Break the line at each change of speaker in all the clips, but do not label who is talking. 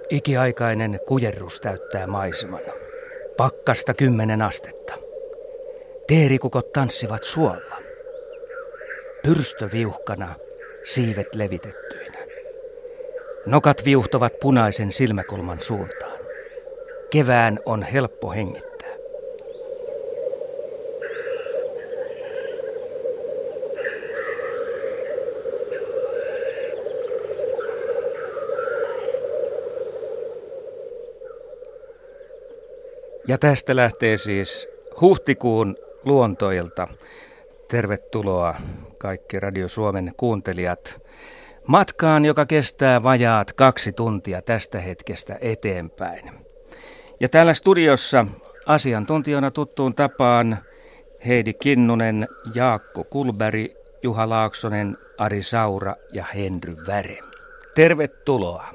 Ikiaikainen kujerrus täyttää maiseman. Pakkasta 10 astetta. Teerikukot tanssivat suolla. Pyrstö viuhkana, siivet levitettyinä. Nokat viuhtovat punaisen silmäkulman suuntaan. Kevään on helppo hengittää. Ja tästä lähtee siis huhtikuun luontoilta. Tervetuloa kaikki Radio Suomen kuuntelijat matkaan, joka kestää vajaat 2 tuntia tästä hetkestä eteenpäin. Ja täällä studiossa asiantuntijana tuttuun tapaan Heidi Kinnunen, Jaakko Kulberg, Juha Laaksonen, Ari Saura ja Henry Väre. Tervetuloa.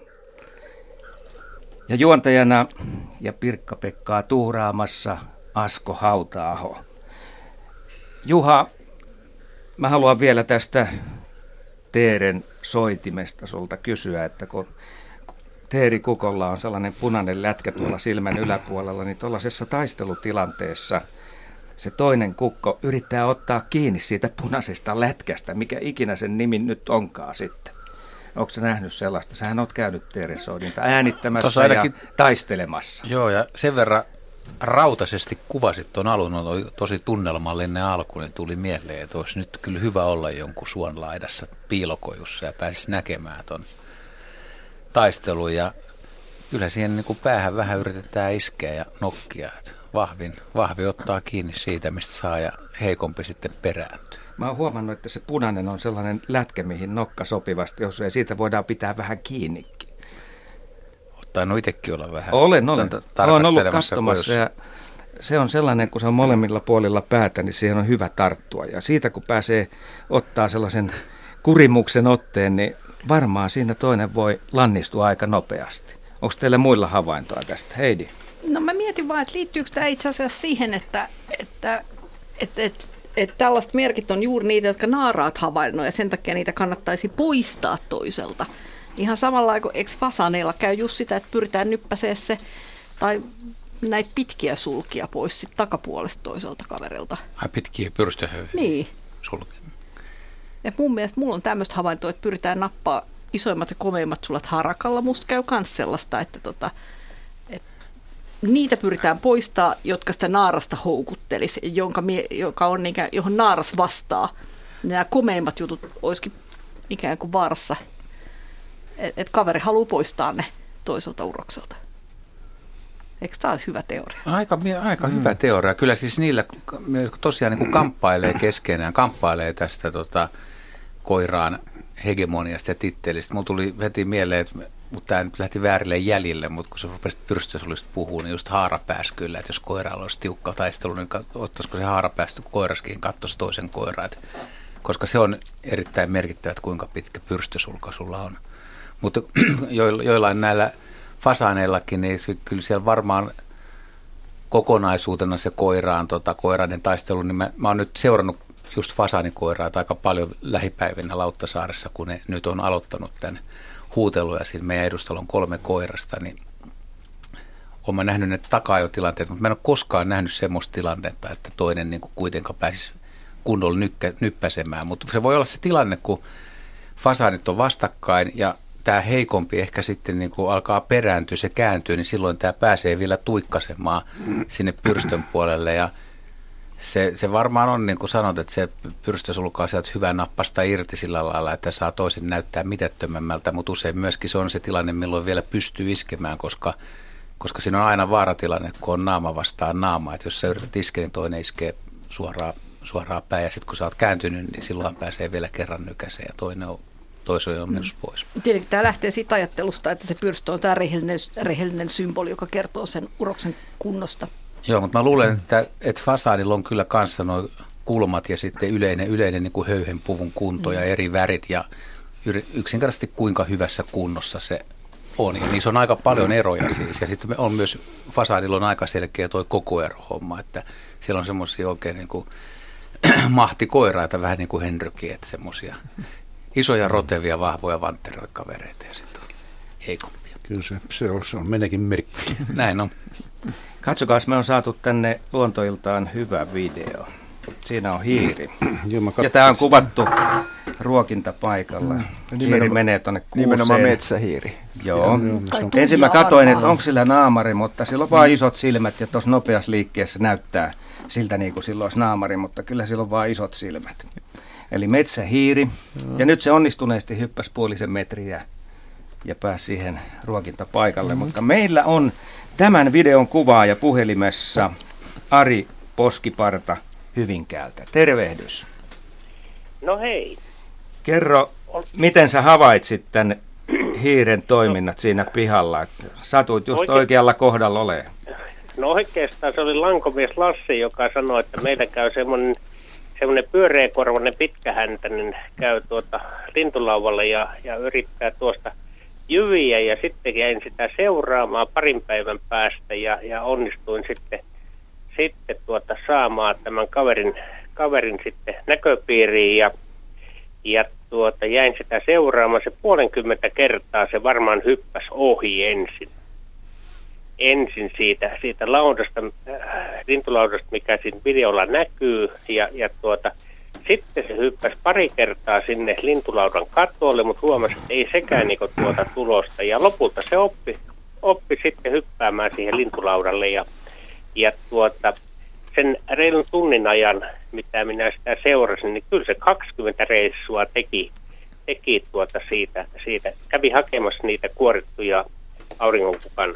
Ja juontajana ja Pirkka-Pekkaa tuuraamassa Asko Hauta-aho. Juha, mä haluan vielä tästä teeren soitimesta sulta kysyä, että kun teerikukolla on sellainen punainen lätkä tuolla silmän yläpuolella, niin tuollaisessa taistelutilanteessa se toinen kukko yrittää ottaa kiinni siitä punaisesta lätkästä, mikä ikinä sen nimi nyt onkaan sitten. Onko sä nähnyt sellaista? Sähän oot käynyt teerensoidinta äänittämässä ja taistelemassa.
Joo, ja sen verran rautaisesti kuvasit tuon alun, oli tosi tunnelmallinen alku, niin tuli mieleen, että olisi nyt kyllä hyvä olla jonkun suonlaidassa piilokojussa ja pääsisi näkemään tuon taistelun. Ja kyllä siihen niin kuin päähän vähän yritetään iskeä ja nokkia, että vahvi ottaa kiinni siitä, mistä saa ja heikompi sitten perääntyy.
Mä oon huomannut, että se punainen on sellainen lätkä, mihin nokka sopivasti, jos ei siitä voidaan pitää vähän kiinnikin.
Tainnut itsekin olla vähän.
Olen ollut katsomassa ja se on sellainen, kun se on molemmilla puolilla päätä, niin siihen on hyvä tarttua. Ja siitä kun pääsee ottaa sellaisen kurimuksen otteen, niin varmaan siinä toinen voi lannistua aika nopeasti. Onko teillä muilla havaintoa tästä? Heidi?
No mä mietin vaan, että liittyykö tämä itse asiassa siihen, että tällaiset merkit on juuri niitä, jotka naaraat havainnoi ja sen takia niitä kannattaisi poistaa toiselta. Ihan samalla kuin fasaneilla käy just sitä, että pyritään nyppäsee se tai näitä pitkiä sulkia pois sit takapuolesta toiselta kaverilta.
Ai pitkiä pyrstöhöyhiä?
Niin.
Sulkia.
Ja mun mielestä mulla on tämmöistä havaintoa, että pyritään nappaa isoimmat ja komeimmat sulat harakalla. Musta käy myös sellaista, että niitä pyritään poistaa, jotka sitä naarasta houkuttelisi, joka on johon naaras vastaa. Nämä komeimmat jutut olisikin ikään kuin vaarassa, että kaveri haluaa poistaa ne toiselta urokselta. Eikö tämä ole hyvä teoria?
Aika hyvä teoria. Kyllä siis niillä tosiaan niin kamppailee keskenään, kamppailee tästä koiraan hegemoniasta ja tittelistä. Mulla tuli heti mieleen, mutta tämä nyt lähti väärille jäljille, mutta kun se rupesi pyrstösulista puhua, niin just haarapääs kyllä, että jos koiralla olisi tiukka taistelu, niin ottaisiko se haarapäästä koiraskin katsoisi toisen koiraa, koska se on erittäin merkittävä, että kuinka pitkä pyrstösulka sulla on. Mutta joillain näillä fasaaneillakin, niin kyllä siellä varmaan kokonaisuutena se koiraiden taistelu, niin mä oon nyt seurannut just fasaanikoiraa aika paljon lähipäivinä Lauttasaaressa, kun ne nyt on aloittanut tämän huutelun ja siinä meidän edustalla on 3 koirasta, niin olen nähnyt ne taka-ajotilanteet, mutta mä en ole koskaan nähnyt semmoista tilannetta, että toinen niin kuin kuitenkaan pääsisi kunnolla nyppäsemään, mutta se voi olla se tilanne, kun fasaanit on vastakkain ja tämä heikompi ehkä sitten niin kuin alkaa perääntyä, se kääntyy, niin silloin tämä pääsee vielä tuikkasemaan sinne pyrstön puolelle ja se varmaan on, niin kuin sanot, että se pyrstö sulkaa sieltä hyvää nappasta irti sillä lailla, että saa toisen näyttää mitättömämmältä, mutta usein myöskin se on se tilanne, milloin vielä pystyy iskemään, koska siinä on aina vaaratilanne, kun on naama vastaan naama, että jos sä yrität iskeä, niin toinen iskee suoraan päin ja sitten kun sä oot kääntynyt, niin silloin pääsee vielä kerran nykäiseen ja toinen on menossa pois.
Tietenkin tämä lähtee siitä ajattelusta, että se pyrstö on tämä rehellinen symboli, joka kertoo sen uroksen kunnosta.
Joo, mutta mä luulen, että fasaadilla on kyllä kanssa nuo kulmat ja sitten yleinen niin kuin höyhenpuvun kunto ja eri värit ja yksinkertaisesti kuinka hyvässä kunnossa se on. Ja niissä on aika paljon eroja siis. Ja sitten on myös fasaadilla on aika selkeä toi koko erohomma, että siellä on semmoisia oikein niin kuin mahtikoiraita, vähän niin kuin Henrykin, että semmoisia isoja rotevia, vahvoja vantteroikavereita ja sitten on heikompia.
Kyllä se on menekin merkki.
Näin on.
Katsokaas, me on saatu tänne luontoiltaan hyvä video. Siinä on hiiri. Ja tämä on kuvattu ruokintapaikalla. Hiiri menee tuonne kuuseen.
Nimenomaan metsähiiri.
Joo. Ensin mä katsoin, että onko sillä naamari, mutta sillä on vaan isot silmät ja tuossa nopeassa liikkeessä näyttää siltä niin kuin sillä olisi naamari, mutta kyllä sillä on vaan isot silmät. Eli metsähiiri. Ja nyt se onnistuneesti hyppäsi puolisen metriä ja pääsi siihen ruokintapaikalle. Mutta meillä on tämän videon kuvaaja puhelimessa Ari Poskiparta Hyvinkäältä. Tervehdys.
No hei.
Kerro, miten sä havaitsit tämän hiiren toiminnat siinä pihalla? Että satuit just oikealla kohdalla olemaan.
No oikeastaan se oli lankomies Lassi, joka sanoi, että meillä käy semmoinen pyöreäkorvainen pitkähäntäinen käy lintulauvalle ja yrittää tuosta jyviä ja sitten jäin sitä seuraamaan parin päivän päästä ja onnistuin sitten saamaan tämän kaverin sitten näköpiiriin ja jäin sitä seuraamaan. Se 50 kertaa se varmaan hyppäsi ohi ensin siitä laudasta, lintulaudasta, mikä siinä videolla näkyy ja sitten se hyppäsi pari kertaa sinne lintulaudan katolle, mutta huomasi, että ei sekään tulosta. Ja lopulta se oppi sitten hyppäämään siihen lintulaudalle ja sen reilun tunnin ajan, mitä minä sitä seurasin, niin kyllä se 20 reissua teki siitä. Kävi hakemassa niitä kuorittuja auringonkukan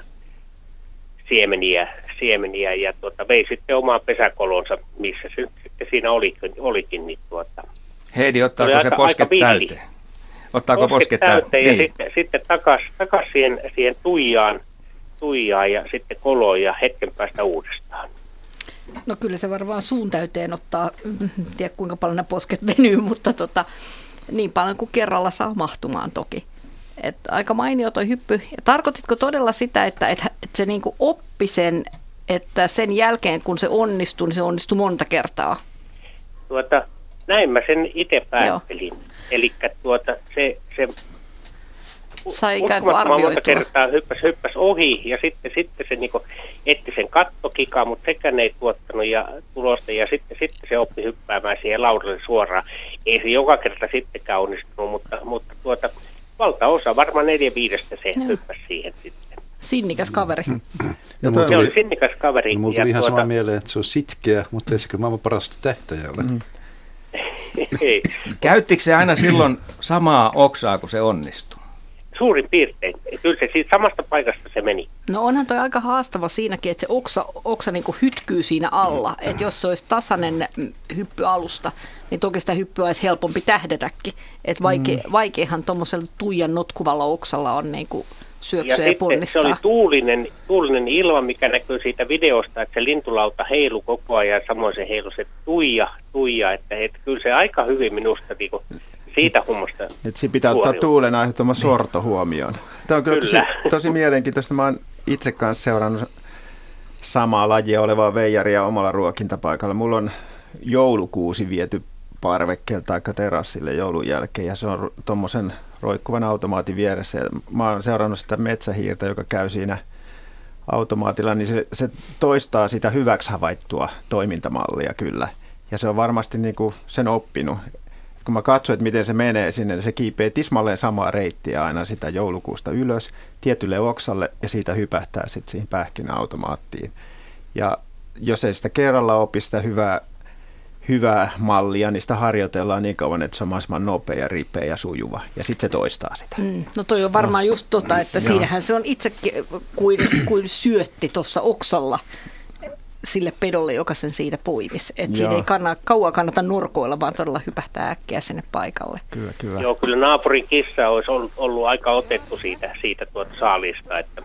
siemeniä ja vei sitten omaan pesäkolonsa, missä se sitten siinä olikin. Niin
Heidi, ottaako se posket täyteen? Ottaako posket täyteen?
Ja niin. Sitten takas siihen tuijaan ja sitten koloon ja hetken päästä uudestaan.
No kyllä se varmaan suun täyteen ottaa, en tiedä kuinka paljon ne posket venyy, mutta niin paljon kuin kerralla saa mahtumaan toki. Että aika mainio toi hyppy. Ja tarkoititko todella sitä, että se niinku oppi sen, että sen jälkeen kun se onnistui, niin se onnistui monta kertaa?
Näin mä sen itse päättelin. Eli se
sai ikään kuin arvioitua.
Monta kertaa hyppäsi ohi ja sitten se niinku etti sen kattokikaa, mutta sekään ei tuottanut tulosta ja sitten se oppi hyppäämään siihen laudalle suoraan. Ei se joka kerta sittenkään onnistunut, mutta valtaosa, varmaan 4/5 se hyppäsi siihen sitten.
Sinnikäs kaveri.
Se oli sinnikäs kaveri.
Mulla tuli ihan sama mieleen, että se on sitkeä, mutta ei sekään maailman parasta tähtäjää ole.
Käyttikö se aina silloin samaa oksaa, kun se onnistui?
Suurin piirtein. Kyllä se siitä samasta paikasta se meni.
No onhan toi aika haastava siinäkin, että se oksa niin kuin hytkyy siinä alla. Että jos se olisi tasainen hyppy alusta, niin toki sitä hyppyä olisi helpompi tähdätäkin. Että vaikeahan tuommoisella tuijan notkuvalla oksalla on niin kuin syöksyä ja ponnistaa.
Se oli tuulinen ilma, mikä näkyy siitä videosta, että se lintulauta heilu koko ajan. Samoin se heilu se tuija. Että kyllä se aika hyvin minusta siitä hommasta.
Että siinä pitää ottaa tuulen aiheuttama sorto huomioon. Tämä on kyllä tosi mielenkiintoista. Mä oon itse kanssa seurannut samaa lajia olevaa veijaria omalla ruokintapaikalla. Mulla on joulukuusi viety parvekkeelta tai terassille joulun jälkeen ja se on tuommoisen roikkuvan automaatin vieressä. Ja mä oon seurannut sitä metsähiirtä, joka käy siinä automaatilla, niin se toistaa sitä hyväksi havaittua toimintamallia kyllä. Ja se on varmasti niinku sen oppinut. Kun mä katsoin, että miten se menee sinne, niin se kiipee tismalleen samaa reittiä aina sitä joulukuusta ylös tietylle oksalle ja siitä hypähtää sitten siihen pähkinäautomaattiin. Ja jos ei sitä kerralla opi sitä hyvää mallia, niin sitä harjoitellaan niin kauan, että se on mahdollisimman nopea, ripeä ja sujuva. Ja sitten se toistaa sitä.
No toi on varmaan just että siinähän se on itsekin kuin syötti tuossa oksalla sille pedolle, joka sen siitä poimisi. Että siinä ei kauan kannata nurkoilla, vaan todella hypähtää äkkiä sinne paikalle.
Kyllä.
Joo, kyllä naapurin kissa olisi ollut aika otettu siitä saalista. Että.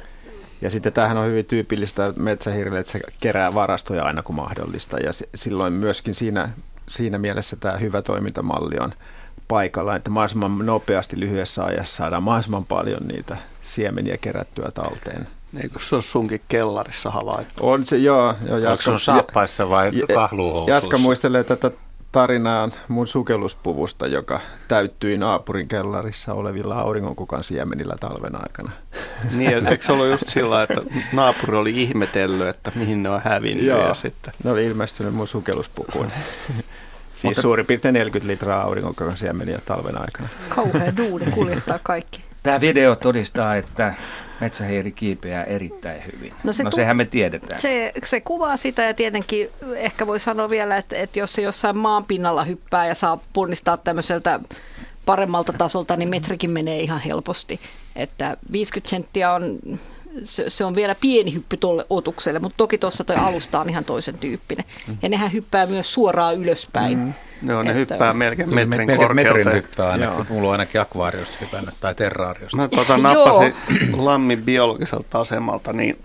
Ja sitten tämähän on hyvin tyypillistä metsähiirille, että se kerää varastoja aina kun mahdollista. Ja silloin myöskin siinä mielessä tämä hyvä toimintamalli on paikallaan, että mahdollisimman nopeasti lyhyessä ajassa saadaan mahdollisimman paljon niitä siemeniä kerättyä talteen.
Eikö se ole sunkin kellarissa havaittu?
On se, joo.
Onko se on saappaissa vai kahluhousuissa?
Jaska muistelee tätä tarinaa mun sukelluspuvusta, joka täyttyi naapurin kellarissa olevilla auringonkukan siemenillä talven aikana.
Niin, eikö se ollut just sillä, että naapuri oli ihmetellyt, että mihin ne on hävinnyt.
Joo,
ja sitten
ne oli ilmestynyt mun sukelluspukuun. Siis suurin piirtein 40 litraa auringonsiemeniä talven aikana.
Kauhea duuni kuljettaa kaikki.
Tämä video todistaa, että metsähiiri kiipeää erittäin hyvin. No sehän me tiedetään.
Se kuvaa sitä ja tietenkin ehkä voi sanoa vielä, että jos se jossain maan pinnalla hyppää ja saa ponnistaa tämmöiseltä paremmalta tasolta, niin metrikin menee ihan helposti. Että 50 senttiä se on vielä pieni hyppy tuolle otukselle, mutta toki tuossa toi alusta on ihan toisen tyyppinen. Ja nehän hyppää myös suoraan ylöspäin.
Joo, ne hyppää melkein metrin korkeuteen.
Metrin hyppää ainakin. Mulla on ainakin akvaariosta hypännyt tai terraariosta.
Mä nappasin lammin biologiselta asemalta, niin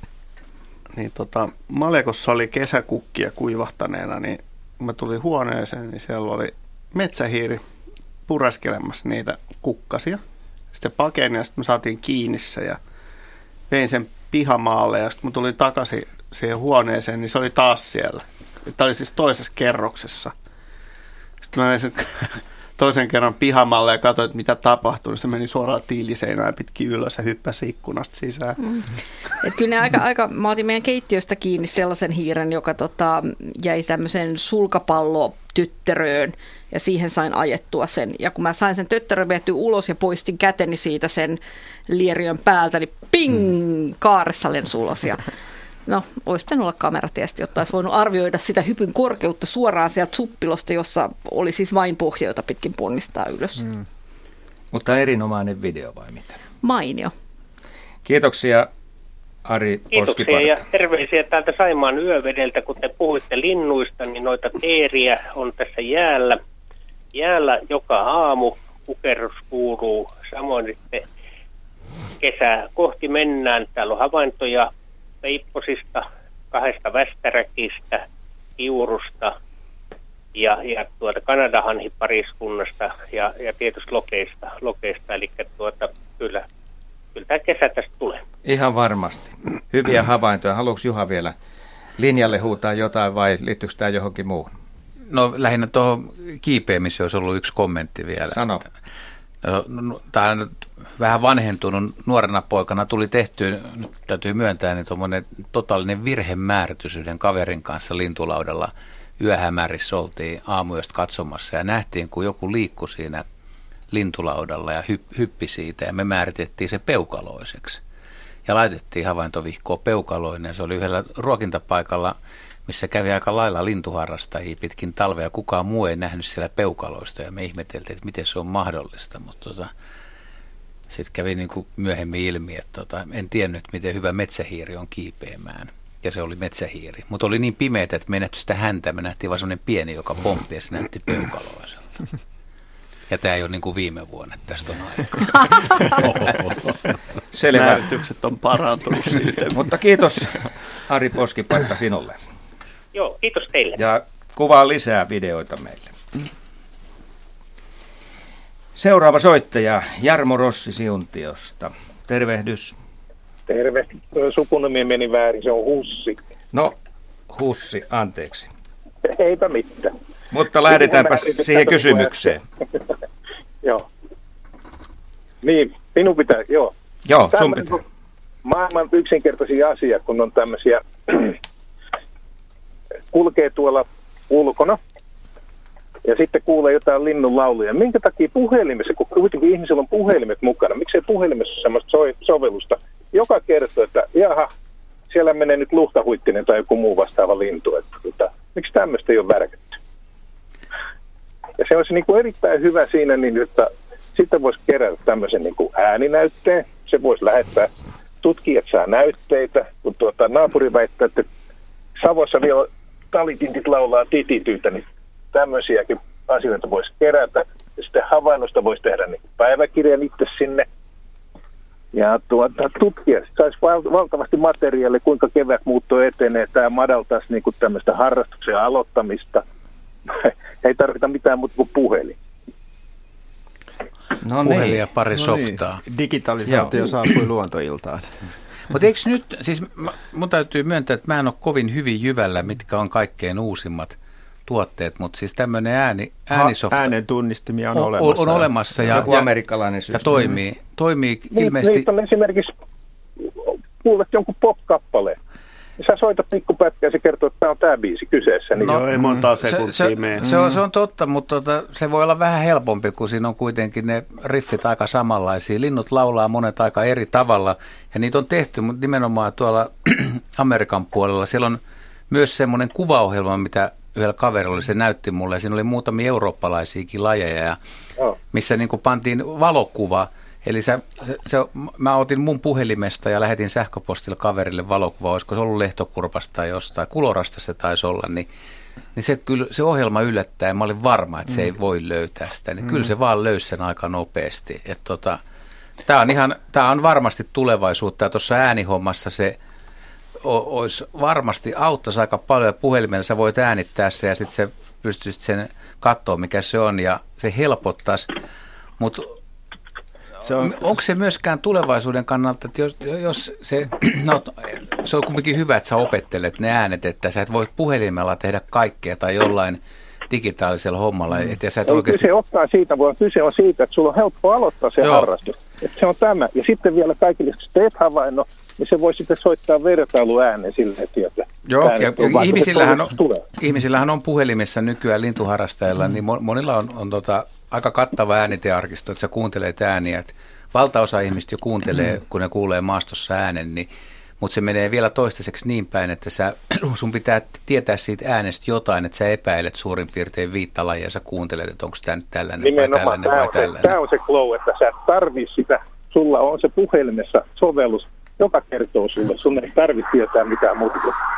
Malekossa oli kesäkukkia kuivahtaneena, niin kun mä tulin huoneeseen, niin siellä oli metsähiiri puraskelemassa niitä kukkasia. Sitten pakeni ja sitten me saatiin kiinni se ja vein sen pihamaalle ja sitten mä tulin takaisin siihen huoneeseen, niin se oli taas siellä. Tämä oli siis toisessa kerroksessa. Sitten mä vein sen toisen kerran pihamaalle ja katsoin, että mitä tapahtui. Se meni suoraan tiiliseinään pitkin ylös ja hyppäsi ikkunasta sisään.
Et kyllä ne mä otin meidän keittiöstä kiinni sellaisen hiiren, joka jäi tämmöiseen sulkapallotyttöröön ja siihen sain ajettua sen. Ja kun mä sain sen töttörön vietyä ulos ja poistin käteni siitä sen lieriön päältä, niin ping, kaaressa lensi ulos. Ja no, olisi pitänyt olla kamera tietysti, jotta olisi voinut arvioida sitä hypyn korkeutta suoraan sieltä suppilosta, jossa oli siis vain pohja, jota pitkin ponnistaa ylös.
Mutta erinomainen video vai mitä?
Mainio.
Kiitoksia Ari Poskiparta.
Kiitoksia ja terveisiä täältä Saimaan yövedeltä. Kun te puhuitte linnuista, niin noita teeriä on tässä jäällä. Jäällä joka aamu kukerrus kuuluu. Samoin sitten kesää kohti mennään. Täällä on havaintoja peipposista, 2 västäräkistä, kiurusta ja kanadahanhipariskunnasta ja tietysti lokeista. Eli kyllä tämä kesä tästä tulee.
Ihan varmasti. Hyviä havaintoja. Haluatko Juha vielä linjalle huutaa jotain vai liittyykö tämä johonkin muuhun?
No lähinnä tuohon kiipeämiseen olisi ollut yksi kommentti vielä.
Sano.
Tämä on nyt vähän vanhentunut nuorena poikana tuli tehtyä, nyt täytyy myöntää, niin tuommoinen totaalinen virhemääritys yhden kaverin kanssa lintulaudalla. Yöhämärissä oltiin aamuyöstä katsomassa ja nähtiin, kun joku liikkui siinä lintulaudalla ja hyppi siitä ja me määritettiin se peukaloiseksi. Ja laitettiin havaintovihkoa peukaloinen ja se oli yhdellä ruokintapaikalla, missä kävi aika lailla lintuharrastajia pitkin talvea. Kukaan muu ei nähnyt siellä peukaloista ja me ihmeteltiin, että miten se on mahdollista, mutta sitten kävi niin kuin myöhemmin ilmi, että en tiennyt, miten hyvä metsähiiri on kiipeämään. Ja se oli metsähiiri. Mutta oli niin pimeätä, että me ei nähty sitä häntä. Me nähtiin vaan semmoinen pieni, joka pomppi ja se näytti peukaloiselta. Ja tämä ei ole niin kuin viime vuonna, että tästä on aikaa.
Selvä.
Näytykset on parantunut sitten.
Mutta kiitos Ari Poskiparta sinulle.
Joo, kiitos teille.
Ja kuvaa lisää videoita meille. Seuraava soittaja Jarmo Rossi Siuntiosta. Tervehdys.
Terve. Sukunimi meni väärin, se on Hussi.
No, Hussi, anteeksi.
Eipä mitään.
Mutta lähdetäänpä siihen kysymykseen.
Joo. Niin, minun pitää, joo.
Joo, sun pitää.
Maailman yksinkertaisia asia, kun on tämmöisiä, kulkee tuolla ulkona ja sitten kuulee jotain linnun lauluja. Minkä takia puhelimessa, kun kuitenkin ihmisellä on puhelimet mukana, miksei puhelimessa ole semmoista sovellusta, joka kertoo, että jaha, siellä menee nyt luhtahuittinen tai joku muu vastaava lintu. Että, miksi tämmöistä ei ole värkätty? Ja se olisi niin kuin erittäin hyvä siinä, niin, että sitten voisi kerätä tämmöisen niin kuin ääninäytteen. Se voisi lähettää, tutkijat saa näytteitä, kun naapuri väittää, että Savossa vielä talitintit laulaa titityytä, niin tämmöisiäkin asioita voisi kerätä. Ja sitten havainnosta voisi tehdä niin päiväkirjan itse sinne. Ja tutkijat saisi valtavasti materiaalia, kuinka kevätmuutto etenee. Tämä madaltaisi niin kuin tämmöistä harrastuksen aloittamista. Ei tarvita mitään muuta kuin puhelin.
No puhelin ja pari softaa.
Niin. Digitalisaatio saapui luontoiltaan.
Mutta eikö nyt, siis mun täytyy myöntää, että mä en ole kovin hyvin jyvällä, mitkä on kaikkein uusimmat tuotteet, mutta siis tämmöinen äänisofta.
Äänen tunnistimia on olemassa.
On olemassa
ja joku amerikkalainen
ja toimii ilmeisesti.
Niitä on esimerkiksi kuulet jonkun pop-kappaleen. Sä soitat pikkupätkä ja se kertoo, että tämä on tämä biisi kyseessä. Niin
Joo, ei montaa sekuntia mene.
Se on totta, mutta se voi olla vähän helpompi, kun siinä on kuitenkin ne riffit aika samanlaisia. Linnut laulaa monet aika eri tavalla ja niitä on tehty, mutta nimenomaan tuolla Amerikan puolella. Siellä on myös semmoinen kuvaohjelma, mitä yhdellä kaverilla se näytti mulle. Siinä oli muutamia eurooppalaisiakin lajeja, missä niin kuin pantiin valokuva. Eli mä otin mun puhelimesta ja lähetin sähköpostilla kaverille valokuva, olisiko se ollut Lehtokurpasta tai jostain, Kulorasta se taisi olla, niin se ohjelma yllättää ja mä olin varma, että se ei voi löytää sitä, niin kyllä se vaan löysi sen aika nopeasti. Tämä on varmasti tulevaisuutta ja tuossa äänihommassa se olisi varmasti auttaisi aika paljon ja puhelimella sä voit äänittää se ja sitten se pystyisit sen katsoa mikä se on ja se helpottaisi, mutta onko se myöskään tulevaisuuden kannalta, että jos se, se on kuitenkin hyvä, että sä opettelet ne äänet, että sä et voi puhelimella tehdä kaikkea tai jollain digitaalisella hommalla. Että sä et oikeasti... Kyse
ottaa siitä, vaan kyse on siitä, että sulla on helppo aloittaa se harrastus. Että se on tämä. Ja sitten vielä kaikille, jos teet havainnon, niin se voi sitten soittaa vertailuäänen sille, että
joo, ja ihmisillähän on puhelimessa nykyään lintuharrastajilla, niin monilla on aika kattava äänitearkisto, että sä kuuntelet ääniä. Että valtaosa ihmistä jo kuuntelee, kun ne kuulee maastossa äänen, mutta se menee vielä toistaiseksi niin päin, että sun pitää tietää siitä äänestä jotain, että sä epäilet suurin piirtein 5 lajia ja sä kuuntelet, että onko tämä nyt tällainen vai tällainen vai tällainen.
Tämä on se glow, että sä tarvii sitä. Sulla on se puhelimessa sovellus, joka kertoo sulle. Sun ei tarvitse tietää mitään muuta.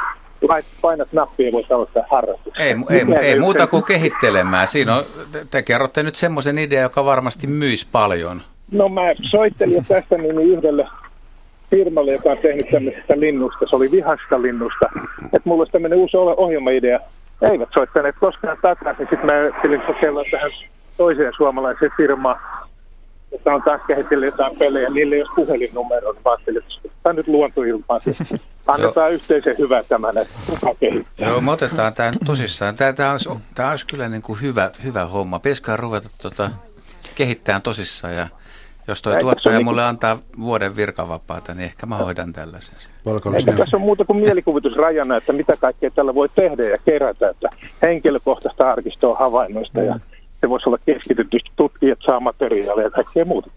Painat nappia ja voit aloittaa harrastuksen.
Ei muuta kuin kehittelemään. Siinä te kerrotte nyt semmoisen idean, joka varmasti myisi paljon.
No mä soittelin tästä yhdelle firmalle, joka on tehnyt tämmöisestä linnusta. Se oli vihasta linnusta. Että mulla olisi tämmöinen uusi ohjelmaidea. Eivät soittaneet koskaan takaisin. Sitten mä ajattelin kokeilla tähän toiseen suomalaiseen firmaan, joka on taas kehitellyt jotain pelejä. Niillä ei ole puhelinnumero. Mä ajattelin, että tämä on nyt luontoilmaa. Annetaan yhteisen hyvää tämän, että kuka kehittää.
Joo, me otetaan tämä tosissaan. Tämä olisi kyllä niin kuin hyvä homma. Pitäisikö ruveta kehittämään tosissaan ja jos toi tuottaja mulle antaa vuoden virkavapaata, niin ehkä mä hoidan tällaisen.
Eikä tässä on muuta kuin mielikuvitusrajana, että mitä kaikkea tällä voi tehdä ja kerätä, että henkilökohtaista arkistoa havainnoista ja se voisi olla keskitytty, tutkijat saa materiaalia ja kaikkea muuta.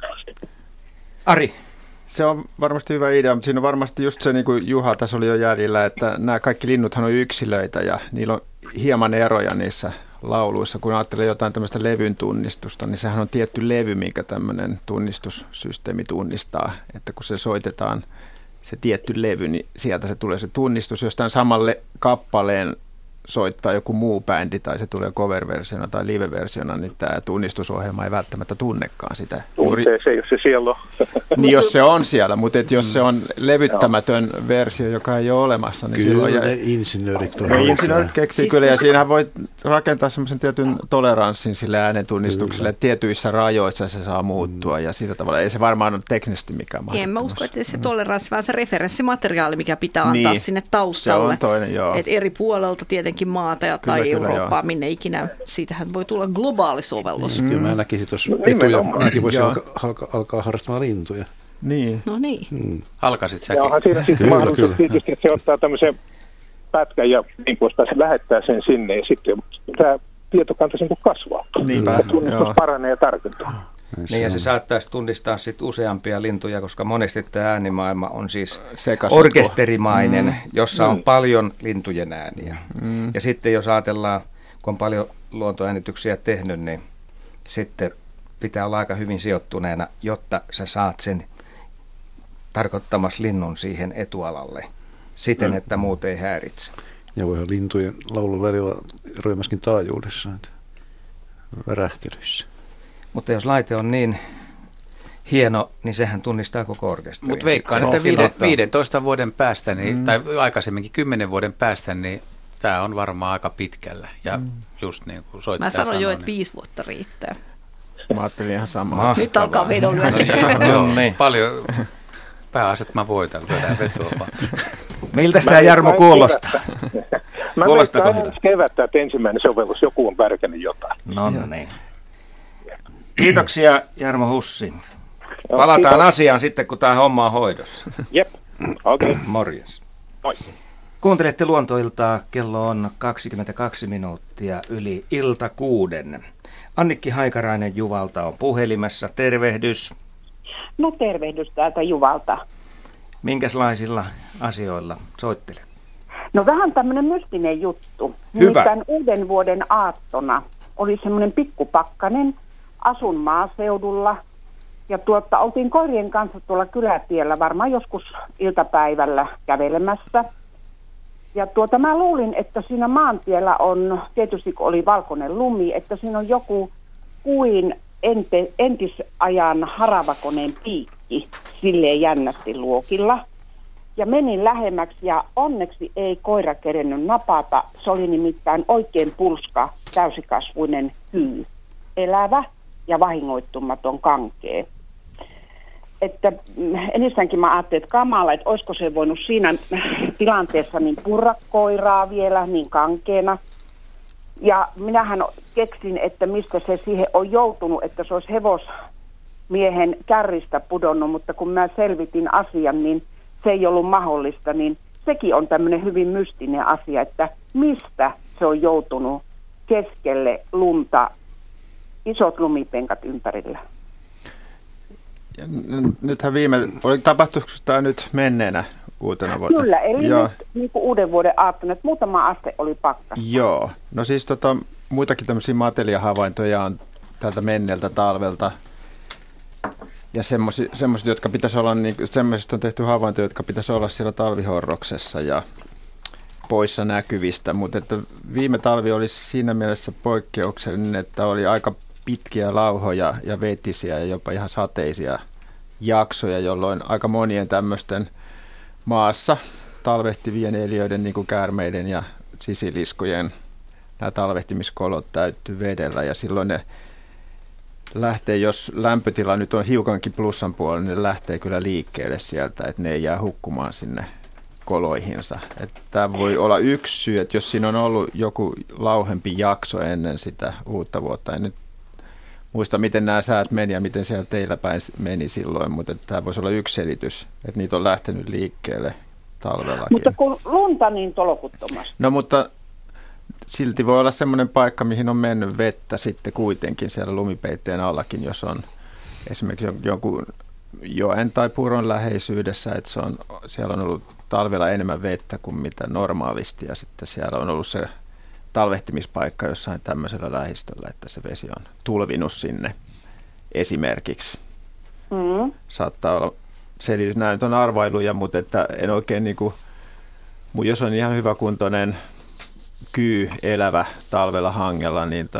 Ari.
Se on varmasti hyvä idea, mutta siinä on varmasti just se, niin kuin Juha tässä oli jo jäljellä, että nämä kaikki linnuthan on yksilöitä ja niillä on hieman eroja niissä lauluissa. Kun ajattelee jotain tämmöistä levyn tunnistusta, niin sehän on tietty levy, minkä tämmöinen tunnistussysteemi tunnistaa, että kun se soitetaan se tietty levy, niin sieltä se tulee se tunnistus. Jos tämän samalle kappaleen soittaa joku muu bändi tai se tulee cover-versiona tai live-versiona, niin tämä tunnistusohjelma ei välttämättä tunnekaan sitä.
Tuntee se, jos se siellä on.
Niin jos se on siellä, mutta jos se on levyttämätön versio, joka ei ole olemassa, niin
kyllä
silloin...
Kyllä ne insinöörit on.
Insinöörit keksii kyllä, ja siinähän voi rakentaa semmoisen tietyn toleranssin sille äänentunnistukselle, että tietyissä rajoissa se saa muuttua, ja sillä tavalla ei se varmaan ole teknisesti mikään mahdollista.
En mä usko, että se toleranssi, vaan se referenssimateriaali, mikä pitää antaa sinne taustalle.
Se on toinen, joo.
Et eri puolelta tietenkin maata tai Eurooppaa, minne ikinä. Siitähän voi tulla globaali sovellus.
Kyllä mä näkisin tuossa lintuja. Mäkin voisin alkaa harrastamaan lintuja.
Niin.
No niin.
Alkaisit säkin.
Ja onhan siinä sitten mahdollisuus tietysti, että se ottaa tämmöisen pätkän ja niin poistaan, se lähettää sen sinne ja sitten tämä tietokanta sen kuin kasvaa.
Niinpä.
Tunnistus paranee ja tarkentuu.
Niin ja se saattaisi tunnistaa sitten useampia lintuja, koska monesti tämä äänimaailma on siis
sekaisin
orkesterimainen, jossa on paljon lintujen ääniä. Ja sitten jos ajatellaan, kun on paljon luontoäänityksiä tehnyt, niin sitten pitää olla aika hyvin sijoittuneena, jotta sä saat sen tarkoittamassa linnun siihen etualalle siten, että muut ei häiritse.
Ja voihan lintujen laulun välillä eroja myöskin taajuudessa, värähtelyissä.
Mutta jos laite on niin hieno, niin sehän tunnistaa koko orkesterin.
Mutta veikkaan, että 15 vuoden päästä, tai aikaisemminkin 10 vuoden päästä, niin tämä on varmaan aika pitkällä. Ja just niin kuin soittaja
Mä sanon jo,
niin
että 5 vuotta riittää.
Mä ajattelin ihan samaa.
Nyt alkaa vedonlyönti.
Paljon pääasiat mä voitan, lyödään vetoa vaan.
Miltä tämä Jarmo kuulostaa?
Mä veikkaan ensi kevättä, että ensimmäinen sovellus, joku on pärkännyt jotain.
No niin. Kiitoksia Jarmo Hussi. Palataan asiaan sitten, kun tämä homma on hoidossa.
Jep. Okei.
Morjens.
Moi.
Kuuntelette Luontoiltaa, kello on 22 minuuttia yli ilta 6. Annikki Haikarainen Juvalta on puhelimessa. Tervehdys.
No tervehdys täältä Juvalta.
Minkälaisilla asioilla soittelet?
No vähän tämmöinen mystinen juttu.
Hyvä.
Nimittäin uuden vuoden aattona oli semmoinen pikkupakkanen. Asun maaseudulla ja oltiin koirien kanssa tuolla kylätiellä varmaan joskus iltapäivällä kävelemässä. Ja mä luulin, että siinä maantiellä on, tietysti kun oli valkoinen lumi, että siinä on joku kuin entisajan haravakoneen piikki silleen jännästi luokilla. Ja menin lähemmäksi ja onneksi ei koira kerennyt napata. Se oli nimittäin oikein pulska, täysikasvuinen kyy. Elävä ja vahingoittumaton kankee. Että ensinnäkin mä ajattelin, että kamala, että olisiko se voinut siinä tilanteessa niin purra koiraa vielä niin kankeena. Ja minähän keksin, että mistä se siihen on joutunut, että se olisi hevosmiehen kärristä pudonnut, mutta kun mä selvitin asian, niin se ei ollut mahdollista, niin sekin on tämmöinen hyvin mystinen asia, että mistä se on joutunut keskelle lunta, isot lumipenkat ympärillä.
Nythän tapahtuiko tämä nyt menneenä uutena vuonna?
Kyllä, eli nyt niin kuin uuden vuoden aattona, että muutama aste oli pakkasta.
Joo, no siis muitakin tämmöisiä materiahavaintoja on tältä menneeltä talvelta. Ja semmoiset, jotka pitäisi olla, niin semmoisista on tehty havaintoja, jotka pitäisi olla siellä talvihorroksessa ja poissa näkyvistä. Mutta että viime talvi oli siinä mielessä poikkeuksellinen, että oli aika pitkiä lauhoja ja vetisiä ja jopa ihan sateisia jaksoja, jolloin aika monien tämmöisten maassa talvehtivien eliöiden, niin kuin käärmeiden ja sisiliskojen, nämä talvehtimiskolot täyttyy vedellä ja silloin ne lähtee, jos lämpötila nyt on hiukankin plussan puolella, niin ne lähtee kyllä liikkeelle sieltä, että ne ei jää hukkumaan sinne koloihinsa. Tämä voi olla yksi syy, että jos siinä on ollut joku lauhempi jakso ennen sitä uutta vuotta, en nyt muista miten nämä säät meni ja miten siellä teillä päin meni silloin, mutta tämä voisi olla yksi selitys, että niitä on lähtenyt liikkeelle talvellakin.
Mutta kun lunta niin tolokuttomasti.
No mutta silti voi olla semmoinen paikka, mihin on mennyt vettä sitten kuitenkin siellä lumipeitteen allakin, jos on esimerkiksi jonkun joen tai puron läheisyydessä, että siellä on ollut talvella enemmän vettä kuin mitä normaalisti ja sitten siellä on ollut se talvehtimispaikka jossain tämmöisellä lähistöllä, että se vesi on tulvinut sinne esimerkiksi. Saattaa olla selitys. Nämä nyt on arvailuja, mutta että en oikein jos on ihan hyväkuntoinen kyy elävä talvella hangella, niin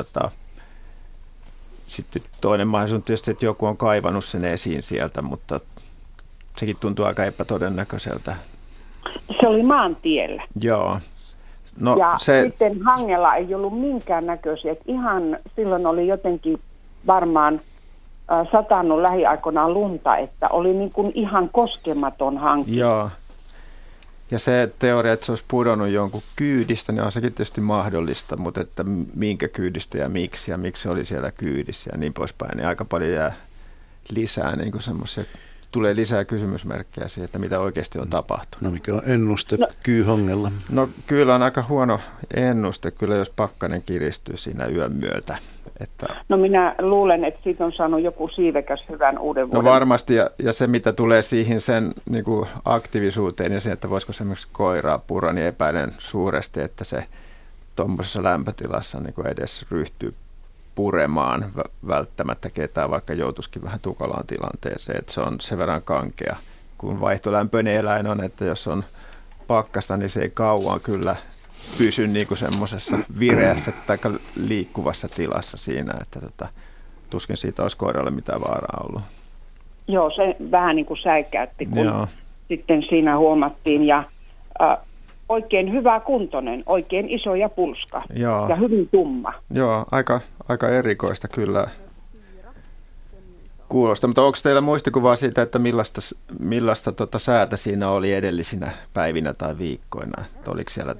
sitten toinen mahdollisuus on tietysti, että joku on kaivannut sen esiin sieltä, mutta sekin tuntuu aika epätodennäköiseltä.
Se oli maantiellä.
Joo. No,
ja sitten hangella ei ollut minkään näköisiä. Ihan silloin oli jotenkin varmaan satannut lähiaikoinaan lunta, että oli niin kuin ihan koskematon hanki.
Joo. Ja se teoria, että se olisi pudonnut jonkun kyydistä, niin on sekin tietysti mahdollista, mutta että minkä kyydistä ja miksi se oli siellä kyydissä ja niin poispäin, niin aika paljon jää lisää niin kuin semmoisia, tulee lisää kysymysmerkkejä siihen, että mitä oikeasti on tapahtunut.
No mikä on ennuste kyyhangella?
No kyllä on aika huono ennuste, kyllä jos pakkanen kiristyy siinä yön myötä.
No minä luulen, että siitä on saanut joku siivekäs hyvän uuden vuoden.
No varmasti, ja se mitä tulee siihen sen niin kuin aktiivisuuteen ja siihen, että voisiko esimerkiksi koiraa purra, niin epäilen suuresti, että se tuommoisessa lämpötilassa niin kuin edes ryhtyy puremaan välttämättä ketään, vaikka joutuisikin vähän tukalaan tilanteeseen, että se on sen verran kankea, kun vaihtolämpöinen eläin on, että jos on pakkasta, niin se ei kauan kyllä pysy niin kuin semmoisessa vireässä tai liikkuvassa tilassa siinä, että tuskin siitä olisi koiralle mitään vaaraa ollut.
Joo, se vähän niin kuin säikäytti, kun sitten siinä huomattiin ja oikein hyvä kuntoinen, oikein iso ja pulska ja hyvin tumma.
Joo, aika erikoista kyllä kuulosta, mutta onko teillä muistikuvaa siitä, että millaista säätä siinä oli edellisinä päivinä tai viikkoina? Että oliko siellä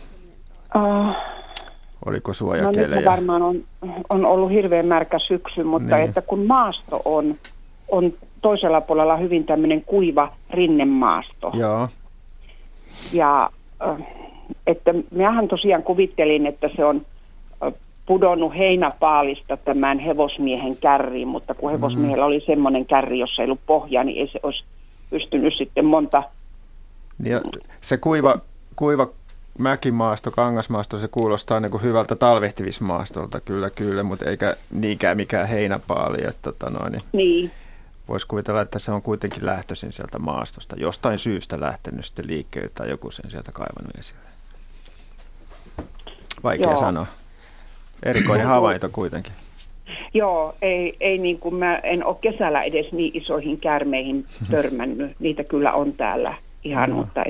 oliko suojakelejä?
No nyt varmaan on ollut hirveän märkä syksy, mutta niin. Että kun maasto on toisella puolella hyvin tämmöinen kuiva rinnemaasto.
Joo.
Ja että minähän tosiaan kuvittelin, että se on pudonnut heinäpaalista tämän hevosmiehen kärriin, mutta kun hevosmiehellä oli semmoinen kärri, jossa ei ollut pohjaa, niin ei se olisi pystynyt sitten monta.
Ja se kuiva mäkimaasto, kangasmaasto, se kuulostaa niin kuin hyvältä talvehtivismaastolta kyllä, mutta eikä niinkään mikään heinäpaali. Että,
niin.
Voisi kuvitella, että se on kuitenkin lähtöisin sieltä maastosta. Jostain syystä lähtenyt sitten liikkeelle tai joku sen sieltä kaivannut esille. Vaikea sanoa. Erikoinen havainto kuitenkin.
Joo, ei niin kuin mä en ole kesällä edes niin isoihin käärmeihin törmännyt. Niitä kyllä on täällä ihan,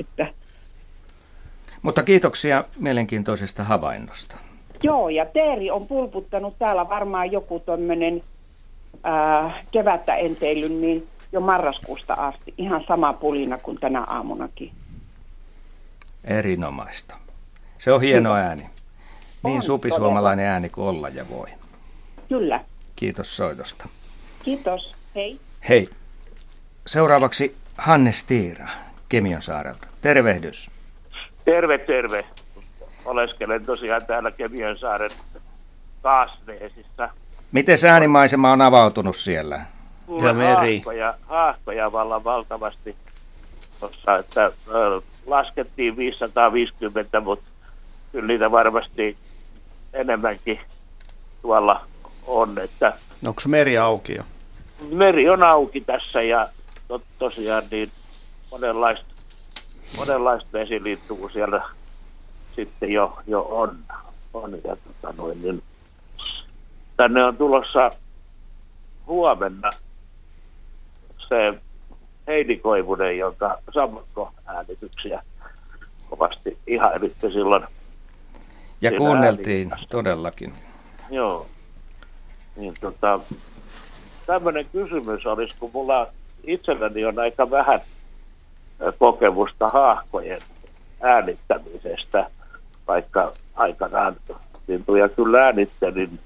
Mutta kiitoksia mielenkiintoisesta havainnosta.
Joo, ja teeri on pulputtanut täällä varmaan joku tämmöinen kevättä enteilyn, niin jo marraskuusta asti. Ihan sama pulina kuin tänä aamunakin.
Erinomaista. Se on hieno ääni. Niin supisuomalainen ääni kuin olla ja voi.
Kyllä.
Kiitos soitosta.
Kiitos. Hei.
Hei. Seuraavaksi Hannes Tiira Kemionsaarelta. Tervehdys.
Terve. Oleskelen tosiaan täällä Kemionsaaren Kaasneesissa.
Miten äänimaisema on avautunut siellä?
Ja meri. Haahkoja valtavasti. Tossa, että laskettiin 550, mutta kyllä niitä varmasti enemmänkin tuolla on. Että
onko meri auki jo?
Meri on auki tässä ja tosiaan niin monenlaista vesilintua siellä sitten jo on. Ja niin, tänne on tulossa huomenna se Heidi Koivunen, jonka sammakkoäänityksiä kovasti ihailitte silloin.
Ja kuunneltiin todellakin.
Joo. Niin tämmöinen kysymys olisi, kun mulla itselläni on aika vähän kokemusta haahkojen äänittämisestä, vaikka aikanaan lintuja kyllä äänittelin.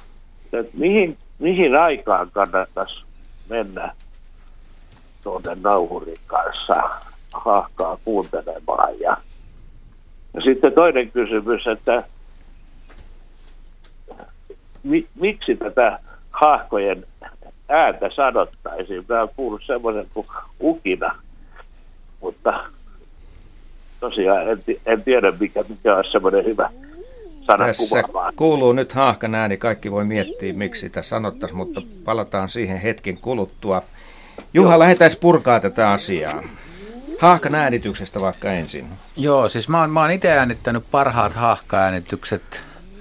Mihin aikaan kannattaisi mennä tuonne nauhurin kanssa haahkaa kuuntelemaan? Ja sitten toinen kysymys, että miksi tätä haahkojen ääntä sanottaisiin? Mä oon kuullut semmoisen kuin ukina, mutta tosiaan en tiedä mikä on semmoinen hyvä sana kuvaamaan.
Tässä kuuluu nyt haahkan ääni, kaikki voi miettiä miksi sitä sanottaisiin, mutta palataan siihen hetken kuluttua. Juha, lähdetään purkaa tätä asiaa. Haahkan äänityksestä vaikka ensin.
Joo, siis mä oon itse äänittänyt parhaat haahka-äänitykset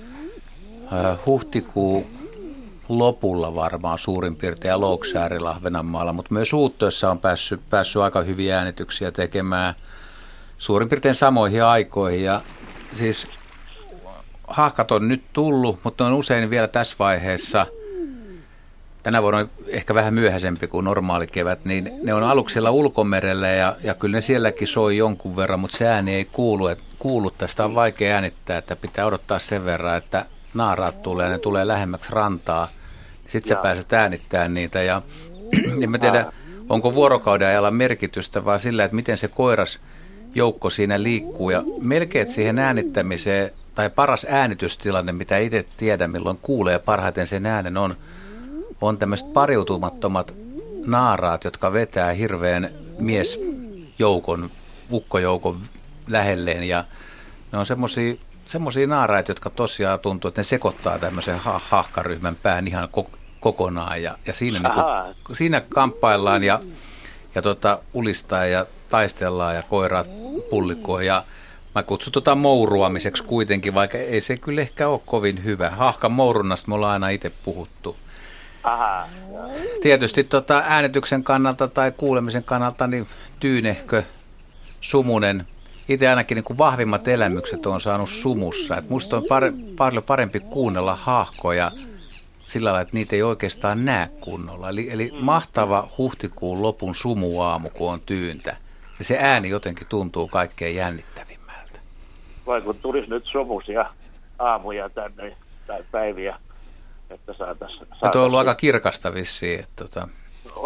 huhtikuun lopulla varmaan suurin piirtein ja Louksäärillä Ahvenanmaalla, mutta myös Uuttössä on päässyt aika hyviä äänityksiä tekemään suurin piirtein samoihin aikoihin. Ja siis haahkat on nyt tullut, mutta on usein vielä tässä vaiheessa, tänä vuonna on ehkä vähän myöhäisempi kuin normaali kevät, niin ne on aluksella ulkomerellä ja kyllä ne sielläkin soi jonkun verran, mutta se ääni ei kuulu. Tästä on vaikea äänittää, että pitää odottaa sen verran, että naaraat tulee, ne tulee lähemmäksi rantaa. Sitten sä pääset äänittämään niitä ja en mä tiedä, onko vuorokauden ajalla merkitystä, vaan sillä, että miten se koiras joukko siinä liikkuu. Ja melkein siihen äänittämiseen, tai paras äänitystilanne, mitä itse tiedän, milloin kuulee parhaiten sen äänen, on tämmöiset pariutumattomat naaraat, jotka vetää hirveän miesjoukon, ukkojoukon lähelleen. Ja ne on semmoisia naaraita, jotka tosiaan tuntuu, että ne sekoittaa tämmöisen haahkaryhmän pään ihan kokonaan. Ja siinä kamppaillaan ja ulistaa ja taistellaan ja koiraat pullikoi. Ja mä kutsun mouruamiseksi kuitenkin, vaikka ei se kyllä ehkä ole kovin hyvä. Haahkan mourunnasta me ollaan aina itse puhuttu.
Aha.
Tietysti äänityksen kannalta tai kuulemisen kannalta niin tyynehkö, sumunen. Itse ainakin niin kuin vahvimmat elämykset on saanut sumussa. Et musta on paljon parempi kuunnella haahkoja sillä lailla, että niitä ei oikeastaan näe kunnolla. Eli mahtava huhtikuun lopun sumuaamu, kun on tyyntä. Ja se ääni jotenkin tuntuu kaikkein jännittävimmältä.
Vai kun tulisi nyt sumusia aamuja tänne tai päiviä, että saataisiin.
Nyt on ollut aika kirkasta vissiin.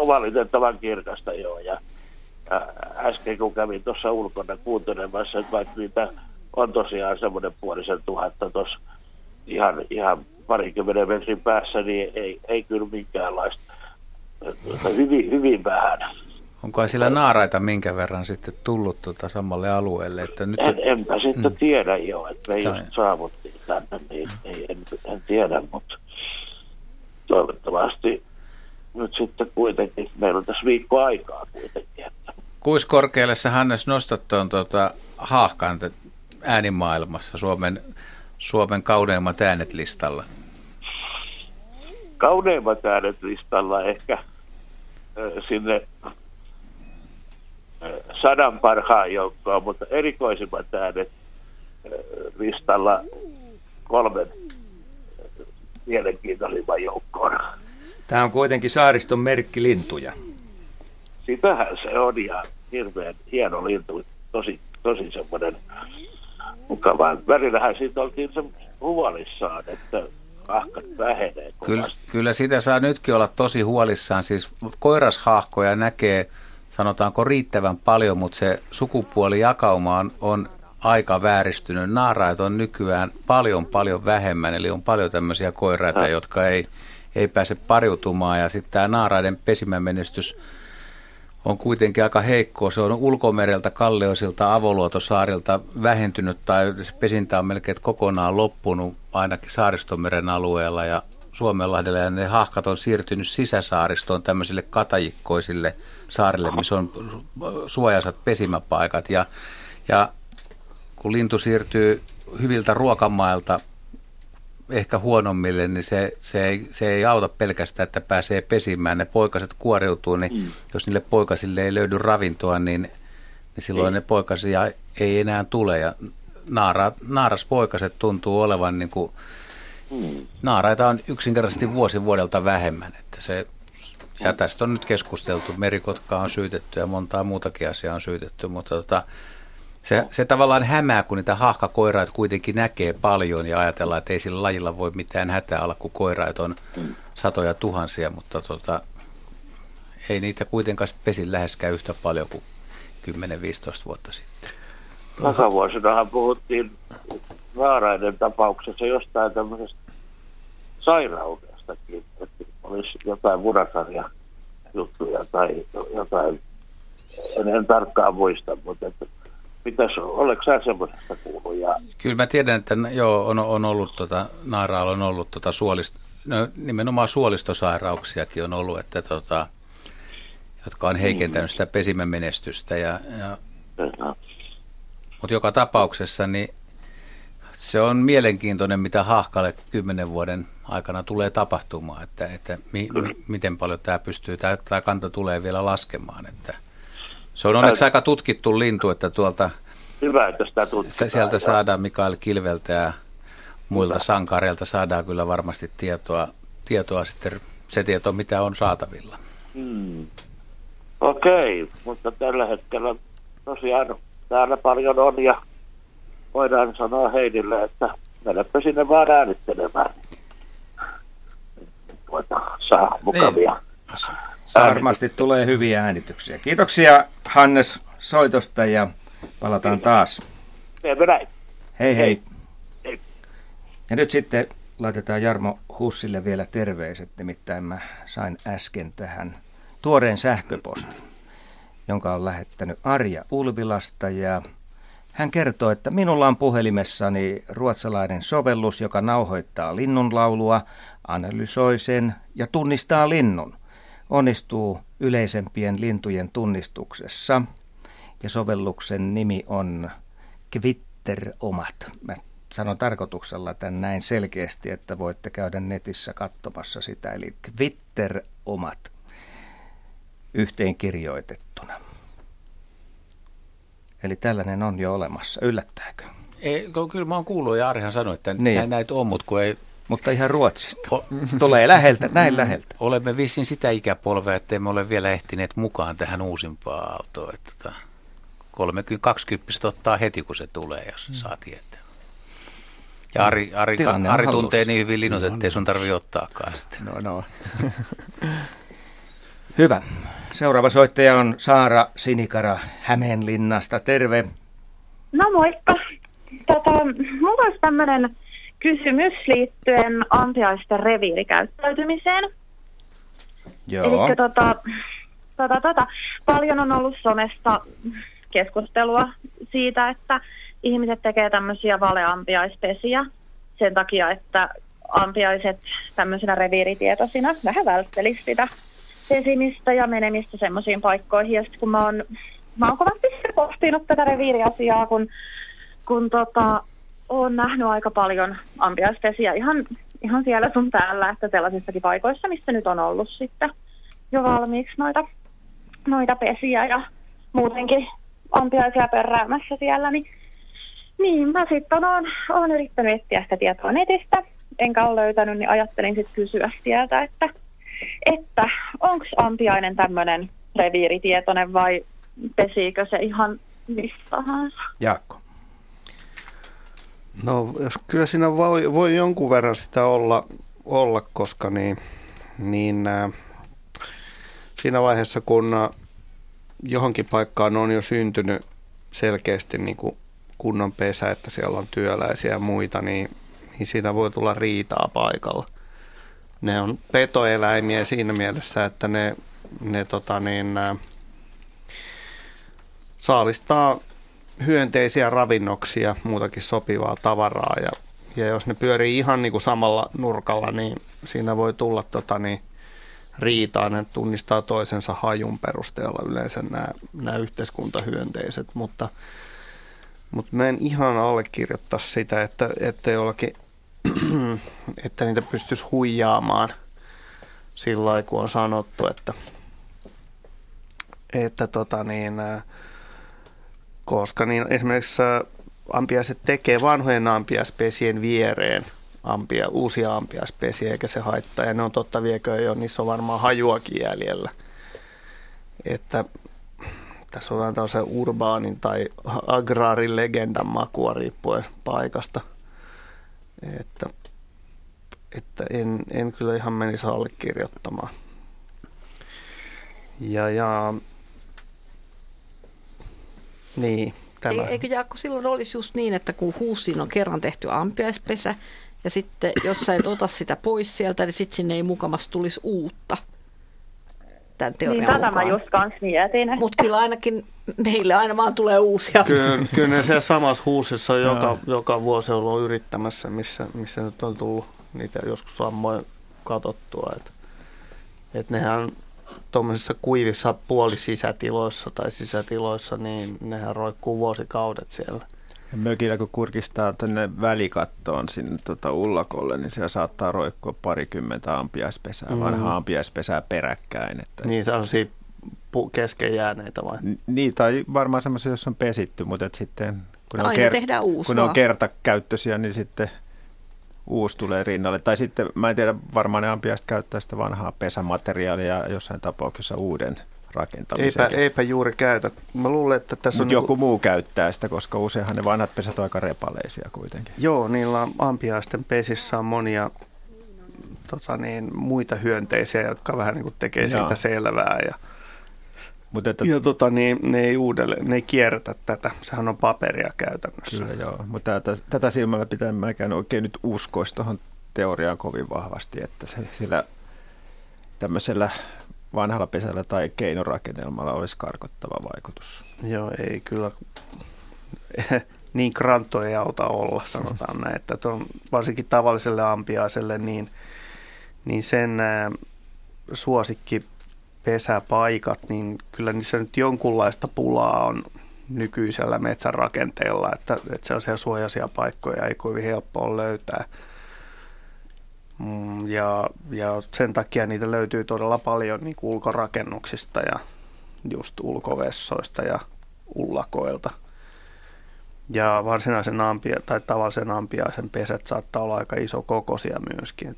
valitettavan kirkasta joo. Ja äsken kun kävin tuossa ulkona kuuntelemassa, että vaikka niitä on tosiaan semmoinen 500 tuossa ihan 20 metrin päässä, niin ei kyllä minkäänlaista. Hyvin vähän.
Onko siellä naaraita minkä verran sitten tullut samalle alueelle? Että nyt
enpä sitten tiedä jo, että me just saavuttiin tänne, niin en tiedä, mutta toivottavasti nyt sitten kuitenkin, meillä on tässä viikko aikaa kuitenkin.
Kuis korkealle sä, Hannes, nostat tuon haahkan äänimaailmassa, Suomen kauneimmat äänet listalla?
Kauneimmat äänet listalla ehkä sinne 100 parhaan joukkoon, mutta erikoisimmat äänet listalla 3 mielenkiintoisimman joukkoon.
Tämä on kuitenkin saariston merkkilintuja.
Sitähän se on ja hirveän hieno lintu, tosi semmoinen mukava. Välillähän siitä oltiin se huolissaan, että haahkat vähenee.
Kyllä sitä saa nytkin olla tosi huolissaan. Siis koirashaahkoja näkee, sanotaanko riittävän paljon, mutta se sukupuolijakauma on aika vääristynyt. Naaraita on nykyään paljon vähemmän, eli on paljon tämmöisiä koiraita, jotka ei pääse pariutumaan. Ja sitten tämä naaraiden pesimämenestys on kuitenkin aika heikkoa. Se on ulkomereltä, Kallioisilta, Avoluotosaarilta vähentynyt tai pesintä on melkein kokonaan loppunut ainakin Saaristomeren alueella ja Suomenlahdella. Ja ne haahkat on siirtynyt sisäsaaristoon tämmöisille katajikkoisille saarille, missä on suojaisat pesimäpaikat. Ja kun lintu siirtyy hyviltä ruokamailta ehkä huonommille, niin se ei auta pelkästään, että pääsee pesimään. Ne poikaset kuoriutuu, niin jos niille poikasille ei löydy ravintoa, niin silloin ne poikasia ei enää tule. Ja naaraspoikaset tuntuu olevan, niin kuin, naaraita on yksinkertaisesti vuodelta vähemmän. Ja tästä on nyt keskusteltu. Merikotkaa on syytetty ja montaa muutakin asiaa on syytetty, mutta se tavallaan hämää, kun niitä haahkakoiraita kuitenkin näkee paljon ja ajatellaan, että ei sillä lajilla voi mitään hätää olla, kun koiraita on satoja tuhansia, mutta ei niitä kuitenkaan pesi läheskään yhtä paljon kuin 10-15 vuotta sitten.
Takavuosinahan puhuttiin naaraiden tapauksessa jostain tämmöisestä sairaudestakin, että olisi jotain munasarja juttuja tai jotain, en tarkkaan muista, mutta oletko sä semmoisesta kuullut?
Kyllä mä tiedän, että joo, on ollut naaraalla on ollut nimenomaan suolistosairauksiakin on ollut, että jotka on heikentänyt sitä pesimämenestystä. Mutta joka tapauksessa niin se on mielenkiintoinen, mitä haahkalle 10 vuoden aikana tulee tapahtumaan, että miten paljon tämä kanta tulee vielä laskemaan, että se on onneksi aika tutkittu lintu, että tuolta
hyvä, että sitä tutkitaan,
sieltä saadaan Mikael Kilveltä ja muilta sankareilta saadaan kyllä varmasti tietoa sitten se tieto, mitä on saatavilla.
Okei, mutta tällä hetkellä tosiaan täällä paljon on ja voidaan sanoa Heidille, että menepä sinne vaan äänittelemään. Saa mukavia.
Varmasti tulee hyviä äänityksiä. Kiitoksia Hannes soitosta ja palataan taas.
Teemme näin.
Hei. Ja nyt sitten laitetaan Jarmo Hussille vielä terveiset, nimittäin mä sain äsken tähän tuoreen sähköpostin, jonka on lähettänyt Arja Ulvilasta ja hän kertoo, että minulla on puhelimessani ruotsalainen sovellus, joka nauhoittaa linnunlaulua, analysoi sen ja tunnistaa linnun. Onnistuu yleisempien lintujen tunnistuksessa ja sovelluksen nimi on Kvitteromat. Mä sanon tarkoituksella tämän näin selkeästi, että voitte käydä netissä katsomassa sitä, eli Kvitteromat yhteen kirjoitettuna. Eli tällainen on jo olemassa. Yllättääkö?
Ei, kyllä mä oon kuullut ja Arihan sanoi, että
niin.
Näitä on, mutta ei.
Mutta ihan Ruotsista. Tulee läheltä, näin läheltä.
Olemme vissiin sitä ikäpolvea, että emme ole vielä ehtineet mukaan tähän uusimpaan aaltoon. Että 30-20 ottaa heti, kun se tulee, jos saa tietää. Ja Ari tuntee niin hyvin linnut, ettei sun tarvitse ottaakaan sitä.
No.
Hyvä. Seuraava soittaja on Saara Sinikara Hämeenlinnasta. Terve.
No moikka. Mulla olisi tämmöinen kysymys liittyen ampiaisten reviirikäyttäytymiseen.
Joo.
Eli paljon on ollut somesta keskustelua siitä, että ihmiset tekee tämmöisiä valeampiaispesiä sen takia, että ampiaiset tämmöisenä reviiritietoisina vähän välttelisi sitä pesimistä ja menemistä semmoisiin paikkoihin. Ja sitten kun mä oon kovasti pohtinut tätä reviiriasiaa, kun oon nähnyt aika paljon ampiaispesiä ihan siellä sun täällä, että sellaisissakin paikoissa, missä nyt on ollut sitten jo valmiiksi noita pesiä ja muutenkin ampiaisia pörräämässä siellä, niin mä sitten oon yrittänyt etsiä sitä tietoa netistä, enkä ole löytänyt, niin ajattelin sitten kysyä sieltä, että onko ampiainen tämmöinen reviiritietoinen vai pesiikö se ihan mistä tahansa?
Jaakko.
No, kyllä siinä voi jonkun verran sitä olla koska siinä vaiheessa, kun johonkin paikkaan on jo syntynyt selkeästi niin kuin kunnon pesä, että siellä on työläisiä ja muita, niin siitä voi tulla riitaa paikalla. Ne on petoeläimiä siinä mielessä, että ne saalistaa hyönteisiä ravinnoksia, muutakin sopivaa tavaraa. Ja jos ne pyörii ihan niin kuin samalla nurkalla, niin siinä voi tulla riitaa. Ne tunnistaa toisensa hajun perusteella yleensä nämä yhteiskuntahyönteiset. Mutta mä en ihan allekirjoittaa sitä, että jollakin että niitä pystyisi huijaamaan sillä lailla, kun on sanottu, koska esimerkiksi ampiaiset tekee vanhojen ampiaispesien viereen uusia ampiaispesiä, eikä se haittaa. Ja ne on totta viekö jo, niissä on varmaan hajuakin jäljellä. Että tässä on vähän tällaisen urbaanin tai agraarin legendan makua riippuen paikasta. Että en kyllä ihan menisi allekirjoittamaan. Niin, tämä.
Eikö Jaakko silloin olisi just niin, että kun huusiin on kerran tehty ampiaispesä ja sitten jos sä et ota sitä pois sieltä, niin sitten sinne ei mukamas tulisi uutta tämän teorian mukaan.
Niin tätä mä just kans mietin.
Mutta kyllä ainakin meille aina vaan tulee uusia.
Kyllä ne siellä samassa huusissa joka vuosi on ollut yrittämässä, missä nyt on tullut niitä joskus samoin katsottua. Että nehän tuommoisissa kuivissa puolisisätiloissa tai sisätiloissa, niin nehän roikkuu vuosikaudet siellä.
Ja mökillä kun kurkistaa tuonne välikattoon sinne ullakolle, niin siellä saattaa roikkua 20 ampiaispesää, vanhaa ampiaispesää peräkkäin.
Niin sellaisia kesken jääneitä vai?
Niin, tai varmaan semmoisia, jos on pesitty, mutta sitten kun on kertakäyttöisiä, niin sitten uusi tulee rinnalle. Tai sitten, mä en tiedä, varmaan ne ampiaiset käyttää sitä vanhaa pesämateriaalia jossain tapauksessa uuden rakentamiseen.
Eipä juuri käytä. Mä luulen, että tässä on
joku muu käyttää sitä, koska useinhan ne vanhat pesät on aika repaleisia kuitenkin.
Joo, niillä ampiaisten pesissä on monia muita hyönteisiä, jotka vähän niin kuin tekee siitä selvää. Ne ei kierrätä tätä. Sehän on paperia käytännössä.
Kyllä joo, mutta tätä silmällä pitää mäkään oikein nyt uskoisi tuohon teoriaan kovin vahvasti, että sillä tämmöisellä vanhalla pesällä tai keinorakennelmalla olisi karkottava vaikutus.
Joo, ei kyllä niin krantto ei auta olla, sanotaan näin, että varsinkin tavalliselle ampiaiselle, niin sen suosikkipesäpaikat, niin kyllä niissä nyt jonkunlaista pulaa on nykyisellä metsän rakenteella, että sellaisia suojaisia paikkoja ei kovin helppo ole löytää. Ja sen takia niitä löytyy todella paljon niin kuin ulkorakennuksista ja just ulkovessoista ja ullakoilta. Ja varsinaisen tai tavallisen ampiaisen pesät saattaa olla aika iso kokoisia myöskin,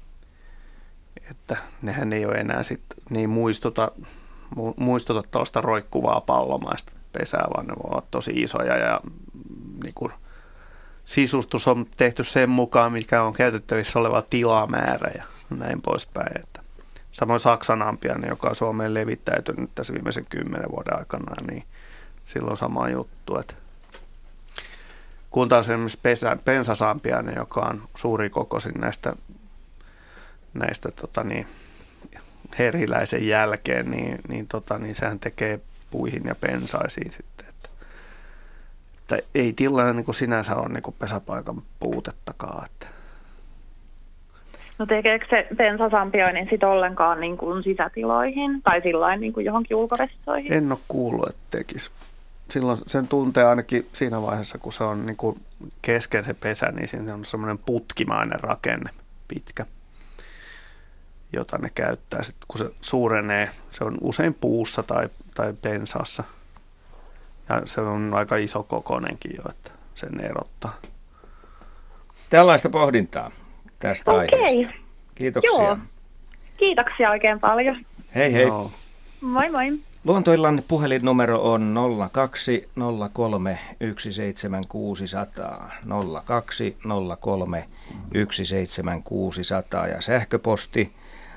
että nehän ei ole enää ne ei muistuta tuosta roikkuvaa pallomaista pesää, vaan ne ovat tosi isoja ja niin kuin sisustus on tehty sen mukaan, mikä on käytettävissä oleva tilamäärä ja näin poispäin. Että Samoin Saksan ampiainen, joka on Suomeen levittäytynyt tässä viimeisen 10 vuoden aikana, niin silloin sama juttu. Että kun taas esimerkiksi pensasampiainen, joka on suuri kokoisin näistä heriläisen jälkeen, niin sehän tekee puihin ja pensaisiin sitten. Että ei tilanne niin kuin sinänsä ole niin kuin pesäpaikan puutettakaan. Että.
No tekeekö se pensasampioinen sitten ollenkaan niin kuin sisätiloihin tai sillain niin kuin johonkin ulkovessoihin?
En ole kuullut, että tekisi. Silloin sen tuntee ainakin siinä vaiheessa, kun se on niin kuin kesken se pesä, niin siinä on semmoinen putkimainen rakenne pitkä, jota ne käyttää. Sitten kun se suurenee, se on usein puussa tai pensaassa. Ja se on aika iso kokoinenkin jo, että sen erottaa.
Tällaista pohdintaa tästä aiheesta. Kiitoksia.
Joo. Kiitoksia oikein paljon.
Hei hei.
Joo.
Moi moi.
Luontoillan puhelinnumero on 0203 17600, 0203 17600 ja sähköposti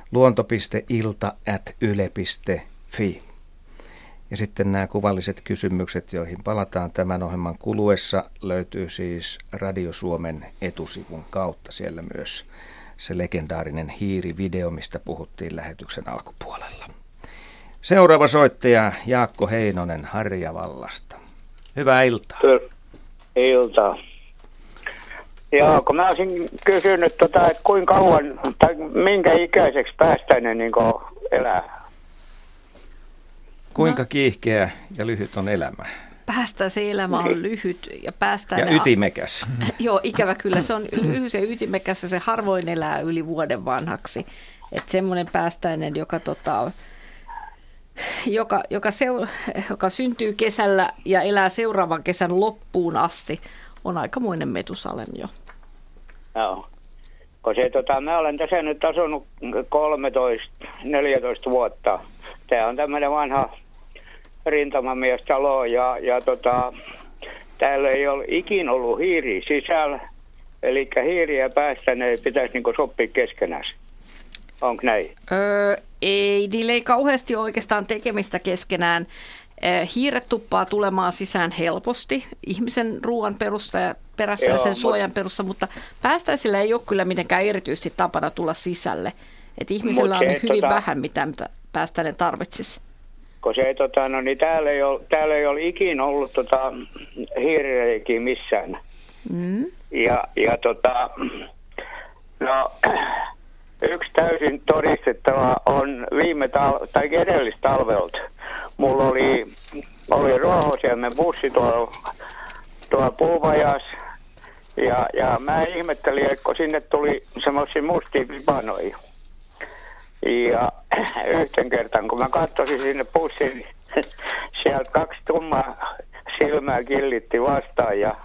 luonto.ilta@yle.fi. Ja sitten nämä kuvalliset kysymykset, joihin palataan tämän ohjelman kuluessa, löytyy siis Radio Suomen etusivun kautta. Siellä myös se legendaarinen hiirivideo, mistä puhuttiin lähetyksen alkupuolella. Seuraava soittaja Jaakko Heinonen Harjavallasta. Hyvää iltaa.
Iltaa. Joo, kun mä olisin kysynyt, että kuinka kauan tai minkä ikäiseksi päästäinen niin elää?
Kuinka kiihkeä ja lyhyt on elämä?
Päästäisen elämä on lyhyt ja päästäinen...
Ja ytimekäs.
Joo, ikävä kyllä. Se on lyhyt ja ytimekäs ja se harvoin elää yli vuoden vanhaksi. Että semmoinen päästäinen, joka syntyy kesällä ja elää seuraavan kesän loppuun asti, on aikamoinen Metusalem jo.
Joo. Mä olen tässä nyt asunut 13-14 vuotta. Tämä on tämmöinen vanha rintamamiestalo ja täällä ei ole ikinä ollut hiiri sisällä. Eli hiiriä päästään ei pitäisi niinku sopia keskenään. Onko näin?
Ei, niillä ei kauheasti oikeastaan tekemistä keskenään. Hiiret tuppaa tulemaan sisään helposti ihmisen ruoan perässä ja sen suojan perusta, mutta päästäisillä ei ole kyllä mitenkään erityisesti tapana tulla sisälle. Et ihmisellä on hyvin vähän, mitä päästäinen tarvitsisi.
Kun se, niin täällä ei ole ikinä ollut hiirireikiä missään.
Mm.
Yksi täysin todistettava on edellistä talvelta. Mulla oli ruohosiemen bussi tuolla Puuvajassa ja mä ihmettelin, että kun sinne tuli semmoisia mustia vipanoja. Ja yhten kertaan, kun mä katsoin sinne bussiin, niin sieltä 2 tummaa silmää killitti vastaan ja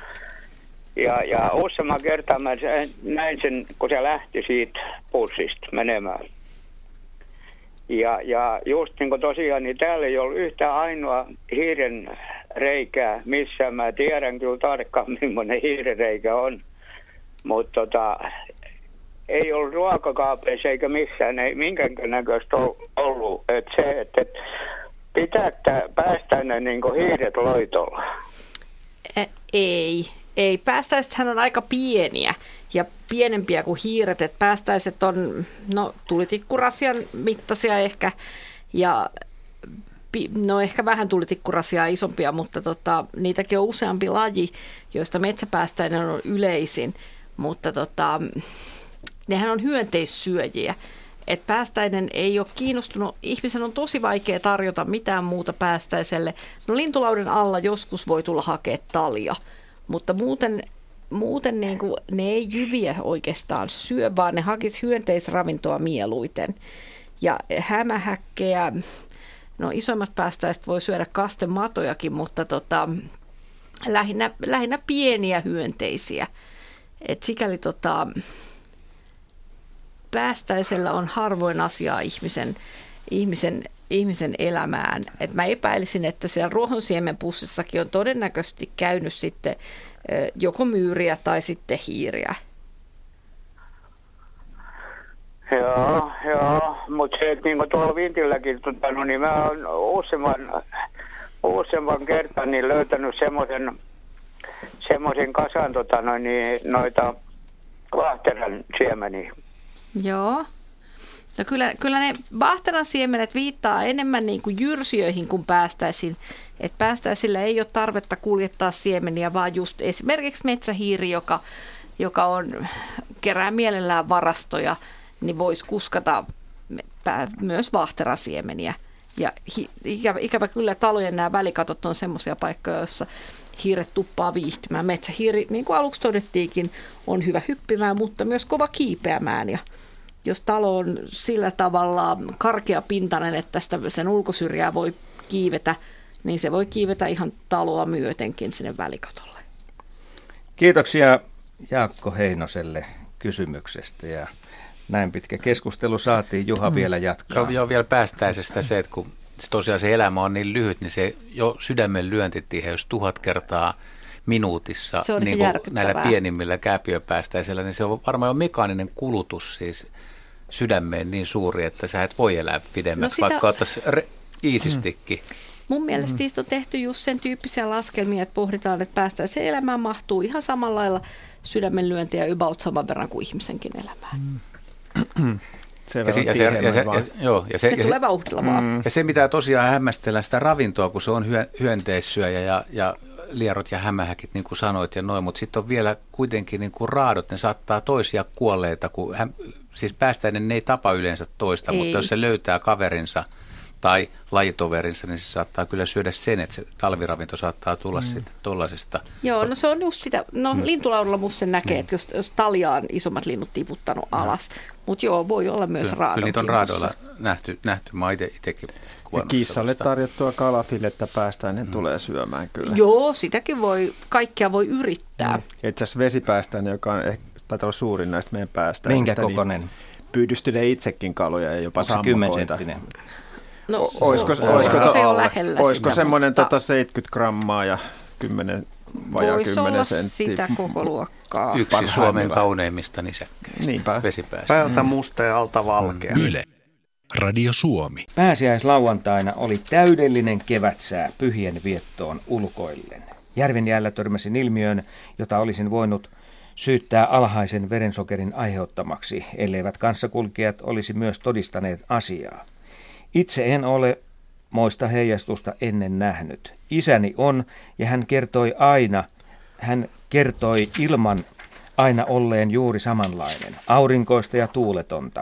useamman kertaan mä näin sen, kun se lähti siitä bussista menemään. Ja just niin kuin tosiaan, niin täällä ei ollut yhtään ainoa hiiren reikää missään. Mä tiedän kyllä tarkkaan, millainen hiiren reikä on. Mutta ei ollut ruokakaapeissa eikä missään, ei minkään näköistä ollut. Että pitää päästä ne niin kuin hiiret loitolla.
Ei. Päästäisethän on aika pieniä ja pienempiä kuin hiiret. Että päästäiset on tulitikkurassian mittaisia ehkä ja ehkä vähän tulitikkurassiaa isompia, mutta niitäkin on useampi laji, joista metsäpäästäinen on yleisin. Mutta nehän on hyönteissyöjiä. Et päästäinen ei ole kiinnostunut, ihmisen on tosi vaikea tarjota mitään muuta päästäiselle. No lintulauden alla joskus voi tulla hakea talia, mutta muuten niin kuin, ne ei jyviä oikeastaan syö, vaan ne hakisi hyönteisravintoa mieluiten. Ja hämähäkkejä, no isommat päästäiset voi syödä kastematojakin, mutta lähinnä pieniä hyönteisiä. Et sikäli päästäisellä on harvoin asiaa ihmisen elämään. Et mä epäilisin, että siellä ruohonsiemen pussissakin on todennäköisesti käynyt sitten joko myyriä tai sitten hiiriä.
Joo, mutta se, että niin tuolla Vintilläkin, niin mä oon useamman kertaan niin löytänyt semmoisen kasan noita vahteran siemeniä.
Joo. No kyllä ne vahteran siemenet viittaa enemmän niin kuin jyrsijöihin kuin päästäisiin. Että päästäisillä ei ole tarvetta kuljettaa siemeniä, vaan just esimerkiksi metsähiiri, joka kerää mielellään varastoja, niin voisi kuskata myös vaahterasiemeniä. Ja ikävä kyllä talojen nämä välikatot on semmoisia paikkoja, joissa hiiret tuppaa viihtymään. Metsähiiri, niin kuin aluksi todettiinkin, on hyvä hyppimään, mutta myös kova kiipeämään. Ja jos talo on sillä tavalla karkeapintainen, että tästä sen ulkosyrjää voi kiivetä, niin se voi kiivetä ihan taloa myötenkin sinne välikatolle.
Kiitoksia Jaakko Heinoselle kysymyksestä ja näin pitkä keskustelu saatiin. Juha vielä jatkaa.
Joo, vielä päästäisestä se, että kun tosiaan se elämä on niin lyhyt, niin se jo sydämen lyöntitiheys 1000 kertaa minuutissa niin näillä pienimmillä kääpiöpäästäisillä, niin se on varmaan jo mekaaninen kulutus siis sydämeen niin suuri, että sä et voi elää pidemmäksi, vaikka ottaisi iisistikin.
Mun mielestä niistä on tehty just sen tyyppisiä laskelmia, että pohditaan, että päästäisiin elämään mahtuu ihan samalla lailla sydämenlyöntiä about saman verran kuin ihmisenkin elämään.
Se
tulee vauhdilla vaan.
Ja se, mitä tosiaan hämmästellään sitä ravintoa, kun se on hyönteissyöjä ja lierot ja hämähäkit, niin kuin sanoit ja noin, mutta sitten on vielä kuitenkin niin kuin raadot, ne saattaa toisia kuolleita, siis päästäinen ne ei tapa yleensä toista, mutta jos se löytää kaverinsa tai lajitoverinsa, niin se saattaa kyllä syödä sen, että se talviravinto saattaa tulla sitten tuollaisesta.
Joo, no se on just sitä, lintulaudalla musta sen näkee, että jos taljaan isommat linnut tiputtanut alas, mutta joo, voi olla myös raadon.
Kyllä niitä on raadoilla nähty. Mä oon itsekin kuvannut.
Kissalle tarjottua kalafilettä päästäinen tulee syömään kyllä.
Joo, sitäkin kaikkea voi yrittää.
Itse asiassa vesipäästäinen, joka on taitaa olla suurin näistä meidän päästäisistä.
Minkä kokoinen?
Niin pyydystelee itsekin kaloja ja jopa sammakoita.
No,
olisiko semmoinen 70 grammaa ja 10 vajaa 10 senttiä?
Sitä koko luokkaa.
Yksi Suomen kauneimmista nisäkkäistä vesipäästä.
Päältä musta ja alta valkea.
Yle. Radio Suomi.
Pääsiäislauantaina oli täydellinen kevätsää pyhien viettoon ulkoillen. Järvenjäällä törmäsin ilmiöön, jota olisin voinut syyttää alhaisen verensokerin aiheuttamaksi, elleivät kanssakulkijat olisi myös todistaneet asiaa. Itse en ole moista heijastusta ennen nähnyt. Isäni on, ja hän kertoi ilman aina olleen juuri samanlainen, aurinkoista ja tuuletonta.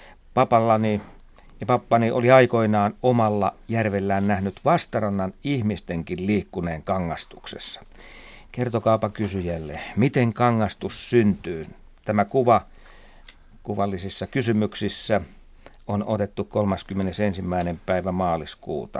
Pappani oli aikoinaan omalla järvellään nähnyt vastarannan ihmistenkin liikkuneen kangastuksessa. Kertokaapa kysyjälle, miten kangastus syntyy? Tämä kuva kuvallisissa kysymyksissä on otettu 31. päivä maaliskuuta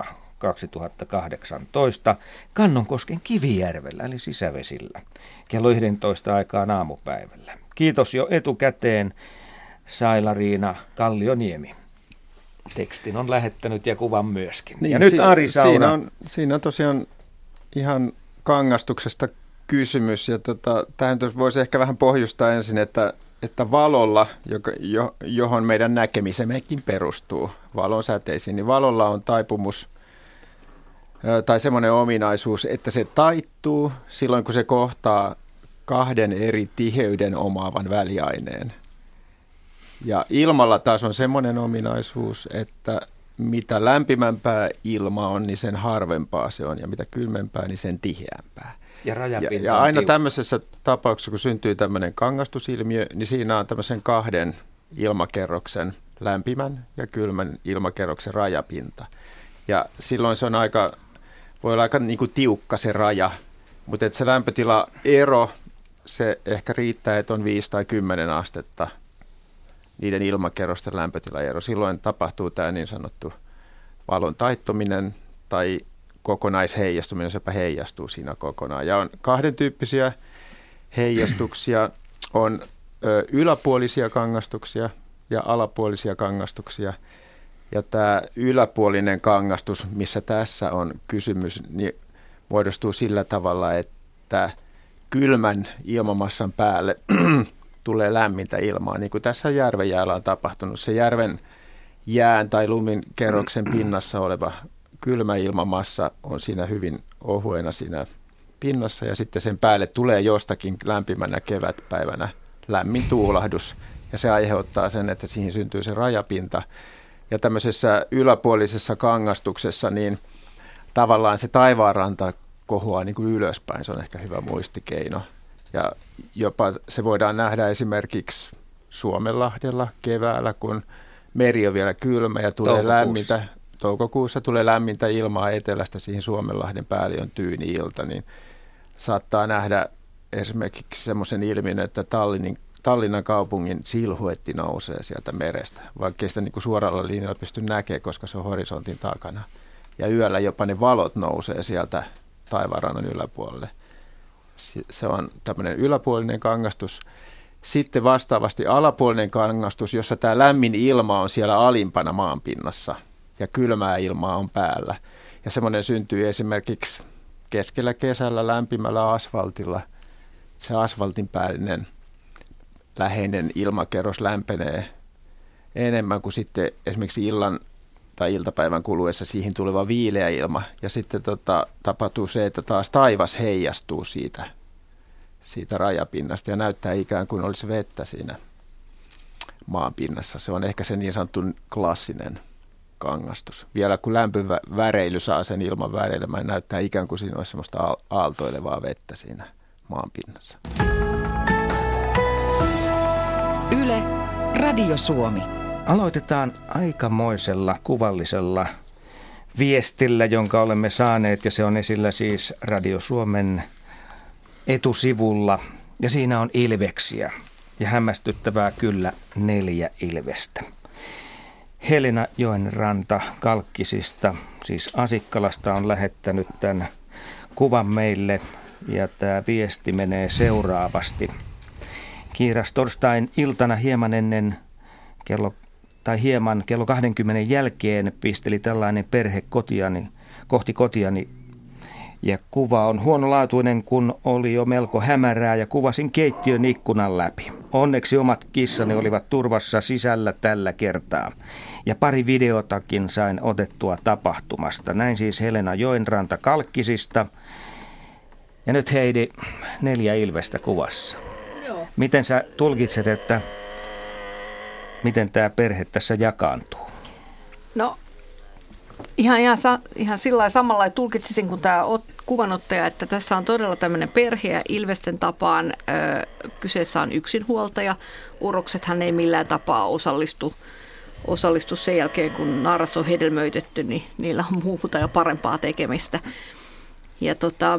2018 Kannonkosken Kivijärvellä eli sisävesillä kello 11 aikaan aamupäivällä. Kiitos jo etukäteen Saila-Riina Kallioniemi. Tekstin on lähettänyt ja kuvan myöskin.
Niin,
ja nyt Ari Saura.
Siinä on tosiaan ihan kangastuksesta kysymys ja tähän voisi ehkä vähän pohjustaa ensin, että valolla, johon meidän näkemisemmekin perustuu, valon säteisiin, niin valolla on taipumus tai semmoinen ominaisuus, että se taittuu silloin, kun se kohtaa 2 eri tiheyden omaavan väliaineen. Ja ilmalla taas on semmoinen ominaisuus, että mitä lämpimämpää ilma on, niin sen harvempaa se on, ja mitä kylmempää, niin sen tiheämpää. Ja aina tämmöisessä tapauksessa, kun syntyy tämmöinen kangastusilmiö, niin siinä on tämmöisen 2 ilmakerroksen, lämpimän ja kylmän ilmakerroksen rajapinta. Ja silloin se on voi olla aika niin kuin tiukka se raja, mutta se lämpötilaero, se ehkä riittää, että on 5 tai 10 astetta niiden ilmakerrosten lämpötilaero. Silloin tapahtuu tämä niin sanottu valon taittuminen tai kokonaisheijastuminen, se heijastuu siinä kokonaan. Ja on 2 tyyppisiä heijastuksia, on yläpuolisia kangastuksia ja alapuolisia kangastuksia. Ja tämä yläpuolinen kangastus, missä tässä on kysymys, niin muodostuu sillä tavalla, että kylmän ilmamassan päälle
tulee lämmintä ilmaa, niin kuin tässä järven jäällä on tapahtunut. Se järven jään tai lumin kerroksen pinnassa oleva kylmä ilmamassa on siinä hyvin ohuena siinä pinnassa ja sitten sen päälle tulee jostakin lämpimänä kevätpäivänä lämmin tuulahdus ja se aiheuttaa sen, että siihen syntyy se rajapinta. Ja tämmöisessä yläpuolisessa kangastuksessa niin tavallaan se taivaanranta kohoaa niin kuin ylöspäin. Se on ehkä hyvä muistikeino. Ja jopa se voidaan nähdä esimerkiksi Suomenlahdella keväällä, kun meri on vielä kylmä ja tulee lämmintä. Toukokuussa tulee lämmintä ilmaa etelästä siihen Suomenlahden päälle on tyyni ilta, niin saattaa nähdä esimerkiksi semmoisen ilmiön, että Tallinnan kaupungin silhuetti nousee sieltä merestä, vaikka ei sitä niin kuin suoralla linjalla pysty näkemään, koska se on horisontin takana. Ja yöllä jopa ne valot nousee sieltä taivaanrannan yläpuolelle. Se on tämmöinen yläpuolinen kangastus. Sitten vastaavasti alapuolinen kangastus, jossa tämä lämmin ilma on siellä alimpana maanpinnassa ja kylmää ilmaa on päällä. Ja semmoinen syntyy esimerkiksi keskellä kesällä lämpimällä asfaltilla. Se asfaltin päällinen läheinen ilmakerros lämpenee enemmän kuin sitten esimerkiksi illan tai iltapäivän kuluessa siihen tuleva viileä ilma. Ja sitten tapahtuu se, että taas taivas heijastuu siitä rajapinnasta ja näyttää ikään kuin olisi vettä siinä maanpinnassa. Se on ehkä se niin sanottu klassinen kangastus. Vielä kun lämpöväreily saa sen ilman väreilemään, näyttää ikään kuin siinä olisi semmoista aaltoilevaa vettä siinä maanpinnassa.
Yle, Radio Suomi.
Aloitetaan aikamoisella kuvallisella viestillä, jonka olemme saaneet, ja se on esillä siis Radio Suomen etusivulla. Ja siinä on ilveksiä, ja hämmästyttävää kyllä 4 ilvestä. Helena Joenranta Kalkkisista, siis Asikkalasta, on lähettänyt tämän kuvan meille, ja tämä viesti menee seuraavasti. Kiiras torstain iltana hieman kello 20 jälkeen pisteli tällainen perhe kohti kotiani. Ja kuva on huonolaatuinen, kun oli jo melko hämärää ja kuvasin keittiön ikkunan läpi. Onneksi omat kissani olivat turvassa sisällä tällä kertaa. Ja pari videotakin sain otettua tapahtumasta. Näin siis Helena Joenranta Kalkkisista. Ja nyt Heidi, 4 ilvestä kuvassa. Joo. Miten sä tulkitset, että miten tämä perhe tässä jakaantuu?
No ihan sillä samalla tulkitsisin kuin tämä kuvanottaja, että tässä on todella tämmöinen perhe ja ilvesten tapaan kyseessä on yksinhuoltaja. Uroksethan ei millään tapaa osallistu sen jälkeen, kun naaras on hedelmöitetty, niin niillä on muuta ja parempaa tekemistä. Ja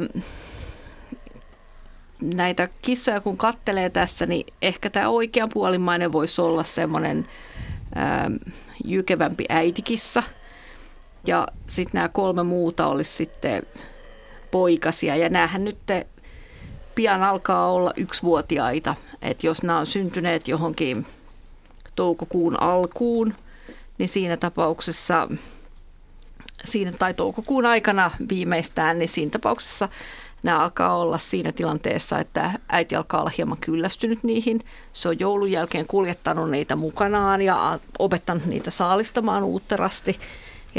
näitä kissoja kun kattelee tässä, niin ehkä tämä oikeanpuolimmainen voisi olla semmoinen jykevämpi äitikissa. Ja sitten nämä 3 muuta olisi sitten poikasia. Ja näähän nyt pian alkaa olla 1-vuotiaita. Että jos nämä on syntyneet johonkin toukokuun alkuun, niin siinä tapauksessa, tai toukokuun aikana viimeistään, niin siinä tapauksessa nämä alkaa olla siinä tilanteessa, että äiti alkaa olla hieman kyllästynyt niihin. Se on joulun jälkeen kuljettanut niitä mukanaan ja opettanut niitä saalistamaan uutterasti. Ja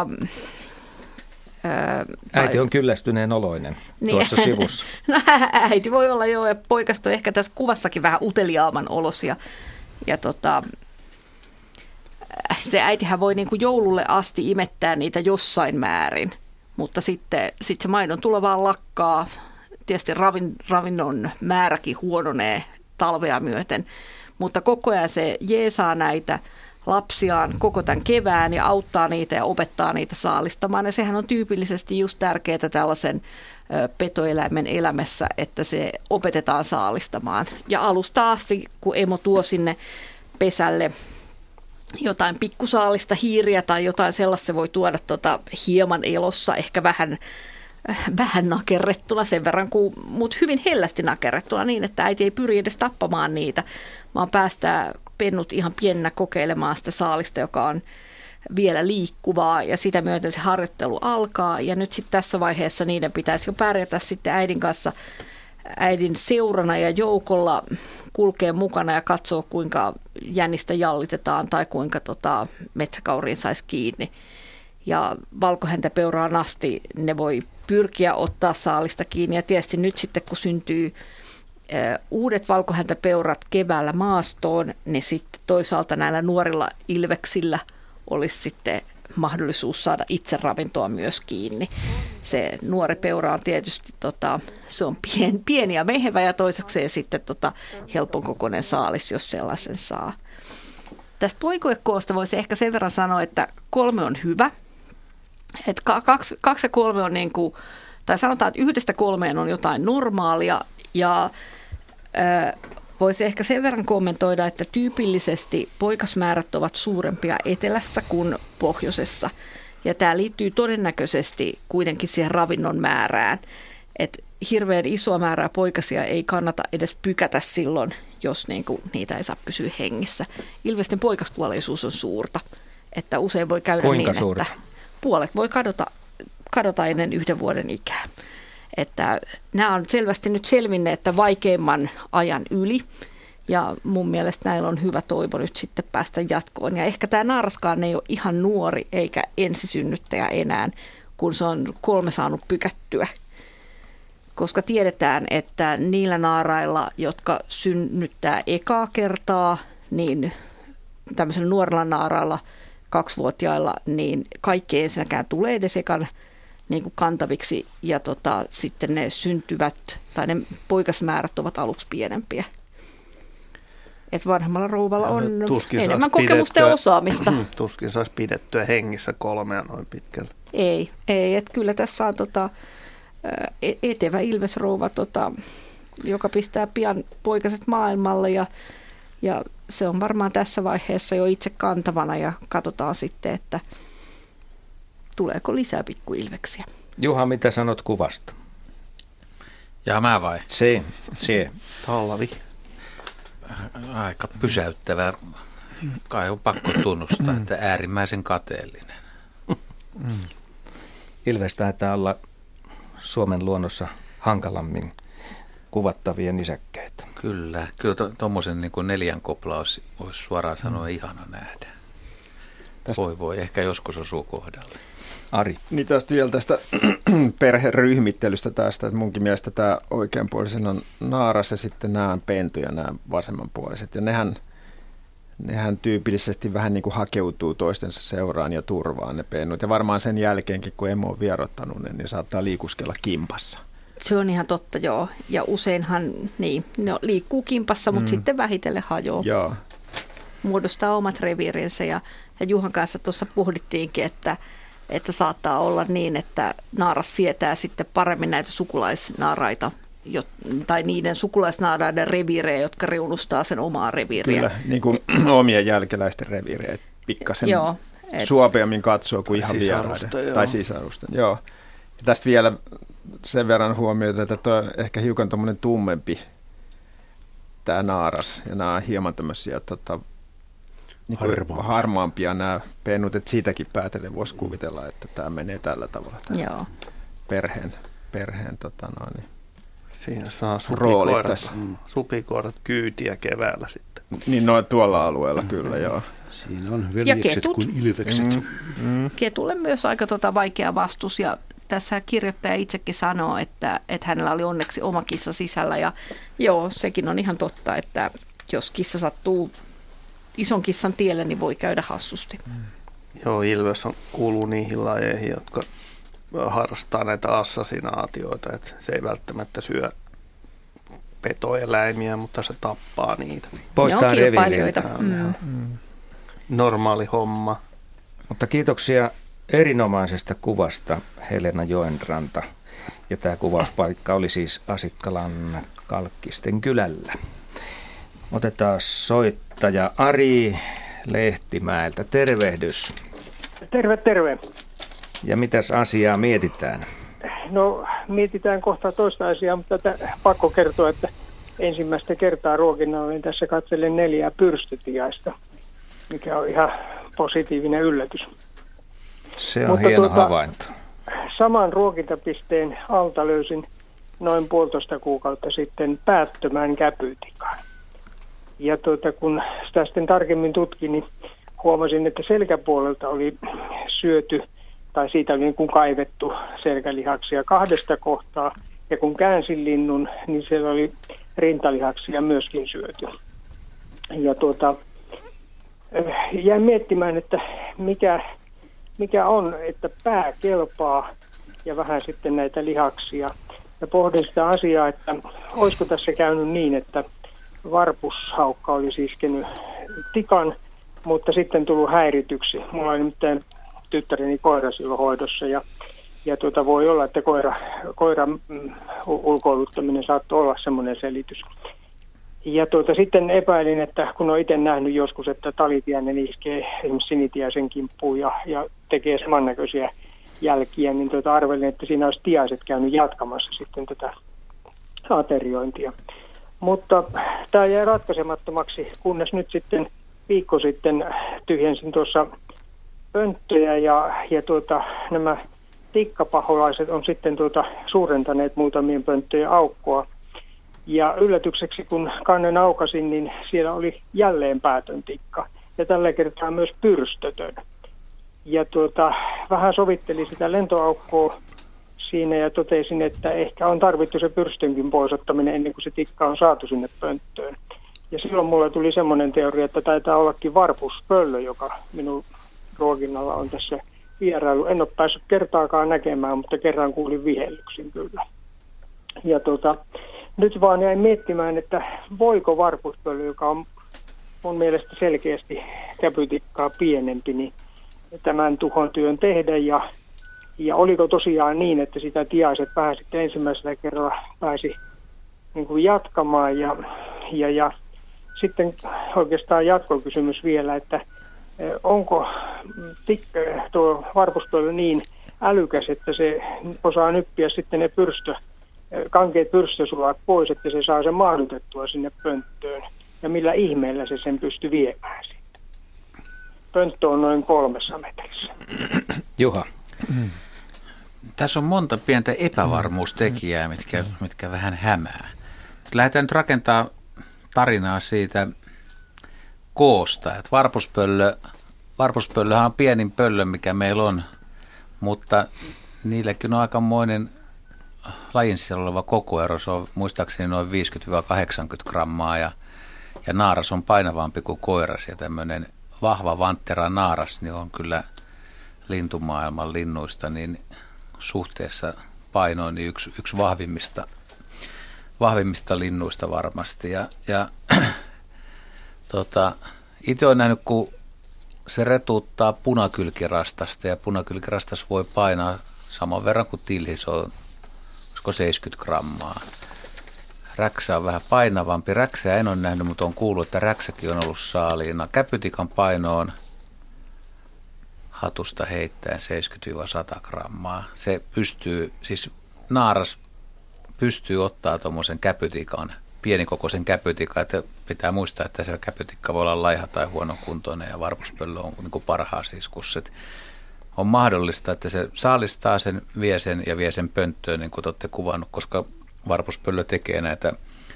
äiti on kyllästyneen oloinen tuossa sivussa.
No, äiti voi olla jo, ja poikasta on ehkä tässä kuvassakin vähän uteliaaman olosia. Ja se äitihän voi niin kuin joululle asti imettää niitä jossain määrin, mutta sitten se maidon tulo vaan lakkaa. Tietysti ravinnon määräkin huononee talvea myöten, mutta koko ajan se jeesaa näitä lapsiaan koko tämän kevään ja auttaa niitä ja opettaa niitä saalistamaan. Ja sehän on tyypillisesti just tärkeää tällaisen petoeläimen elämässä, että se opetetaan saalistamaan. Ja alusta asti, kun emo tuo sinne pesälle jotain pikkusaalista, hiiriä tai jotain sellaista, se voi tuoda hieman elossa, ehkä vähän nakerrettuna sen verran, mutta hyvin hellästi nakerrettuna niin, että äiti ei pyri edes tappamaan niitä, vaan päästää pennut ihan pienenä kokeilemaan sitä saalista, joka on vielä liikkuvaa, ja sitä myöten se harjoittelu alkaa. Ja nyt sitten tässä vaiheessa niiden pitäisi jo pärjätä sitten äidin kanssa äidin seurana ja joukolla kulkee mukana ja katsoo, kuinka jänistä jallitetaan tai kuinka metsäkauriin saisi kiinni. Ja valkohäntäpeuraan asti ne voi pyrkiä ottaa saalista kiinni. Ja tietysti nyt sitten, kun syntyy uudet valkohäntäpeurat keväällä maastoon, niin sitten toisaalta näillä nuorilla ilveksillä olisi sitten mahdollisuus saada itse ravintoa myös kiinni. Se nuori peura on tietysti se on pieni ja mehevä ja toisekseen sitten helpon kokoinen saalis, jos sellaisen saa. Tästä poikoekoosta voisi ehkä sen verran sanoa, että 3 on hyvä. Että 2 ja 3 on niin kuin, tai sanotaan, että 1-3 on jotain normaalia ja voisi ehkä sen verran kommentoida, että tyypillisesti poikasmäärät ovat suurempia etelässä kuin pohjoisessa. Ja tämä liittyy todennäköisesti kuitenkin siihen ravinnon määrään. Että hirveän isoa määrää poikasia ei kannata edes pykätä silloin, jos niitä ei saa pysyä hengissä. Ilvesten poikaskuolleisuus on suurta. Että usein voi käydä
Kuinka
niin,
suurta?
Että puolet voi kadota ennen 1 vuoden ikää. Että nämä on selvästi nyt selvinneet, että vaikeimman ajan yli. Ja mun mielestä näillä on hyvä toivo nyt sitten päästä jatkoon. Ja ehkä tämä naaraskaan ei ole ihan nuori eikä ensisynnyttäjä enää, kun se on 3 saanut pykättyä. Koska tiedetään, että niillä naarailla, jotka synnyttää ekaa kertaa, niin tämmöisellä nuorella naarailla 2-vuotiailla, niin kaikki ensinnäkään tulee edes ekan niin kuin kantaviksi ja sitten ne syntyvät tai ne poikasmäärät ovat aluksi pienempiä. Et vanhemmalla rouvalla on enemmän kokemusta ja osaamista.
Tuskin saisi pidettyä hengissä 3 noin pitkälle.
Ei, että kyllä tässä on etevä ilvesrouva, joka pistää pian poikaset maailmalle ja se on varmaan tässä vaiheessa jo itse kantavana ja katsotaan sitten, että tuleeko lisää pikkuilveksiä.
Juha, mitä sanot kuvasta?
Ja mä vai?
Se.
Talvi.
Aika pysäyttävä. Kai on pakko tunnustaa, että äärimmäisen kateellinen.
Ilves taitaa olla Suomen luonnossa hankalammin kuvattavia nisäkkäitä.
Kyllä tuommoisen niin 4 koplaus voisi suoraan sanoa ihana nähdä. Voi, ehkä joskus osuu kohdalle.
Ari.
Niin tästä perheryhmittelystä tästä, että munkin mielestä tämä oikeanpuolisen on naaras ja sitten nämä on pentuja, nämä vasemmanpuoliset. Ja nehän tyypillisesti vähän niin kuin hakeutuu toistensa seuraan ja turvaan ne pennut. Ja varmaan sen jälkeenkin, kun emo on vierottanut ne, niin saattaa liikuskella kimpassa.
Se on ihan totta, joo. Ja useinhan ne liikkuu kimpassa, mutta sitten vähitellen hajoaa.
Joo.
Muodostaa omat reviirinsä ja Juhan kanssa tuossa pohdittiinkin, että saattaa olla niin, että naaras sietää sitten paremmin näitä sukulaisnaaraita tai niiden sukulaisnaaraiden reviirejä, jotka reunustaa sen omaa reviiriä.
Kyllä, niin kuin omien jälkeläisten reviirejä, pikkasen suopeammin katsoo kuin ihan vieraiden. Tai sisarusten, joo. Ja tästä vielä sen verran huomioita, että tuo on ehkä hiukan tuommoinen tummempi tämä naaras. Ja nämä on hieman tämmöisiä harmaampia nämä pennut, että siitäkin päätellen voisi kuvitella, että tämä menee tällä tavalla.
Joo.
Perheen
siinä saa supikoirat kyytiä keväällä sitten.
Niin tuolla alueella kyllä, joo.
Siinä on veljekset kuin ilvekset.
Ketulle myös aika vaikea vastus ja tässä kirjoittaja itsekin sanoo, että hänellä oli onneksi oma kissa sisällä ja joo, sekin on ihan totta, että jos kissa sattuu ison kissan tielle, niin voi käydä hassusti.
Joo, ilves kuuluu niihin lajeihin, jotka harrastaa näitä assasinaatioita, että se ei välttämättä syö petoeläimiä, mutta se tappaa niitä.
Poistaa
reviireitä.
Normaali homma.
Mutta kiitoksia erinomaisesta kuvasta, Helena Joenranta. Ja tämä kuvauspaikka oli siis Asikkalan Kalkkisten kylällä. Otetaan soittaja Ari Lehtimäeltä. Tervehdys.
Terve.
Ja mitäs asiaa mietitään?
No mietitään kohta toista asiaa, mutta pakko kertoa, että ensimmäistä kertaa ruokinnalla niin tässä katselen 4 pyrstötiaista, mikä on ihan positiivinen yllätys.
Se on hieno havainto.
Saman ruokintapisteen alta löysin noin 1,5 kuukautta sitten päättömän käpytikan. Ja kun sitä sitten tarkemmin tutkin, niin huomasin, että selkäpuolelta oli syöty, tai siitä oli niin kuin kaivettu selkälihaksia 2 kohtaa, ja kun käänsin linnun, niin siellä oli rintalihaksia myöskin syöty. Ja jäin miettimään, että mikä on, että pää kelpaa ja vähän sitten näitä lihaksia. Ja pohdin sitä asiaa, että olisiko tässä käynyt niin, että varpushaukka olisi iskenyt tikan, mutta sitten tullut häirityksi. Mulla oli nimittäin tyttäreni koira silloin hoidossa ja voi olla, että koiran ulkoiluttaminen saattoi olla semmoinen selitys. Ja sitten epäilin, että kun olen itse nähnyt joskus, että talitiainen iskee esimerkiksi sinitiaisen kimppuun ja tekee samannäköisiä jälkiä, niin arvelin, että siinä olisi tiaiset käynyt jatkamassa sitten tätä ateriointia. Mutta tämä jäi ratkaisemattomaksi, kunnes nyt sitten viikko sitten tyhjensin tuossa pönttöjä ja nämä tikkapaholaiset on sitten suurentaneet muutamien pönttöjen aukkoa. Ja yllätykseksi, kun kannen aukasin, niin siellä oli jälleen päätön tikka ja tällä kertaa myös pyrstötön. Ja vähän sovittelin sitä lentoaukkoa siinä ja totesin, että ehkä on tarvittu se pyrstönkin poisottaminen ennen kuin se tikka on saatu sinne pönttöön. Ja silloin mulle tuli semmoinen teoria, että taitaa ollakin varpuspöllö, joka minun ruokinnalla on tässä vierailu. En ole päässyt kertaakaan näkemään, mutta kerran kuulin vihellyksen kyllä. Ja nyt vaan jäin miettimään, että voiko varpuspöllö, joka on mun mielestä selkeästi käpytikkaa pienempi, niin tämän tuhon työn tehdä ja oliko tosiaan niin, että sitä tiaiset vähän sitten ensimmäisellä kerralla pääsi niin kuin jatkamaan ja sitten oikeastaan jatkokysymys vielä, että onko tuo varpuspöllö niin älykäs, että se osaa nyppiä sitten ne kankeet pyrstösulat pois, että se saa sen mahdutettua sinne pönttöön ja millä ihmeellä se sen pystyy viemään sitten. Pönttö on noin 3 metrissä.
Juha.
Tässä on monta pientä epävarmuustekijää, mitkä vähän hämää. Lähdetään nyt rakentaa tarinaa siitä koosta. Että varpuspöllöhän on pienin pöllö, mikä meillä on, mutta niilläkin on aikamoinen lajin sisällä oleva kokoero. Se on muistaakseni noin 50-80 grammaa ja naaras on painavampi kuin koiras ja tämmöinen vahva vanttera naaras niin on kyllä lintumaailman linnuista niin suhteessa painoon niin yksi vahvimmista linnuista varmasti. Itse olen nähnyt, kun se retuuttaa punakylkirastasta ja punakylkirastas voi painaa saman verran kuin tilhi, se on 70 grammaa. Räksä on vähän painavampi. Räksää en ole nähnyt, mutta on kuullut, että räksäkin on ollut saaliina. Käpytikan paino on hatusta heittäen 70-100 grammaa. Se pystyy, siis naaras pystyy ottaa tuommoisen käpytikan, pienikokoisen käpytikan, että pitää muistaa, että se käpytikka voi olla laiha tai huonokuntoinen ja varpuspöllö on niin kuin parhaassa iskussa. On mahdollista, että se saalistaa sen, vie sen pönttöön, niin kuin te olette kuvannut, koska varpuspöllö tekee näitä,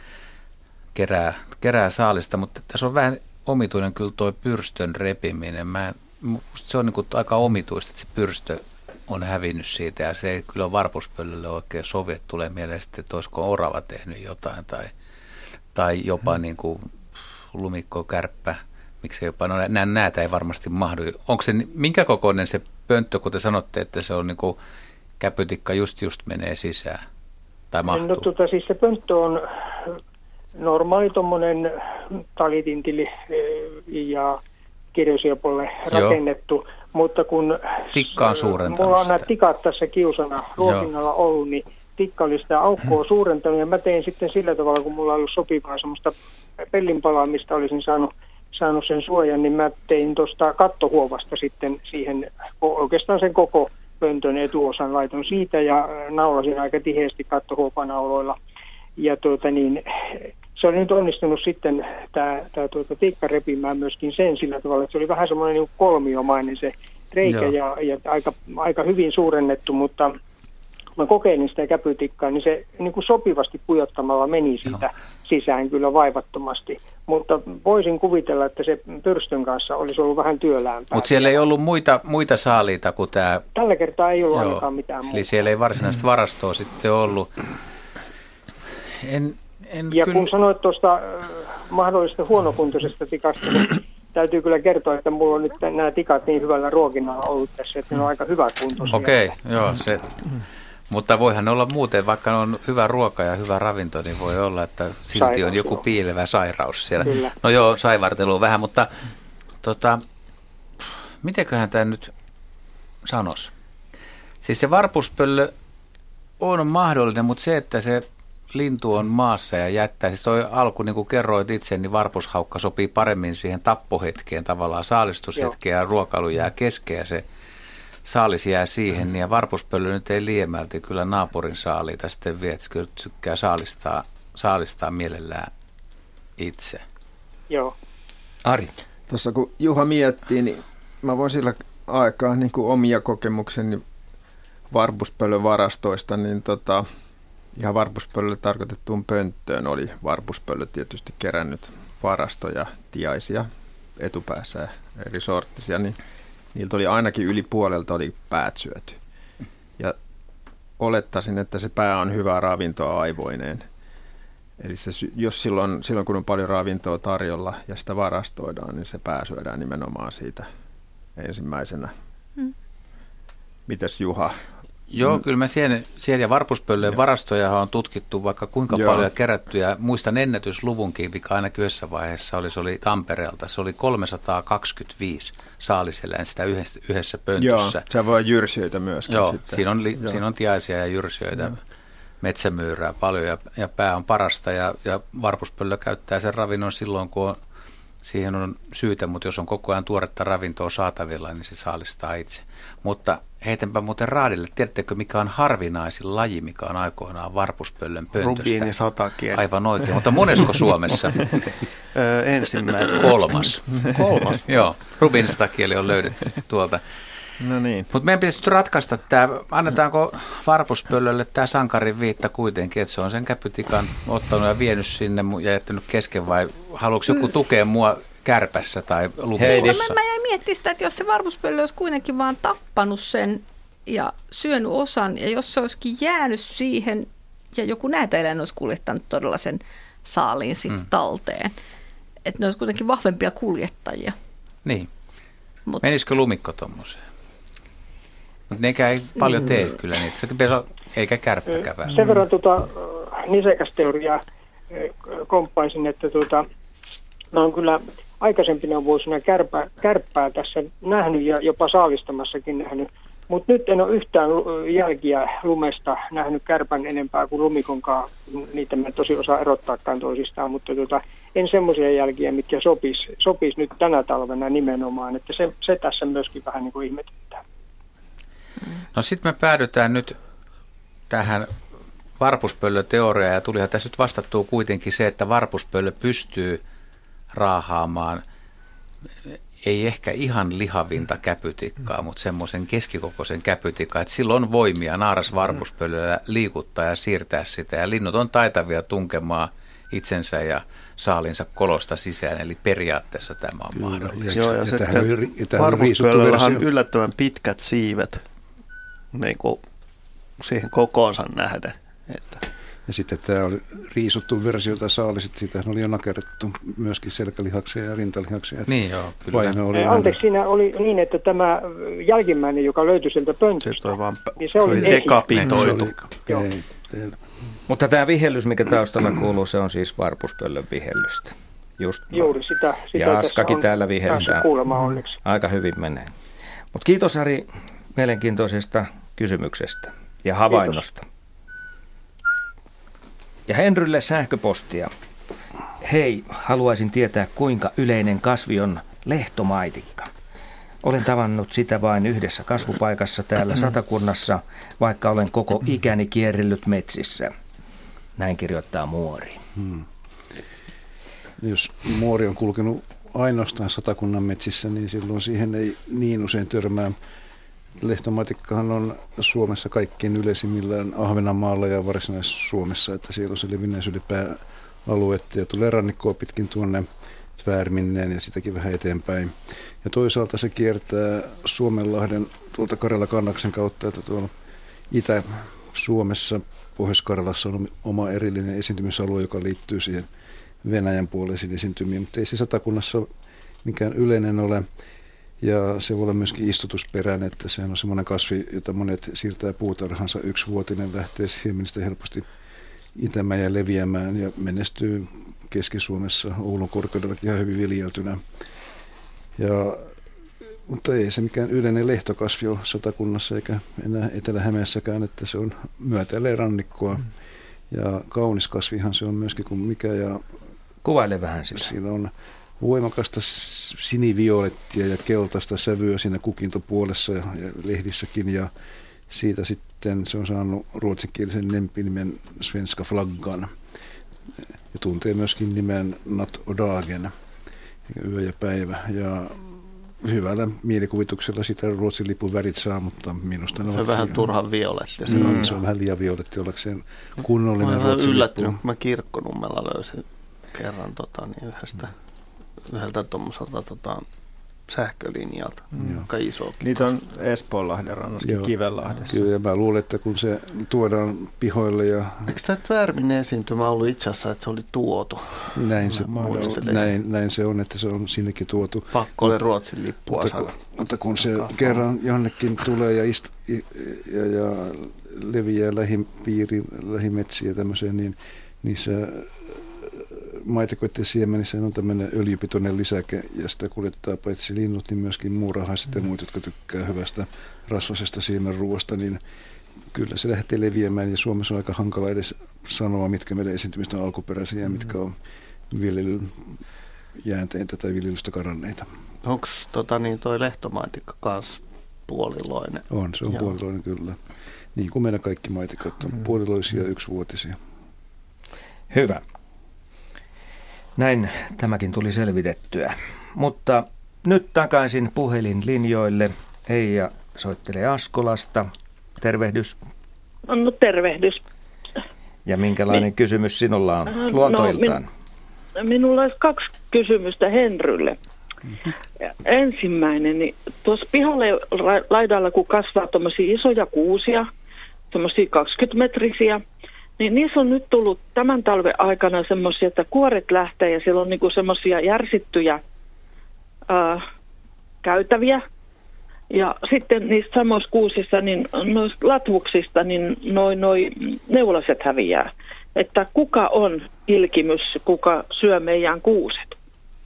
kerää saalista, mutta tässä on vähän omituinen kyllä tuo pyrstön repiminen. Se on niin kuin aika omituista, että se pyrstö on hävinnyt siitä ja se ei kyllä varpuspöllölle oikein sovi, että tulee mieleen sitten, että olisiko orava tehnyt jotain tai jopa niin kuin lumikko, kärppä, miksei jopa, no näitä ei varmasti mahdu. Onko se, minkä kokoinen se pönttö, kun te sanotte, että se on niin kuin käpytikka just menee sisään tai mahtuu?
No siis se pönttö on normaali tuommoinen talitintili ja kirjoisiapolle rakennettu, mutta kun
tikka on suurentanut
mulla on nämä tikat tässä kiusana ruokinnalla ollut, niin tikka oli sitä aukkoa suurentanut ja mä tein sitten sillä tavalla, kun mulla oli ollut sopivaa semmoista pellinpalaa, mistä olisin saanut sen suojan, niin mä tein tuosta kattohuovasta sitten siihen oikeastaan sen koko pöntön etuosan laiton siitä ja naulasin aika tiheästi kattohuopanauloilla. Ja se oli nyt onnistunut sitten tämä tikka repimään myöskin sen sillä tavalla, että se oli vähän semmoinen niin kolmiomainen se reikä ja aika hyvin suurennettu, mutta mä kokeilin sitä käpytikkaa, niin se niin kuin sopivasti pujottamalla meni siitä sisään kyllä vaivattomasti. Mutta voisin kuvitella, että se pyrstön kanssa olisi ollut vähän työläämpää.
Mutta siellä ei ollut muita saaliita kuin tämä.
Tällä kertaa ei ollut ainakaan mitään muuta.
Eli siellä ei varsinaista varastoa sitten ollut.
Kun sanoit tuosta mahdollisesta huonokuntoisesta tikasta, niin täytyy kyllä kertoa, että mulla on nyt nämä tikat niin hyvällä ruokinnalla ollut tässä, että ne on aika hyvä kuntoisia.
Okei, joo. Mutta voihan olla muuten, vaikka on hyvä ruoka ja hyvä ravinto, niin voi olla, että silti on joku piilevä sairaus siellä.
Kyllä.
No joo, saivartelua vähän, mutta mitenköhän tämä nyt sanoisi? Siis se varpuspöllö on mahdollinen, mutta se, että se lintu on maassa ja jättää, siis toi alku, niin kuin kerroit itse, niin varpushaukka sopii paremmin siihen tappohetkeen, tavallaan saalistushetkeen ja ruokailu jää kesken ja se saalis jää siihen, niin ja varpuspöllö nyt ei liemälti kyllä naapurin saaliita sitten vie, että kyllä tykkää saalistaa mielellään itse.
Joo.
Ari.
Tuossa kun Juha miettii, niin mä voin sillä aikaa niin kuin omia kokemukseni varpuspöllön varastoista, niin ihan varpuspöllölle tarkoitettuun pönttöön oli varpuspöllö tietysti kerännyt varastoja, tiaisia etupäässä eri sorttisia, niin niiltä oli ainakin yli puolelta oli päät syöty. Ja olettaisin, että se pää on hyvää ravintoa aivoineen. Eli jos silloin kun on paljon ravintoa tarjolla ja sitä varastoidaan, niin se pää syödään nimenomaan siitä ensimmäisenä. Mitäs Juha?
Joo, kyllä mä siellä ja varpuspöllöjen varastoja on tutkittu vaikka kuinka paljon kerätty. Ja muistan ennätysluvunkin, mikä ainakin yhdessä vaiheessa oli Tampereelta. Se oli 325 saaliseläintä yhdessä pöntössä.
Joo, se voi jyrsijöitä myöskin.
Joo,
sitten.
Siinä on tiaisia ja jyrsijöitä, metsämyyrää paljon ja pää on parasta. Ja varpuspöllö käyttää sen ravinnon silloin, kun siihen on syytä, mutta jos on koko ajan tuoretta ravintoa saatavilla, niin se saalistaa itse. Mutta heitänpä muuten raadille. Tiedättekö, mikä on harvinaisin laji, mikä on aikoinaan varpuspöllön pöntöstä?
Rubiinisatakieli.
Aivan oikein. Mutta monesko Suomessa?
Ensimmäinen.
Kolmas.
Kolmas?
Joo, rubiinisatakieli on löydetty tuolta.
No niin.
Mutta meidän pitäisi nyt ratkaista tämä, annetaanko varpuspöllölle tämä sankarin viitta kuitenkin, että se on sen käpytikan ottanut ja vienyt sinne ja jättänyt kesken, vai haluatko joku tukea mua kärpässä tai lumikossa?
Mä jäin miettimään sitä, että jos se varpuspöllö olisi kuitenkin vaan tappanut sen ja syönyt osan, ja jos se olisikin jäänyt siihen ja joku näätäeläin olisi kuljettanut todella sen saaliin sitten talteen, että ne olisi kuitenkin vahvempia kuljettajia.
Niin. Menisikö lumikko tuommoiseen? Mutta nekään ei paljon tee kyllä niitä, eikä kärppäkään.
Sen verran nisäkästeoriaa komppaisin, että mä oon kyllä aikaisempina vuosina kärppää tässä nähnyt ja jopa saalistamassakin nähnyt, mutta nyt en ole yhtään jälkiä lumesta nähnyt kärpän enempää kuin lumikonkaan, niitä mä tosi osaa erottaakaan toisistaan, mutta en semmoisia jälkiä, mitkä sopis nyt tänä talvena nimenomaan, että se tässä myöskin vähän niin kuin ihmetyttää.
No sitten me päädytään nyt tähän varpuspöllöteoriaan ja tulihan tässä nyt vastattua kuitenkin se, että varpuspöllö pystyy raahaamaan ei ehkä ihan lihavinta käpytikkaa, mutta semmoisen keskikokoisen käpytikkaa, että sillä on voimia naarasvarpuspöllöllä liikuttaa ja siirtää sitä ja linnut on taitavia tunkemaan itsensä ja saalinsa kolosta sisään, eli periaatteessa tämä on mahdollista.
Joo, ja sitten varpuspöllöllähän on yllättävän pitkät siivet niin kuin siihen kokoonsa nähden. Että.
Ja sitten tämä oli riisuttu versio tai saaliset, siitähän oli jo nakerrettu myöskin selkälihaksia ja rintalihaksia.
Niin joo, kyllä.
Anteeksi, siinä oli niin, että tämä jälkimmäinen, joka löytyi sieltä pöntöstä, niin se oli
dekapitoitu.
Mutta tämä vihellys, mikä taustalla kuuluu, se on siis varpuspöllön vihellystä.
Juuri sitä
ja Askakin täällä viheltää.
Onneksi.
Aika hyvin menee. Mutta kiitos Ari mielenkiintoisesta kysymyksestä ja havainnosta. Kiitos. Ja Henrylle sähköpostia. Hei, haluaisin tietää, kuinka yleinen kasvi on lehtomaitikka. Olen tavannut sitä vain yhdessä kasvupaikassa täällä Satakunnassa, vaikka olen koko ikäni kierrellyt metsissä. Näin kirjoittaa Muori.
Jos Muori on kulkenut ainoastaan Satakunnan metsissä, niin silloin siihen ei niin usein törmää. Lehtomaatikkahan on Suomessa kaikkein yleisimmillään Ahvenanmaalla ja Varsinais-Suomessa, että siellä on se levinneisyyspääaluetta ja tulee rannikkoa pitkin tuonne Tvärminneen ja sitäkin vähän eteenpäin. Ja toisaalta se kiertää Suomenlahden tuolta Karjala-Kannaksen kautta, että tuolla Itä-Suomessa, Pohjois-Karjalassa on oma erillinen esiintymisalue, joka liittyy siihen Venäjän puoleisiin esiintymiin, mutta ei se Satakunnassa mikään yleinen ole. Ja se voi olla myöskin istutusperäinen, että sehän on semmoinen kasvi, jota monet siirtää puutarhansa. Yksivuotinen lähtee siemenistä helposti itämään ja leviämään ja menestyy Keski-Suomessa, Oulun korkeudellakin ihan hyvin viljeltynä. Mutta ei se mikään yleinen lehtokasvi ole Satakunnassa eikä enää Etelä-Hämeessäkään, että se on myötäilee rannikkoa. Ja kaunis kasvihan se on myöskin kuin mikä. Ja
kuvaile vähän sitä.
Siinä on voimakasta siniviolettia ja keltaista sävyä siinä kukintopuolessa ja lehdissäkin. Ja siitä sitten se on saanut ruotsinkielisen lempinimen Svenska flaggan. Ja tuntee myöskin nimen Natt och dagen, yö ja päivä. Ja hyvällä mielikuvituksella sitä Ruotsin lipun värit saa, mutta minusta
se on vähän turhan violetti.
Se on vähän liian violetti ollakseen kunnollinen
Ruotsin lippu. Mä yllättynyt, kun mä Kirkkonummella löysin kerran yhdeltä tuommoiselta sähkölinjalta, aika isokin.
Niitä on Espoonlahden rannassa, Kivenlahdessa.
Kyllä, ja mä luulen, että kun se tuodaan pihoille ja...
Eikö tämä Tvärminen esiintymä ollut itse asiassa, että se oli tuotu?
Näin se on, että se on sinnekin tuotu.
Pakko oli Ruotsin lippua saada.
Mutta kun se kerran jonnekin tulee ja leviää lähipiiriin, lähimetsiä ja tämmöiseen, niin niissä maitikoiden siemenissä on tämmöinen öljypitoinen lisäke, ja sitä kuljettaa paitsi linnut, niin myöskin muurahaiset ja muut, jotka tykkää hyvästä rasvasesta siemenruoasta, niin kyllä se lähtee leviämään, ja Suomessa on aika hankala edes sanoa, mitkä meidän esiintymistä on alkuperäisiä ja mitkä on viljelyn jäänteintä tai viljelystä karanneita.
Onko toi lehtomaitikka kanssa puoliloinen?
Se on puoliloinen kyllä. Niin kuin meidän kaikki maitikat on puoliloisia ja yksivuotisia.
Hyvä. Näin tämäkin tuli selvitettyä. Mutta nyt takaisin puhelinlinjoille. Eija soittelee Askolasta. Tervehdys.
No tervehdys.
Ja minkälainen kysymys sinulla on luontoiltaan?
Minulla olisi 2 kysymystä Henrylle. Ensimmäinen, niin tuossa pihalle laidalla, kun kasvaa tuommoisia isoja kuusia, tuommoisia 20-metrisiä, niin niissä on nyt tullut tämän talven aikana semmoisia, että kuoret lähtee ja siellä on niinku semmoisia järsittyjä käytäviä. Ja sitten niistä samoissa kuusissa, niin noista latvuksista, niin noi neulaset häviää. Että kuka on ilkimys, kuka syö meidän kuuset?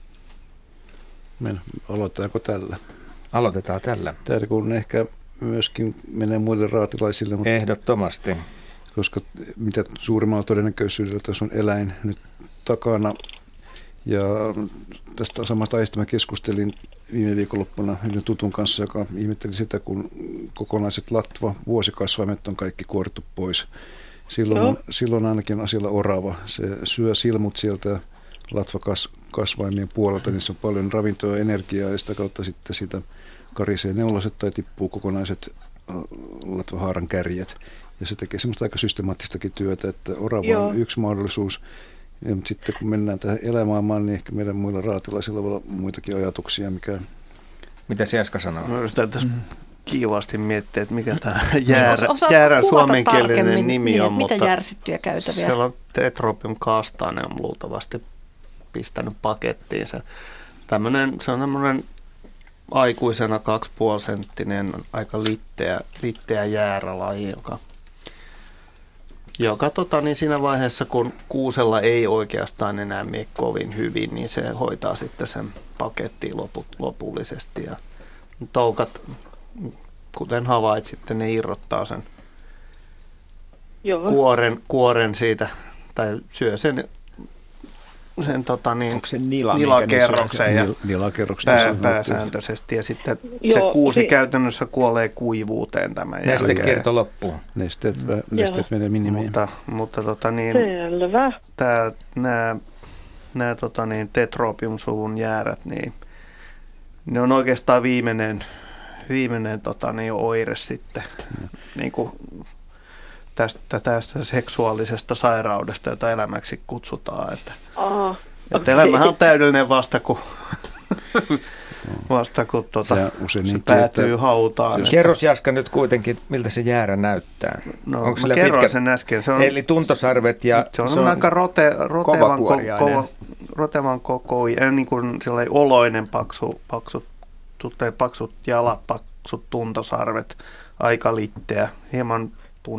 Aloitetaanko tällä?
Aloitetaan tällä.
Tämä kun ehkä myöskin menee muille raatilaisille. Mutta
ehdottomasti.
Koska mitä suurimmalla todennäköisyydellä tässä on eläin nyt takana. Ja tästä samasta aiheesta mä keskustelin viime viikonloppuna yhden tutun kanssa, joka ihmetteli sitä, kun kokonaiset vuosikasvaimet on kaikki kuorittu pois. Silloin ainakin asialla orava. Se syö silmut sieltä latvakasvaimien puolelta, niin se on paljon ravintoa ja energiaa ja sitä kautta sitten siitä karisee neulaset tai tippuu kokonaiset latvahaaran kärjet. Ja se tekee semmoista aika systemaattistakin työtä, että orava on yksi mahdollisuus. Ja sitten kun mennään tähän elämaailmaan, niin ehkä meidän muilla raatilaisilla voi olla muitakin ajatuksia.
Mitä Sieska sanoo?
Mä yritän tässä kiivaasti miettiä, että mikä tämä jäärän suomenkielinen nimi on.
Mitä järsittyjä käytäviä?
Siellä on Tetropium castaneum on luultavasti pistänyt pakettiin. Se on tämmöinen aikuisena 2,5-senttinen aika litteä jäärälaji, joka niin siinä vaiheessa, kun kuusella ei oikeastaan enää mene kovin hyvin, niin se hoitaa sitten sen pakettiin lopullisesti. Ja toukat, kuten havaitsitte, ne irrottaa sen kuoren siitä, tai syö sen nilakerroksen ja pääsääntöisesti. Ja sitten se kuusi käytännössä kuolee kuivuuteen tämän jälkeen.
Nestekierto loppuu.
Nesteet menee minimiin.
Mutta
selvä.
Nämä Tetropium-suvun jäärät, niin ne on oikeastaan viimeinen viimeinen oire sitten niin kuin tästä seksuaalisesta sairaudesta, jota elämäksi kutsutaan. Että elämähän on täydellinen vasta kun se päätyy hautaan.
Kerros Jaska nyt kuitenkin, miltä se jäärä näyttää.
No, onko mä kerroin sen äsken.
Eli tuntosarvet ja...
Se on aika rotevan kokoinen, niin kuin sellainen oloinen paksut jalat, paksut tuntosarvet, aika litteä, hieman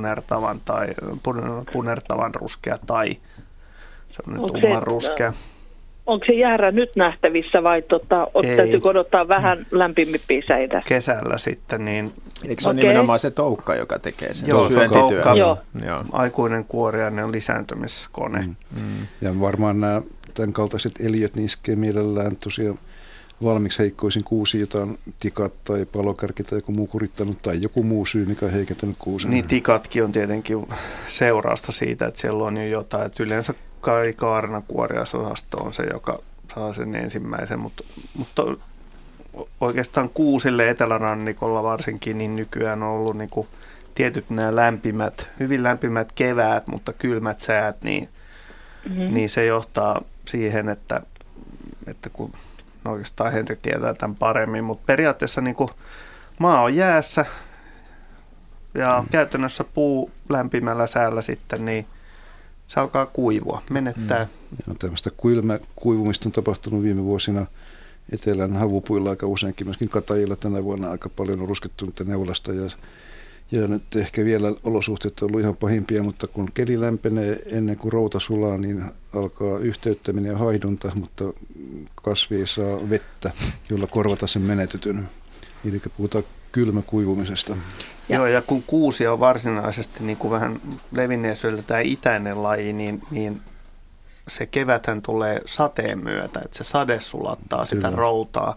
punertavan ruskea tai semmoinen tumman ruskea.
Onko se jäärä nyt nähtävissä vai täytyykö odottaa vähän lämpimimpiä säitä?
Kesällä sitten. Niin...
Eikö se ole nimenomaan se toukka, joka tekee sen
syöntityön? Joo. Aikuinen kuoriainen on lisääntymiskone.
Ja varmaan nämä tämän kaltaiset eliöt niin iskee mielellään tosiaan valmiiksi heikkoisin kuusi, jota on tikat tai palokärki tai joku muu kurittanut tai joku muu syy, mikä on heikentänyt kuusen.
Niin tikatkin on tietenkin seurausta siitä, että siellä on jo jotain. Että yleensä kai kaarnakuoriaisosasto on se, joka saa sen ensimmäisen, mutta oikeastaan kuusille etelärannikolla varsinkin, niin nykyään on ollut niin kuin tietyt nämä hyvin lämpimät keväät, mutta kylmät säät, niin se johtaa siihen, että kun oikeastaan Henrik tietää tämän paremmin, mutta periaatteessa niin kuin maa on jäässä ja käytännössä puu lämpimällä säällä sitten, niin se alkaa kuivua, menettää.
Tämmöistä kuivumista on tapahtunut viime vuosina etelän havupuilla aika useinkin, myöskin katajilla tänä vuonna aika paljon on ruskettu neulasta ja nyt ehkä vielä olosuhteet on ollut ihan pahimpia, mutta kun keli lämpenee ennen kuin routa sulaa, niin alkaa yhteyttäminen ja haihdunta, mutta kasvi ei saa vettä, jolla korvata sen menetetyn. Eli puhutaan kylmäkuivumisesta.
Joo, ja kun kuusi on varsinaisesti niin kuin vähän levinneisyydeltä tämä itäinen laji, niin se keväthän tulee sateen myötä, että se sade sulattaa sitä routaa,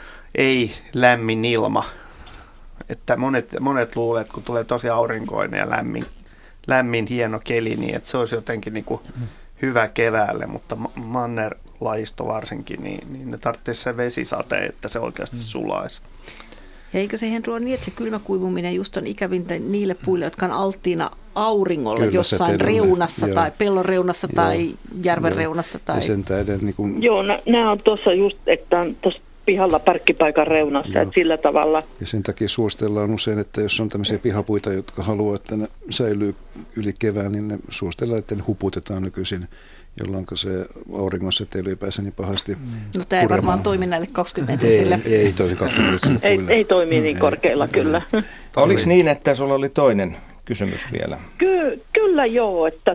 ei lämmin ilma. Että monet luulee, että kun tulee tosi aurinkoinen ja lämmin hieno keli, niin että se olisi jotenkin niin kuin hyvä keväälle, mutta mannerlajisto varsinkin, niin ne tarvitsisi se vesisateen, että se oikeasti sulaisi.
Ja eikö se, Henry, ole niin, että se kylmäkuivuminen just on ikävintä niille puille, jotka on alttiina auringolle jossain reunassa tai pellon reunassa tai järven reunassa? Tai...
Joo, nämä on tuossa just, että on tuossa pihalla parkkipaikan reunassa, että sillä tavalla.
Ja sen takia suositellaan usein, että jos on tämmöisiä pihapuita, jotka haluaa, että ne säilyy yli kevään, niin ne suositellaan, että ne huputetaan nykyisin, jolloin se auringon säteily ei pääse niin pahasti
No tämä ei varmaan toimi näille 20-metrisille.
Ei toimi 20-metrisille.
Ei toimi niin korkealla kyllä.
Oliko niin, että sulla oli toinen kysymys vielä?
Kyllä joo, että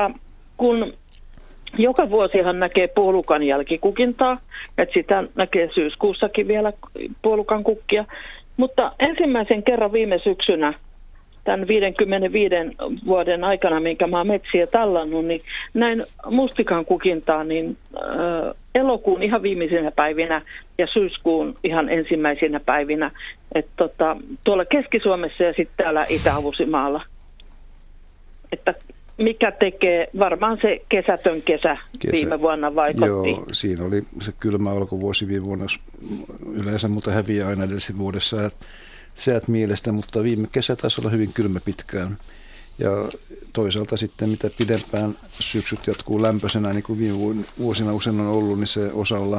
kun joka vuosihan näkee puolukan jälkikukintaa, että sitä näkee syyskuussakin vielä puolukan kukkia, mutta ensimmäisen kerran viime syksynä tämän 55 vuoden aikana, minkä mä oon metsiä tallannut, niin näin mustikan kukintaa niin elokuun ihan viimeisinä päivinä ja syyskuun ihan ensimmäisinä päivinä, että tuolla Keski-Suomessa ja sitten täällä Itä-Havusimaalla. Että mikä tekee, varmaan se kesätön kesä viime vuonna vaikutti.
Joo, siinä oli se kylmä alkuvuosi viime vuonna, yleensä mutta häviää aina edellisessä vuodessa säät mielestä, mutta viime kesä taisi olla hyvin kylmä pitkään. Ja toisaalta sitten mitä pidempään syksyt jatkuu lämpöisenä, niin kuin viime vuosina usein on ollut, niin se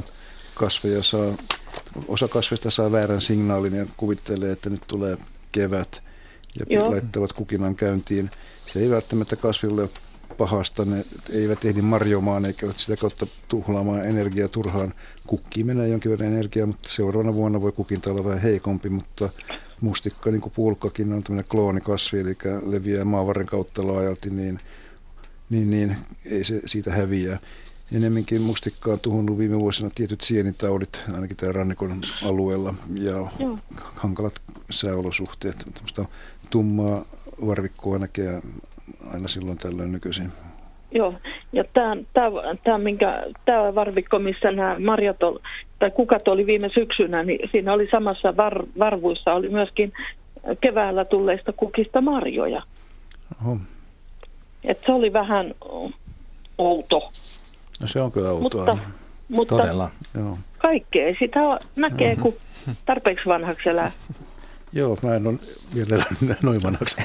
osa kasveista saa väärän signaalin ja kuvittelee, että nyt tulee kevät ja laittavat kukinnan käyntiin. Se ei välttämättä kasville ole pahasta, ne eivät ehdi marjomaan eikä sitä kautta tuhlaamaan energiaa turhaan. Kukkiin menee jonkin verran energiaa, mutta seuraavana vuonna voi kukinta olla vähän heikompi, mutta mustikka, niin kuin puolukkakin, on tämmöinen kloonikasvi, eli leviää maavarren kautta laajalti, niin ei se siitä häviää. Enemmänkin mustikkaa on tuhonnut viime vuosina tietyt sienitaudit, ainakin täällä rannikon alueella, ja hankalat sääolosuhteet. Tällaista tummaa varvikkoa näkee aina silloin tällöin nykyisin.
Joo, ja tämä varvikko, missä nämä marjat tai kukat oli viime syksynä, niin siinä oli samassa varvuissa oli myöskin keväällä tulleista kukista marjoja.
Oho.
Et se oli vähän outo.
No se on kyllä outoa.
Mutta
todella.
Joo.
Kaikkea sitä näkee, kun tarpeeksi vanhaksi elää.
Joo, mä en ole vielä noin vanhaksi.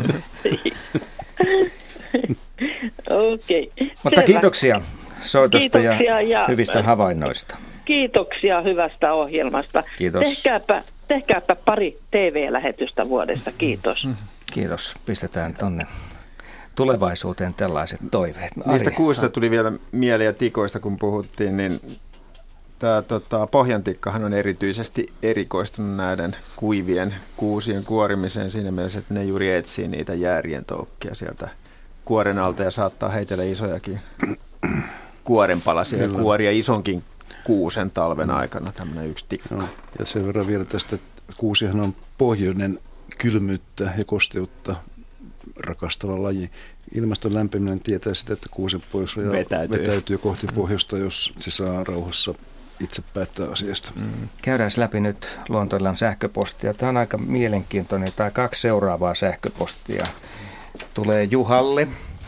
Okei.
Mutta kiitoksia soitosta ja
ja
hyvistä havainnoista.
Kiitoksia hyvästä ohjelmasta.
Kiitos.
Tehkääpä pari TV-lähetystä vuodessa. Kiitos.
Kiitos. Pistetään tonne tulevaisuuteen tällaiset toiveet.
Niistä kuusista tuli vielä mieleen ja tikoista, kun puhuttiin, niin tämä pohjantikkahan on erityisesti erikoistunut näiden kuivien kuusien kuorimiseen siinä mielessä, että ne juuri etsii niitä jäärien toukkia sieltä kuoren alta ja saattaa heitellä isojakin kuorenpalasia ja kuoria isonkin kuusen talven aikana, tämmöinen yksi tikka.
No, ja sen verran vielä tästä, että kuusihan on pohjoinen kylmyyttä ja kosteutta rakastava laji. Ilmaston lämpeneminen tietää sitä, että kuusen poisraja vetäytyy kohti pohjoista, jos se saa rauhassa itse päättää asiasta.
Käydään läpi nyt Luontoillan sähköpostia. Tämä on aika mielenkiintoinen. Tämä 2 seuraavaa sähköpostia tulee Juhalle.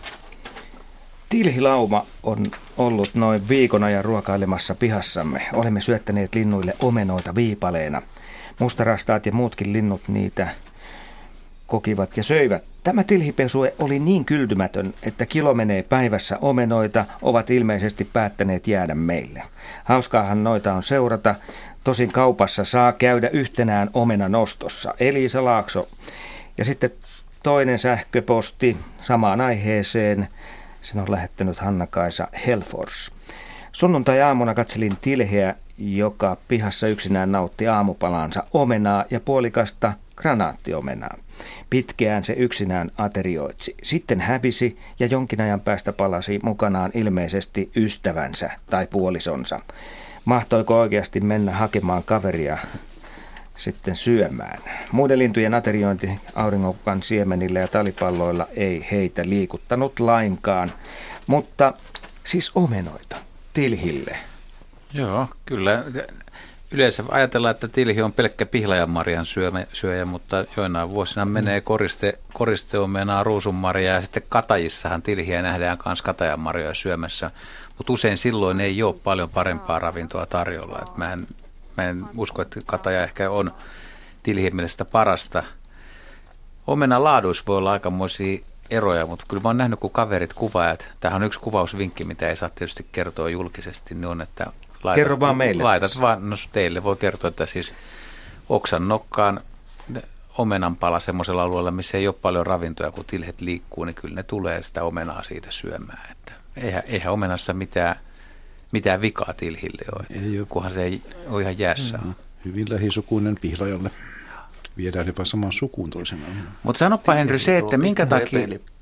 Tilhilauma on ollut noin viikon ajan ruokailemassa pihassamme. Olemme syöttäneet linnuille omenoita viipaleena. Mustarastaat ja muutkin linnut niitä kokivat ja söivät. Tämä tilhipesue oli niin kyltymätön, että kilo menee päivässä omenoita, ovat ilmeisesti päättäneet jäädä meille. Hauskaahan noita on seurata. Tosin kaupassa saa käydä yhtenään omenan ostossa. Elisa Laakso. Ja sitten toinen sähköposti samaan aiheeseen. Sen on lähettänyt Hanna-Kaisa Helfors. Sunnuntai-aamuna katselin tilheä, joka pihassa yksinään nautti aamupalaansa omenaa ja puolikasta granaattiomenaa. Pitkään se yksinään aterioitsi. Sitten hävisi ja jonkin ajan päästä palasi mukanaan ilmeisesti ystävänsä tai puolisonsa. Mahtoiko oikeasti mennä hakemaan kaveria sitten syömään? Muiden lintujen ateriointi auringonkukan siemenillä ja talipalloilla ei heitä liikuttanut lainkaan. Mutta siis omenoita tilhille.
Joo, kyllä. Yleensä ajatellaan, että tilhi on pelkkä pihlajanmarjan syöjä, mutta joinain vuosina menee koristeomenaa, ruusunmarjaa ja sitten katajissahan tilhiä nähdään myös katajanmarjoja syömässä. Mutta usein silloin ei ole paljon parempaa ravintoa tarjolla. Et mä en usko, että kataja ehkä on tilhien mielestä parasta. Omenan laaduissa voi olla aikamoisia eroja, mutta kyllä mä oon nähnyt, kun kaverit kuvaajat, tämähän on yksi kuvausvinkki, mitä ei saa tietysti kertoa julkisesti, niin on, että
kerro vaan meille.
Laitat vaan, no teille voi kertoa, että siis oksan nokkaan omenanpala semmoisella alueella, missä ei ole paljon ravintoja, kun tilhet liikkuu, niin kyllä ne tulee sitä omenaa siitä syömään. Että eihän omenassa mitään vikaa tilhille ole, kunhan se ei ole ihan jäässä.
Hyvin lähisukuinen pihlajalle. Viedään jopa samaan sukuun toisenaan.
Mutta sanoppa Henry se, että minkä takia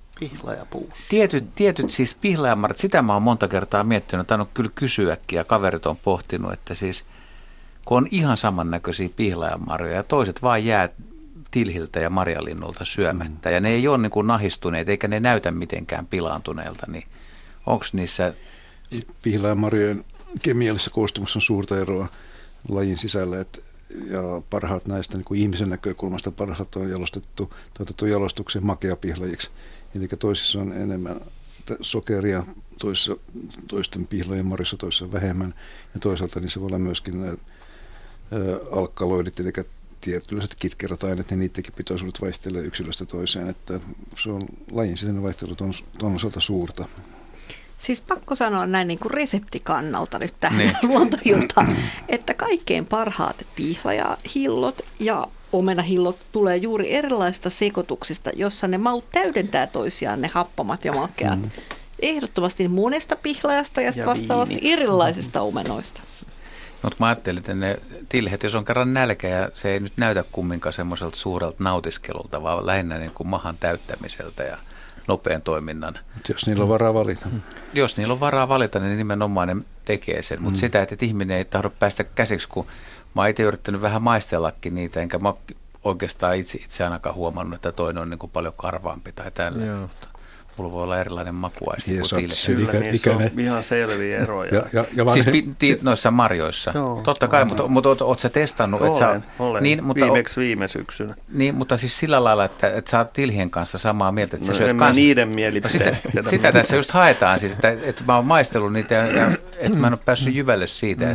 tietyt siis pihlajanmarjat, sitä mä oon monta kertaa miettinyt, tainnut kyllä kysyäkin ja kaverit on pohtinut, että siis kun on ihan samannäköisiä pihlajanmarjoja ja toiset vaan jää tilhiltä ja marjalinnulta syömättä ja ne ei ole niin kuin nahistuneet eikä ne näytä mitenkään pilaantuneelta, niin onko niissä...
Pihlajanmarjojen kemiallisessa koostumuksessa on suurta eroa lajin sisällä, ja parhaat näistä niin kuin ihmisen näkökulmasta parhaat on otettu jalostukseen makeapihlajiksi. Eli toisissa on enemmän sokeria, toisten pihlajan marjassa toisissa vähemmän. Ja toisaalta niissä voi olla myöskin nämä alkaloidit, eli tietynlaiset kitkerät aineet, niin niidenkin pitoisuudet vaihtelee yksilöstä toiseen. Että se on lajin sisäinen vaihtelu on osalta suurta.
Siis pakko sanoa näin niin kuin reseptikannalta nyt tähän luontoiltaan, että kaikkein parhaat pihlajahillot ja omenahillot tulee juuri erilaisista sekoituksista, jossa ne maut täydentää toisiaan, ne happamat ja makeat. Ehdottomasti monesta pihlajasta ja vastaavasti erilaisista omenoista.
Mutta mä ajattelin, että ne tilhet, jos on kerran nälkä ja se ei nyt näytä kumminkaan semmoiselta suurelta nautiskelulta, vaan lähinnä niin kuin mahan täyttämiseltä ja nopean toiminnan.
Jos niillä on varaa valita.
Jos niillä on varaa valita, niin nimenomaan ne tekee sen. Mutta sitä, että ihminen ei tahdo päästä käsiksi, kun mä oon itse yrittänyt vähän maistellakin niitä, enkä mä oikeastaan itse ainakaan huomannut, että toinen on niin kuin paljon karvaampi tai tällä. Mulla voi olla erilainen makuaisti kuin tilhe.
Kyllä, niissä on ihan selviä eroja.
Siis noissa marjoissa. Totta kai, mutta oot sä testannut?
Olen.
Niin, mutta viime syksynä. Niin, mutta siis sillä lailla, että sä oot tilhien kanssa samaa mieltä, että sä syöt kanssa.
Niiden mielipiteistä.
Sitä tässä just haetaan, siis, että mä oon maistellut niitä ja että mä en ole päässyt jyvälle siitä, että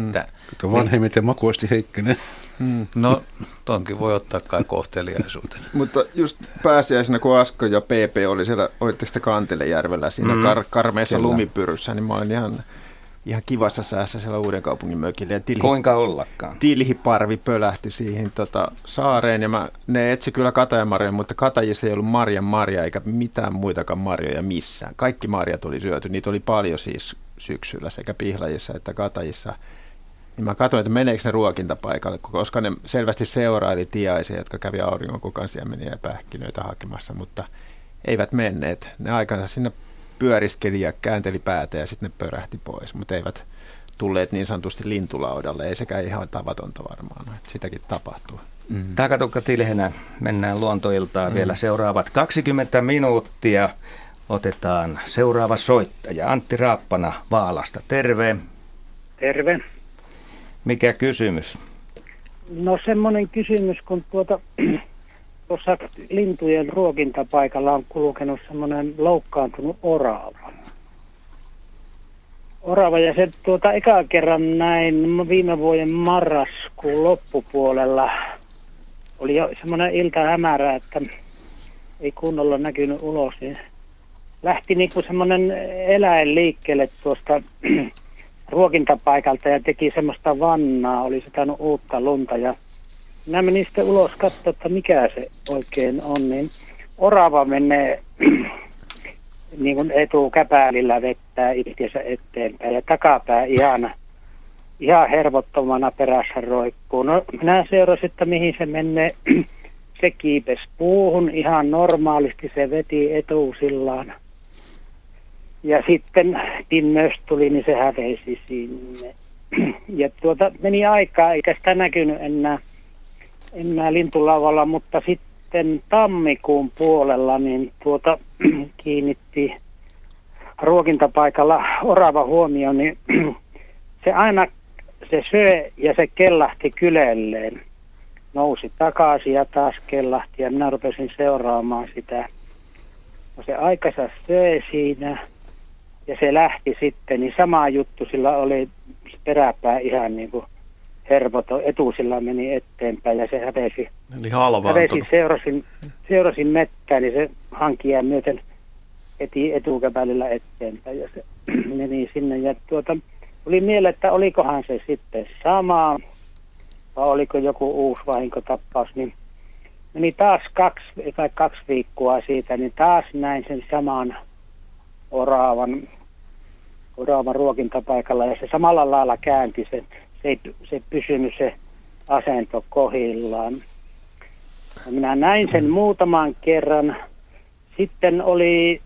Vanhemmat ja makuasti Heikkinen.
No, tonkin voi ottaa kai kohteliaisuutena.
Mutta just pääsiäisenä, kun Asko ja PP oli siellä, olitteko te Kantelejärvellä siinä karmeessa lumipyryssä, niin mä olin ihan kivassa säässä siellä Uudenkaupungin mökillä. Ja
kuinka ollakaan?
Tilhiparvi pölähti siihen saareen ja ne etsi kyllä katajamarjoja, mutta katajissa ei ollut marja eikä mitään muitakaan marjoja missään. Kaikki marjat oli syöty, niitä oli paljon siis syksyllä sekä Pihlajissa että katajissa. Niin mä katsoin, että meneekö ne ruokintapaikalle, koska ne selvästi seuraili tiaisia, jotka kävi auringonkukansiemeniä ja pähkinöitä hakemassa, mutta eivät menneet. Ne aikansa sinne pyöriskeli ja käänteli päätä ja sitten ne pörähti pois, mutta eivät tulleet niin sanotusti lintulaudalle. Ei sekään ihan tavatonta varmaan, että sitäkin tapahtuu.
Takatukka Tilhenä, mennään luontoiltaan vielä seuraavat 20 minuuttia. Otetaan seuraava soittaja, Antti Raappana Vaalasta. Terve.
Terve.
Mikä kysymys?
No semmoinen kysymys, kun tuossa lintujen ruokintapaikalla on kulkenut semmoinen loukkaantunut orava. Ja se eka kerran näin viime vuoden marraskuun loppupuolella oli jo semmoinen ilta hämärä, että ei kunnolla näkynyt ulos. Niin lähti niinku semmoinen eläin liikkeelle tuosta ruokintapaikalta ja teki semmoista vannaa, oli se tainnut uutta lunta ja minä menin sitten ulos katsoa, että mikä se oikein on, niin orava menee niin kuin etukäpäälillä vettää itseensä eteenpäin ja takapää ihan hervottomana perässä roikkuu. No minä seurasin, että mihin se menee. Se kiipesi puuhun ihan normaalisti, se veti etuusillaan. Ja sitten pinnös tuli, niin se hävesi sinne. Ja meni aikaa, eikä sitä näkynyt enää lintulavalla, mutta sitten tammikuun puolella niin kiinnitti ruokintapaikalla orava huomioon, niin se söi ja se kellahti kylelleen. Nousi takaisin ja taas kellahti ja minä rupesin seuraamaan sitä. No se aikansa söi siinä ja se lähti sitten, niin sama juttu, sillä oli peräpää ihan niin kuin hervoton, etuusilla meni eteenpäin ja se hävesi.
Eli halvaantunut.
Seurasin mettään, niin se hankia myöten eti etukäpälillä eteenpäin ja se meni sinne. Ja tuli mieleen, että olikohan se sitten sama vai oliko joku uusi vahinkotapaus, niin meni taas 2 viikkoa siitä, niin taas näin sen saman oravan ruokintapaikalla ja se samalla lailla käänti sen. Se ei pysynyt se asento kohillaan. Ja minä näin sen muutaman kerran. Sitten oli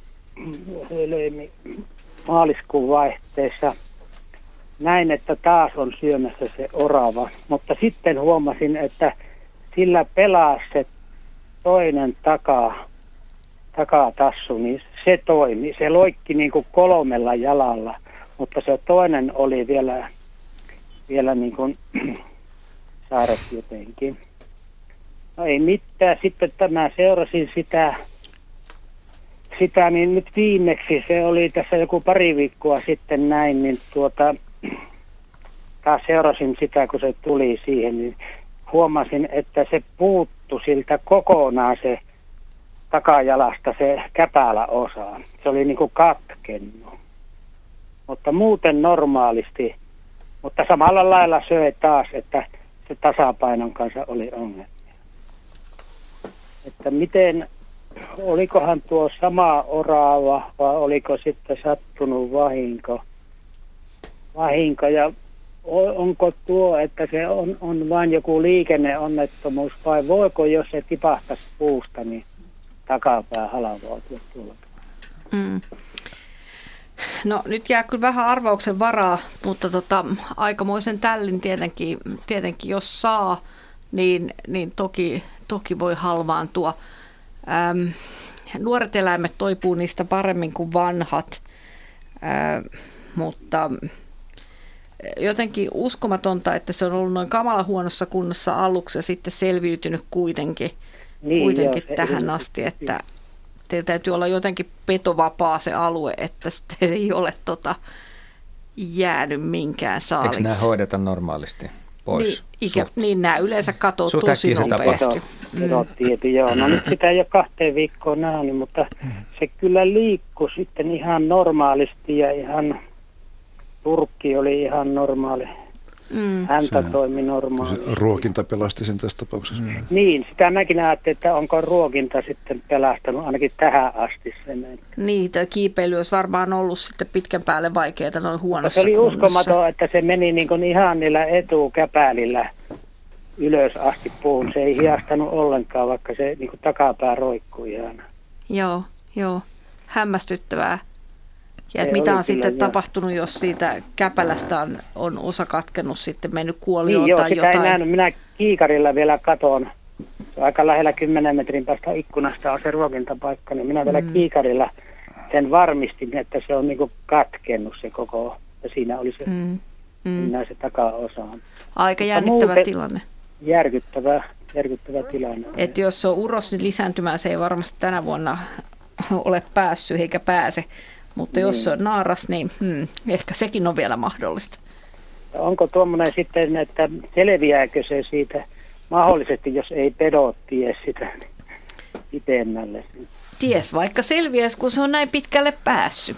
maaliskuun vaihteessa. Näin, että taas on syömässä se orava. Mutta sitten huomasin, että sillä pelasi se toinen takatassu, niin se toimi. Se loikki niin kuin 3 jalalla, mutta se toinen oli vielä niin kuin saaret jotenkin. No ei mitään. Sitten mä seurasin sitä niin nyt viimeksi, se oli tässä joku 2 viikkoa sitten näin, niin taas seurasin sitä, kun se tuli siihen, niin huomasin, että se puuttui siltä kokonaan se takajalasta se käpäläosa. Se oli niin kuin katkennut. Mutta muuten normaalisti. Mutta samalla lailla söi taas, että se tasapainon kanssa oli ongelmia. Että olikohan tuo sama orava vai oliko sitten sattunut vahinko ja onko tuo, että se on vain joku liikenneonnettomuus vai voiko, jos se tipahtaisi puusta, niin takapää halavautua tuolla?
No nyt jää kyllä vähän arvauksen varaa, mutta aikamoisen tällin tietenkin jos saa, niin toki voi halvaantua. Nuoret eläimet toipuu niistä paremmin kuin vanhat, mutta jotenkin uskomatonta, että se on ollut noin kamala huonossa kunnossa aluksi ja sitten selviytynyt kuitenkin tähän asti, että teillä täytyy olla jotenkin petovapaa se alue, että sitten ei ole jäänyt minkään saaliksi.
Eikö nämä hoideta normaalisti pois?
Niin nämä yleensä katoo tosi nopeasti.
Tietysti, joo. No nyt sitä ei ole 2 viikkoa nähnyt, mutta se kyllä liikkui sitten ihan normaalisti ja ihan turkki oli ihan normaali. Häntä toimi normaalisti.
Ruokinta pelasti sen tässä tapauksessa.
Niin, sitä mäkin ajattelin, että onko ruokinta sitten pelastanut ainakin tähän asti sen.
Niin, tuo kiipeily olisi varmaan ollut sitten pitkän päälle vaikeaa noin huonossa
Se oli
kunnossa.
uskomaton, että se meni niin kuin ihan niillä etukäpälillä ylös asti puun. Se ei hiastanut ollenkaan, vaikka se niin kuin takapää roikkui ihan.
Joo. Hämmästyttävää. Ja
Se
mitä
oli
on sitten
kyllä,
tapahtunut, jos siitä käpälästä on osa katkennut sitten, mennyt kuolioon
niin,
tai
sitä
jotain?
ei nähnyt. Minä kiikarilla vielä katon. Se on aika lähellä 10 metrin päästä ikkunasta on se ruokintapaikka, niin minä vielä kiikarilla sen varmistin, että se on niin kuin katkennut se koko, ja siinä oli se, se takaosa.
Aika jännittävä tilanne.
Järkyttävä tilanne.
Että jos se on uros, niin lisääntymään se ei varmasti tänä vuonna ole päässyt eikä pääse. Mutta jos se on naaras, niin ehkä sekin on vielä mahdollista.
Onko tuommoinen sitten, että selviääkö se siitä mahdollisesti, jos ei pedot tie sitä pitemmälle?
Ties vaikka selviäisi, kun se on näin pitkälle päässyt.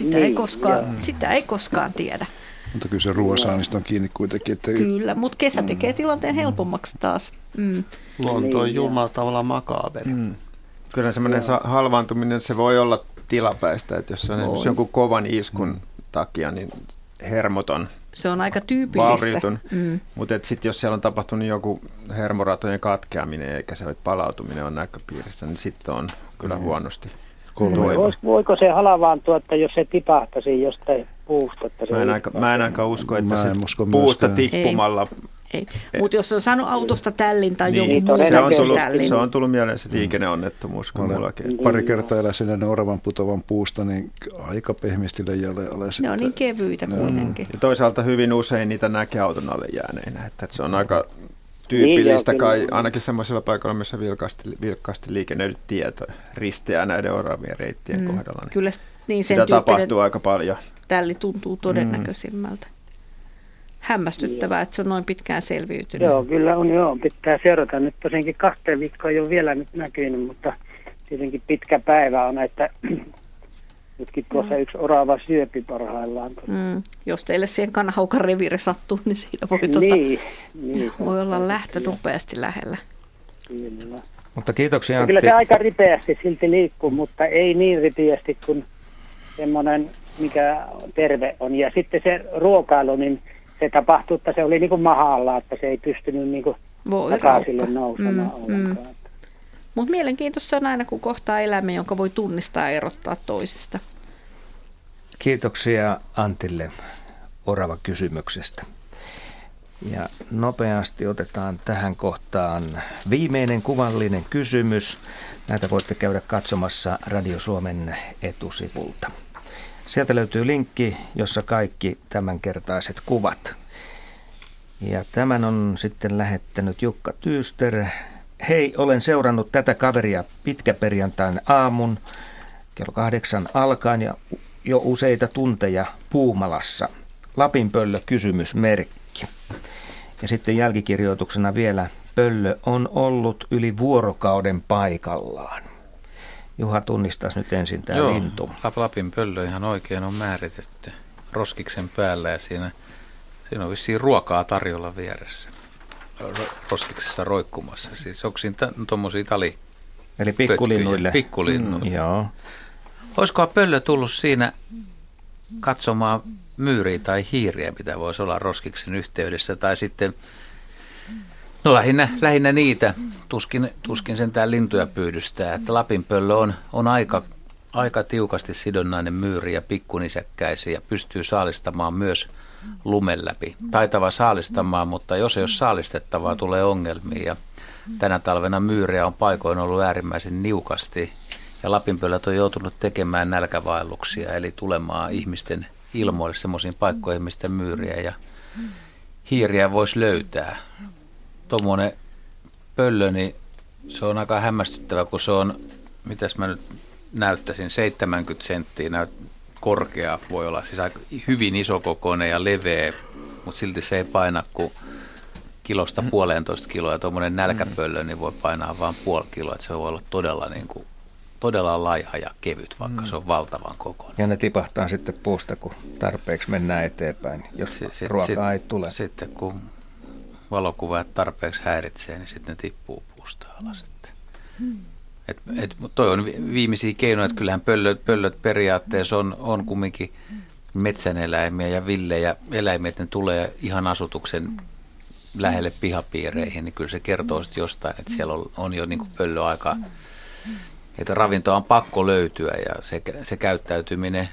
Sitä ei koskaan tiedä.
Mutta kyllä se ruoansaannista on kiinni kuitenkin. Että
Kyllä, mutta kesä tekee tilanteen helpommaksi taas.
Luonto on julmalla tavalla makaaberi.
Kyllä semmoinen halvaantuminen, se voi olla tilapäistä, että jos on jonkun kovan iskun takia, niin hermoton.
Se on aika tyypillistä.
Mutta sitten jos siellä on tapahtunut joku hermoratojen katkeaminen eikä se palautuminen on näköpiirissä, niin sitten on kyllä huonosti.
Voiko se halavaantua, että jos se tipahtaisi jostain puusta?
Mä en aika usko, että se puusta tippumalla.
Ei. Mutta jos on saanut autosta tällin tai jonkun
muun
tällin.
Se on tullut mieleen se liikenneonnettomuus.
Pari kertaa eläsin ennen oravan putovan puusta, niin aika pehmeästi leijalle alas.
Ne on niin kevyitä kuitenkin.
Ja toisaalta hyvin usein niitä näkee auton alle jääneinä. Että se on aika tyypillistä kai, ainakin semmoisilla paikoilla, missä vilkkaasti liikennöidyt tiet risteää näiden oravien reittien kohdalla. Niin
kyllä niin sen
sitä tapahtuu aika paljon.
Tälli tuntuu todennäköisimmältä. Hämmästyttävää, että se on noin pitkään selviytynyt.
Joo, kyllä on. Pitää seurata. Nyt tosiaankin 2 viikkoa ei ole vielä nyt näkynyt, mutta tietenkin pitkä päivä on, että nytkin tuossa yksi orava syöpi parhaillaan.
Jos teille siihen kanahaukan reviiri sattuu, niin siinä voi olla lähtö nopeasti lähellä.
Kyllä.
Mutta kiitoksia, Antti.
Kyllä se aika ripeästi silti liikkuu, mutta ei niin ripeästi kuin semmoinen, mikä terve on. Ja sitten se ruokailu, niin se tapahtui, että se oli niin kuin mahalla, että se ei pystynyt niin kuin takaisille nousemaan ollenkaan.
Mutta mielenkiintoista on aina, kun kohtaa eläimen, jonka voi tunnistaa ja erottaa toisista.
Kiitoksia Antille orava-kysymyksestä. Ja nopeasti otetaan tähän kohtaan viimeinen kuvallinen kysymys. Näitä voitte käydä katsomassa Radio Suomen etusivulta. Sieltä löytyy linkki, jossa kaikki tämänkertaiset kuvat. Ja tämän on sitten lähettänyt Jukka Tyyster. Hei, olen seurannut tätä kaveria pitkäperjantain aamun kello 8 alkaen ja jo useita tunteja Puumalassa. Lapinpöllö kysymysmerkki. Ja sitten jälkikirjoituksena vielä, pöllö on ollut yli vuorokauden paikallaan. Juha, tunnistaisi nyt ensin tämä lintu.
Lapinpöllö ihan oikein on määritetty roskiksen päällä ja siinä on vissiin ruokaa tarjolla vieressä. Roskiksessa roikkumassa. Siis onko siinä tuommoisia
eli pikkulinnuille.
Pikkulinnuille.
Joo.
Olisikohan pöllö tullut siinä katsomaan myyriä tai hiiriä, mitä voisi olla roskiksen yhteydessä, tai sitten lähinnä niitä, tuskin sentään lintuja pyydystää, että lapinpöllö on aika tiukasti sidonnainen myyri ja pikkunisäkkäisiä ja pystyy saalistamaan myös lumen läpi. Taitava saalistamaan, mutta jos ei ole saalistettavaa, tulee ongelmia. Ja tänä talvena myyriä on paikoin ollut äärimmäisen niukasti ja lapinpöllöt on joutunut tekemään nälkävaelluksia, eli tulemaan ihmisten ilmoille semmoisiin paikkoihin, mistä myyriä ja hiiriä voisi löytää. Tuommoinen pöllö, niin se on aika hämmästyttävä, kun se on, mitäs mä nyt näyttäisin, 70 senttiä korkea, voi olla siis aika hyvin isokokoinen ja leveä, mutta silti se ei paina kuin 1,5 kiloa. Ja tuommoinen nälkäpöllö niin voi painaa vain 0,5 kiloa, että se voi olla todella laiha ja kevyt, vaikka se on valtavan kokoinen.
Ja ne tipahtaa sitten puusta, kun tarpeeksi mennään eteenpäin, jos ruokaa ei tule.
Sitten kun valokuvaajat tarpeeksi häiritsee, niin sitten ne tippuu puusta alas. Toi on viimeisiä keinoja, että kyllähän pöllöt periaatteessa on kumminkin metsäneläimiä ja villejä eläimiä, että ne tulee ihan asutuksen lähelle pihapiireihin, niin kyllä se kertoo sitten jostain, että siellä on jo niin kuin pöllöaika, että ravintoa on pakko löytyä ja se käyttäytyminen.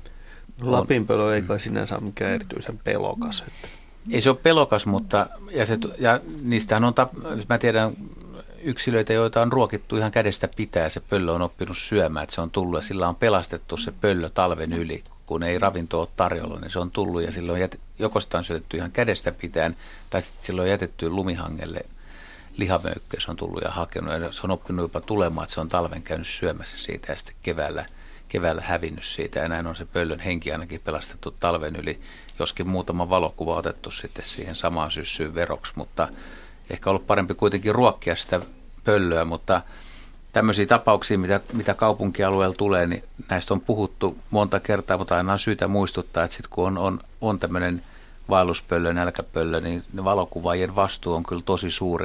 Lapinpöllö ei kai sinänsä ole mikään erityisen pelokas. Että.
Ei se ole pelokas, mutta ja niistähän on, mä tiedän yksilöitä, joita on ruokittu ihan kädestä pitää, se pöllö on oppinut syömään, että se on tullut ja sillä on pelastettu se pöllö talven yli, kun ei ravintoa ole tarjolla, niin se on tullut ja silloin joko sitä on syötetty ihan kädestä pitäen tai sitten silloin on jätetty lumihangelle lihamöykkyä, se on tullut ja hakenut ja se on oppinut jopa tulemaan, että se on talven käynyt syömässä siitä ja sitten keväällä hävinnyt siitä ja näin on se pöllön henki ainakin pelastettu talven yli, joskin muutama valokuva otettu sitten siihen samaan syssyyn veroksi, mutta ehkä ollut parempi kuitenkin ruokkia sitä pöllöä, mutta tämmöisiä tapauksia, mitä kaupunkialueella tulee, niin näistä on puhuttu monta kertaa, mutta aina on syytä muistuttaa, että sitten kun on tämmöinen vaelluspöllö, nälkäpöllö, niin valokuvaajien vastuu on kyllä tosi suuri,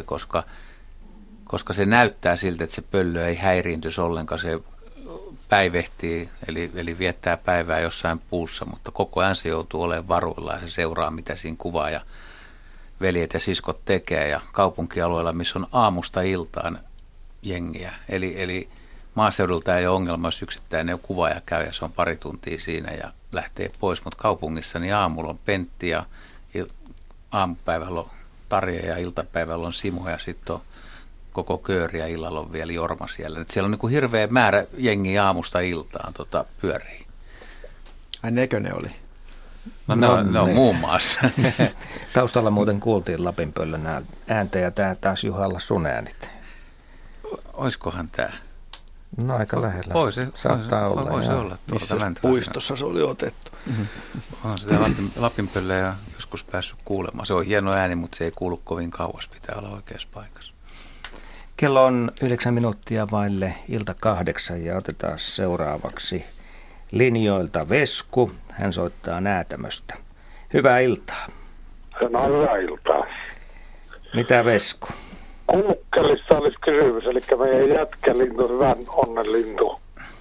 koska se näyttää siltä, että se pöllö ei häiriintyisi ollenkaan. Se päivehtii, eli viettää päivää jossain puussa, mutta koko ajan se joutuu olemaan varuilla ja se seuraa, mitä siinä kuvaa ja veljet ja siskot tekee. Ja kaupunkialueella, missä on aamusta iltaan jengiä, eli maaseudulta ei ole ongelma, jos yksittäinen kuvaaja käy ja se on pari tuntia siinä ja lähtee pois, mutta kaupungissa niin aamulla on Pentti ja aamupäivällä on Tarja ja iltapäivällä on Simo ja sitten on koko kööri ja illalla on vielä Jorma siellä. Et siellä on niin kuin hirveä määrä jengiä aamusta iltaan pyörii.
Ai nekö ne oli?
No on muun muassa.
Taustalla muuten kuultiin Lapinpöllön ääntä ja tämä taas Juhalla sun äänit.
Oiskohan tämä?
No aika lähellä.
Saattaa olla. Voisi olla.
Missä puistossa se oli otettu?
On sitä Lapinpöllöä ja joskus päässyt kuulemaan. Se on hieno ääni, mutta se ei kuulu kovin kauas. Pitää olla oikeassa paikassa.
Kello on 9 minuuttia vaille ilta 8 ja otetaan seuraavaksi linjoilta Vesku. Hän soittaa Näätämöstä. Hyvää iltaa.
No hyvää iltaa.
Mitä Vesku?
Kuukkelissa olisi kysymys, eli meidän jätkälintu, hyvän onnenlintu.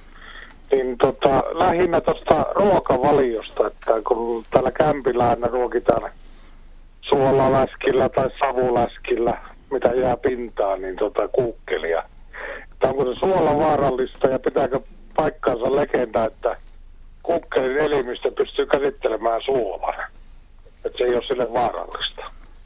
Niin lähinnä tuosta ruokavaliosta, että kun täällä kämpillä aina ruokitaan suolaläskillä tai savuläskillä, mitä jää pintaan, niin kuukkelia. Että onko se suola vaarallista ja pitääkö paikkaansa legenda, että kuukkelin elimistö pystyy käsittelemään suolaa. Että se ei ole sille vaarallista.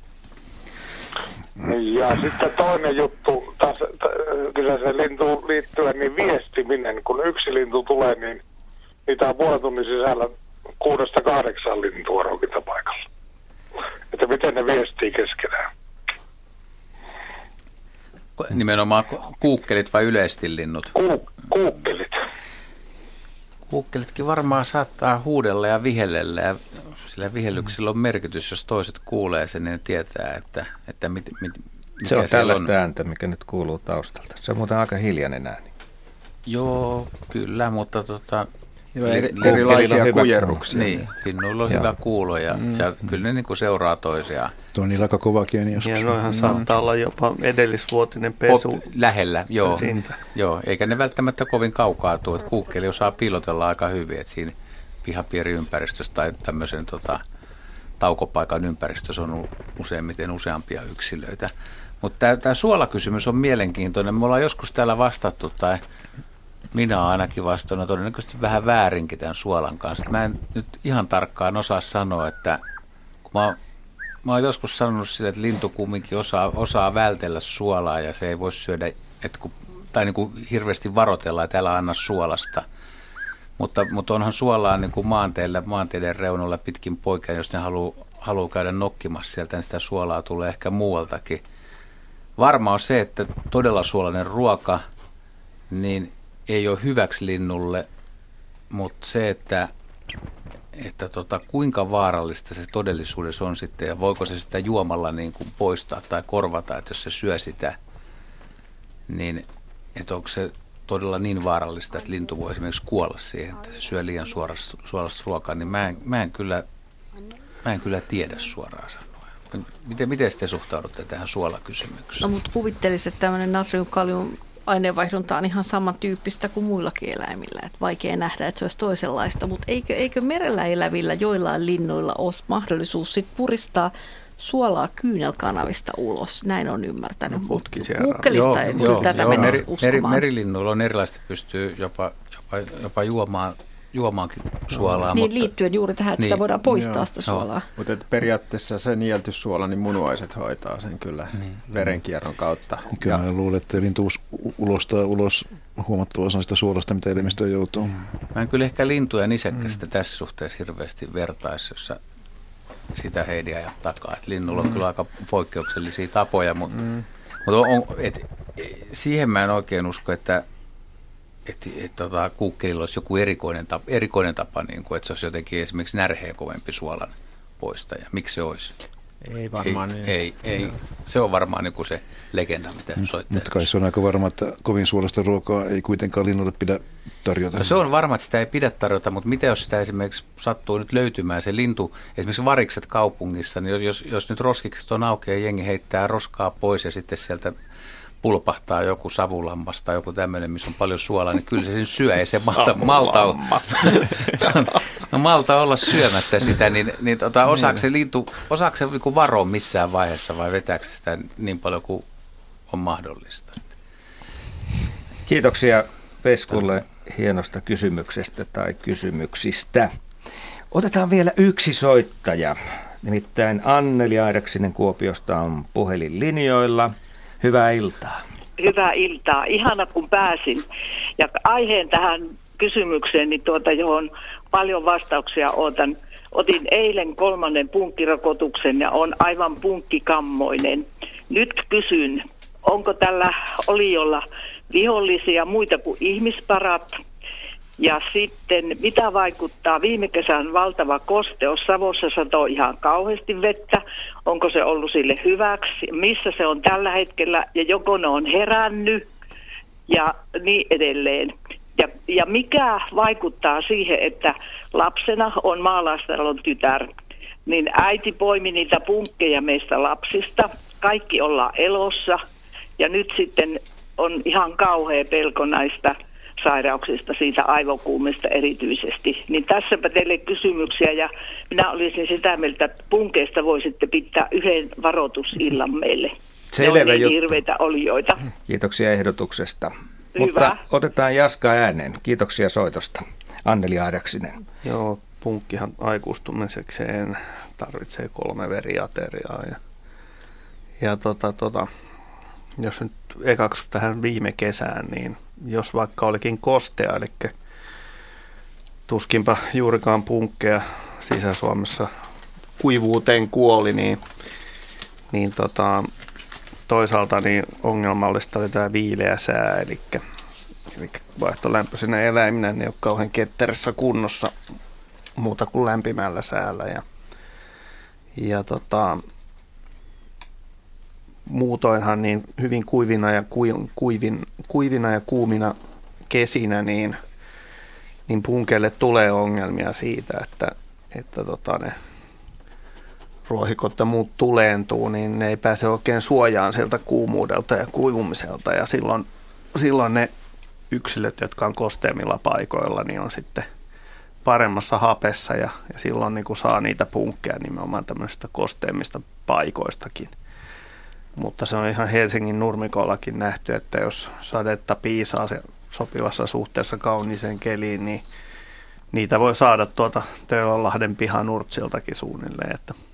Ja sitten toinen juttu, taas kyllä se lintuun liittyen, niin viestiminen. Kun yksi lintu tulee, niin niitä on puolen tunnin sisällä 6-8 lintua ruokintapaikalla. Että miten ne viestii keskenään.
Nimenomaan kuukkelit vai yleisesti linnut?
Kuukkelit.
Kuukkelitkin varmaan saattaa huudella ja vihellellä ja sillä vihellyksellä on merkitys, jos toiset kuulee sen, niin ne tietää, että mikä
se on tällaista ääntä, mikä nyt kuuluu taustalta. Se on muuten aika hiljainen ääni.
Joo, kyllä, mutta
erilaisia kujerruksia.
Niin, linnuilla on hyvä kuulo ja kyllä ne niinku seuraa toisiaan.
Tuo on niillä aika kova kieni joskus.
Ja noihan saattaa olla jopa edellisvuotinen pesu.
Lähellä, joo. Eikä ne välttämättä kovin kaukaa tuo. Kuukkeli osaa piilotella aika hyvin, että siinä pihapiiriympäristössä tai tämmöisen taukopaikan ympäristössä on useimmiten useampia yksilöitä. Mutta tämä suolakysymys on mielenkiintoinen. Me ollaan joskus täällä vastattu, tai minä olen ainakin vastannut todennäköisesti vähän väärinkin tämän suolan kanssa. Mä en nyt ihan tarkkaan osaa sanoa, että kun mä oon joskus sanonut sille, että lintu kumminkin osaa vältellä suolaa ja se ei voi syödä, tai niin kuin hirveästi varotella, että älä anna suolasta. Mutta onhan suolaa niin kuin maanteiden reunoilla pitkin poikia, jos ne haluaa käydä nokkimassa sieltä, niin sitä suolaa tulee ehkä muualtakin. Varma on se, että todella suolainen ruoka niin ei ole hyväksi linnulle, mutta se, että kuinka vaarallista se todellisuudessa on sitten ja voiko se sitä juomalla niin kuin poistaa tai korvata, että jos se syö sitä, niin että onko se todella niin vaarallista, että lintu voi esimerkiksi kuolla siihen, että se syö liian suolasta ruokaa, niin mä en kyllä tiedä suoraan sanoen. Miten te suhtaudutte tähän suolakysymykseen?
No mutta kuvittelisin, että tämmöinen natrium-kalium aineenvaihdunta on ihan samantyyppistä kuin muillakin eläimillä. Että vaikea nähdä, että se olisi toisenlaista, mutta eikö merellä elävillä joillain linnuilla ole mahdollisuus sit puristaa suolaa kyynelkanavista ulos? Näin on ymmärtänyt. Kuukkelista en kyllä tätä mennä uskomaan.
Merilinnuilla on erilaisesti, pystyy jopa juomaankin suolaa.
Niin liittyen juuri tähän, että sitä voidaan poistaa sitä suolaa.
Mutta periaatteessa se nieltyssuola, niin munuaiset hoitaa sen kyllä verenkierron kautta.
Kyllä mä luulen, että lintu ulostaa ulos huomattava osa sitä suolasta, mitä elimistöön joutuu.
Mä en kyllä ehkä lintuja nisäkkäistä tässä suhteessa hirveästi vertaisi, jossa sitä Heidi ajat takaa. Et linnulla on kyllä aika poikkeuksellisia tapoja, mutta siihen mä en oikein usko, että kuukkelilla olisi joku erikoinen tapa niin kuin, että se olisi jotenkin esimerkiksi närheen kovempi suolan poistaja. Miksi se olisi?
Ei varmaan
ei. Se on varmaan niin kuin se legenda, mitä soittaa.
Mutta kai se on aika varma, että kovin suolasta ruokaa ei kuitenkaan linnulle pidä tarjota.
No se on varma, että sitä ei pidä tarjota, mutta mitä jos sitä esimerkiksi sattuu nyt löytymään se lintu, esimerkiksi varikset kaupungissa, niin jos nyt roskikset on auki ja jengi heittää roskaa pois ja sitten sieltä pulpahtaa joku savulammas tai joku tämmöinen, missä on paljon suolaa, niin kyllä se sen syö, ei se malta olla syömättä sitä, osaako se niin varoa missään vaiheessa vai vetääkö sitä niin paljon kuin on mahdollista?
Kiitoksia Veskulle hienosta kysymyksestä tai kysymyksistä. Otetaan vielä yksi soittaja, nimittäin Anneli Aidaksinen Kuopiosta on puhelinlinjoilla. Hyvää iltaa.
Hyvää iltaa. Ihana kun pääsin. Ja aiheen tähän kysymykseen, niin johon paljon vastauksia otin eilen 3. punkkirokotuksen ja on aivan punkkikammoinen. Nyt kysyn, onko tällä oliolla vihollisia muita kuin ihmisparat? Ja sitten mitä vaikuttaa viime kesän valtava kosteus? Savossa satoi ihan kauheasti vettä. Onko se ollut sille hyväksi? Missä se on tällä hetkellä? Ja joko ne on herännyt? Ja niin edelleen. Ja mikä vaikuttaa siihen, että lapsena on maalaistalon tytär, niin äiti poimi niitä punkkeja meistä lapsista. Kaikki ollaan elossa. Ja nyt sitten on ihan kauhea pelko näistä sairauksista, siitä aivokuumesta erityisesti. Niin tässäpä teille kysymyksiä ja minä olisin sitä mieltä, että punkeista voisitte pitää yhden varoitusillan meille.
Selvä
ne on niin
juttu.
hirveitä olioita.
Kiitoksia ehdotuksesta.
Hyvä.
Mutta otetaan Jaska ääneen. Kiitoksia soitosta. Anneli Aidaksinen.
Joo, punkkihan aikuistumisekseen tarvitsee 3 veriateriaa. Ja jos nyt ekaksi tähän viime kesään, niin jos vaikka olikin kostea, eli tuskinpa juurikaan punkkeja Sisä-Suomessa kuivuuteen kuoli, niin toisaalta niin ongelmallista oli tämä viileä sää, eli vaihtolämpöisenä eläiminä ne ei ole kauhean ketterässä kunnossa muuta kuin lämpimällä säällä. Ja muutoinhan niin hyvin kuivina ja kuumina kesinä niin punkeille tulee ongelmia siitä, että ne ruohikot ja muut tuleentuu, niin ne ei pääse oikein suojaan sieltä kuumuudelta ja kuivumiselta. Ja silloin ne yksilöt, jotka on kosteamilla paikoilla, niin on sitten paremmassa hapessa ja silloin niin kun saa niitä punkkeja nimenomaan tämmöisistä kosteamista paikoistakin. Mutta se on ihan Helsingin nurmikollakin nähty, että jos sadetta piisaa sopivassa suhteessa kauniiseen keliin, niin niitä voi saada tuolta Töölönlahden pihanurtsiltakin suunnilleen.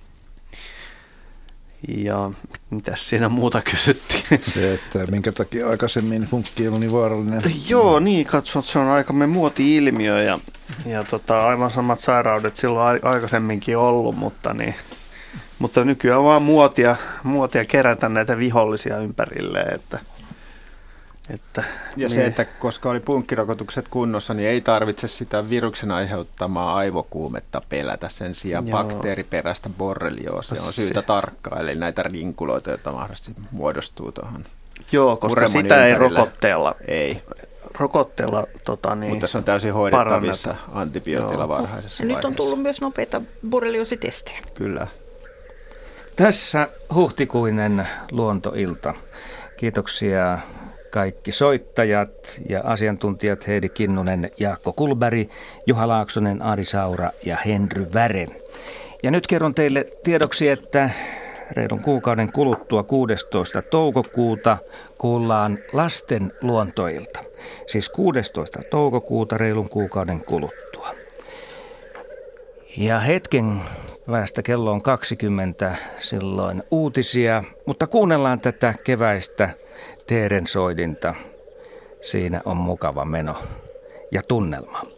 Ja mitäs siinä muuta kysyttiin?
Se, että minkä takia aikaisemmin punkki oli niin vaarallinen.
Joo, niin katson, että se on aikamme muoti-ilmiö ja aivan samat sairaudet silloin aikaisemminkin ollut, mutta nykyään on vaan muotia kerätä näitä vihollisia ympärille, että
Ja se, että koska oli punkkirokotukset kunnossa, niin ei tarvitse sitä viruksen aiheuttamaa aivokuumetta pelätä. Sen sijaan bakteeriperäistä borrelioosia on syytä tarkkailla, eli näitä rinkuloita, joita mahdollisesti muodostuu tuohon.
Joo, koska sitä ei rokotteella.
Ei.
Rokotteella
mutta se on täysin hoidettavissa antibiootilla varhaisessa vaiheessa.
Nyt on tullut myös nopeita borrelioositestejä.
Kyllä.
Tässä huhtikuinen luontoilta. Kiitoksia kaikki soittajat ja asiantuntijat Heidi Kinnunen, Jaakko Kulberg, Juha Laaksonen, Ari Saura ja Henry Väre. Ja nyt kerron teille tiedoksi, että reilun kuukauden kuluttua 16. toukokuuta kuullaan lasten luontoilta. Siis 16. toukokuuta reilun kuukauden kuluttua. Ja hetken päästä kello on 20 silloin uutisia, mutta kuunnellaan tätä keväistä teerensoidinta. Siinä on mukava meno ja tunnelma.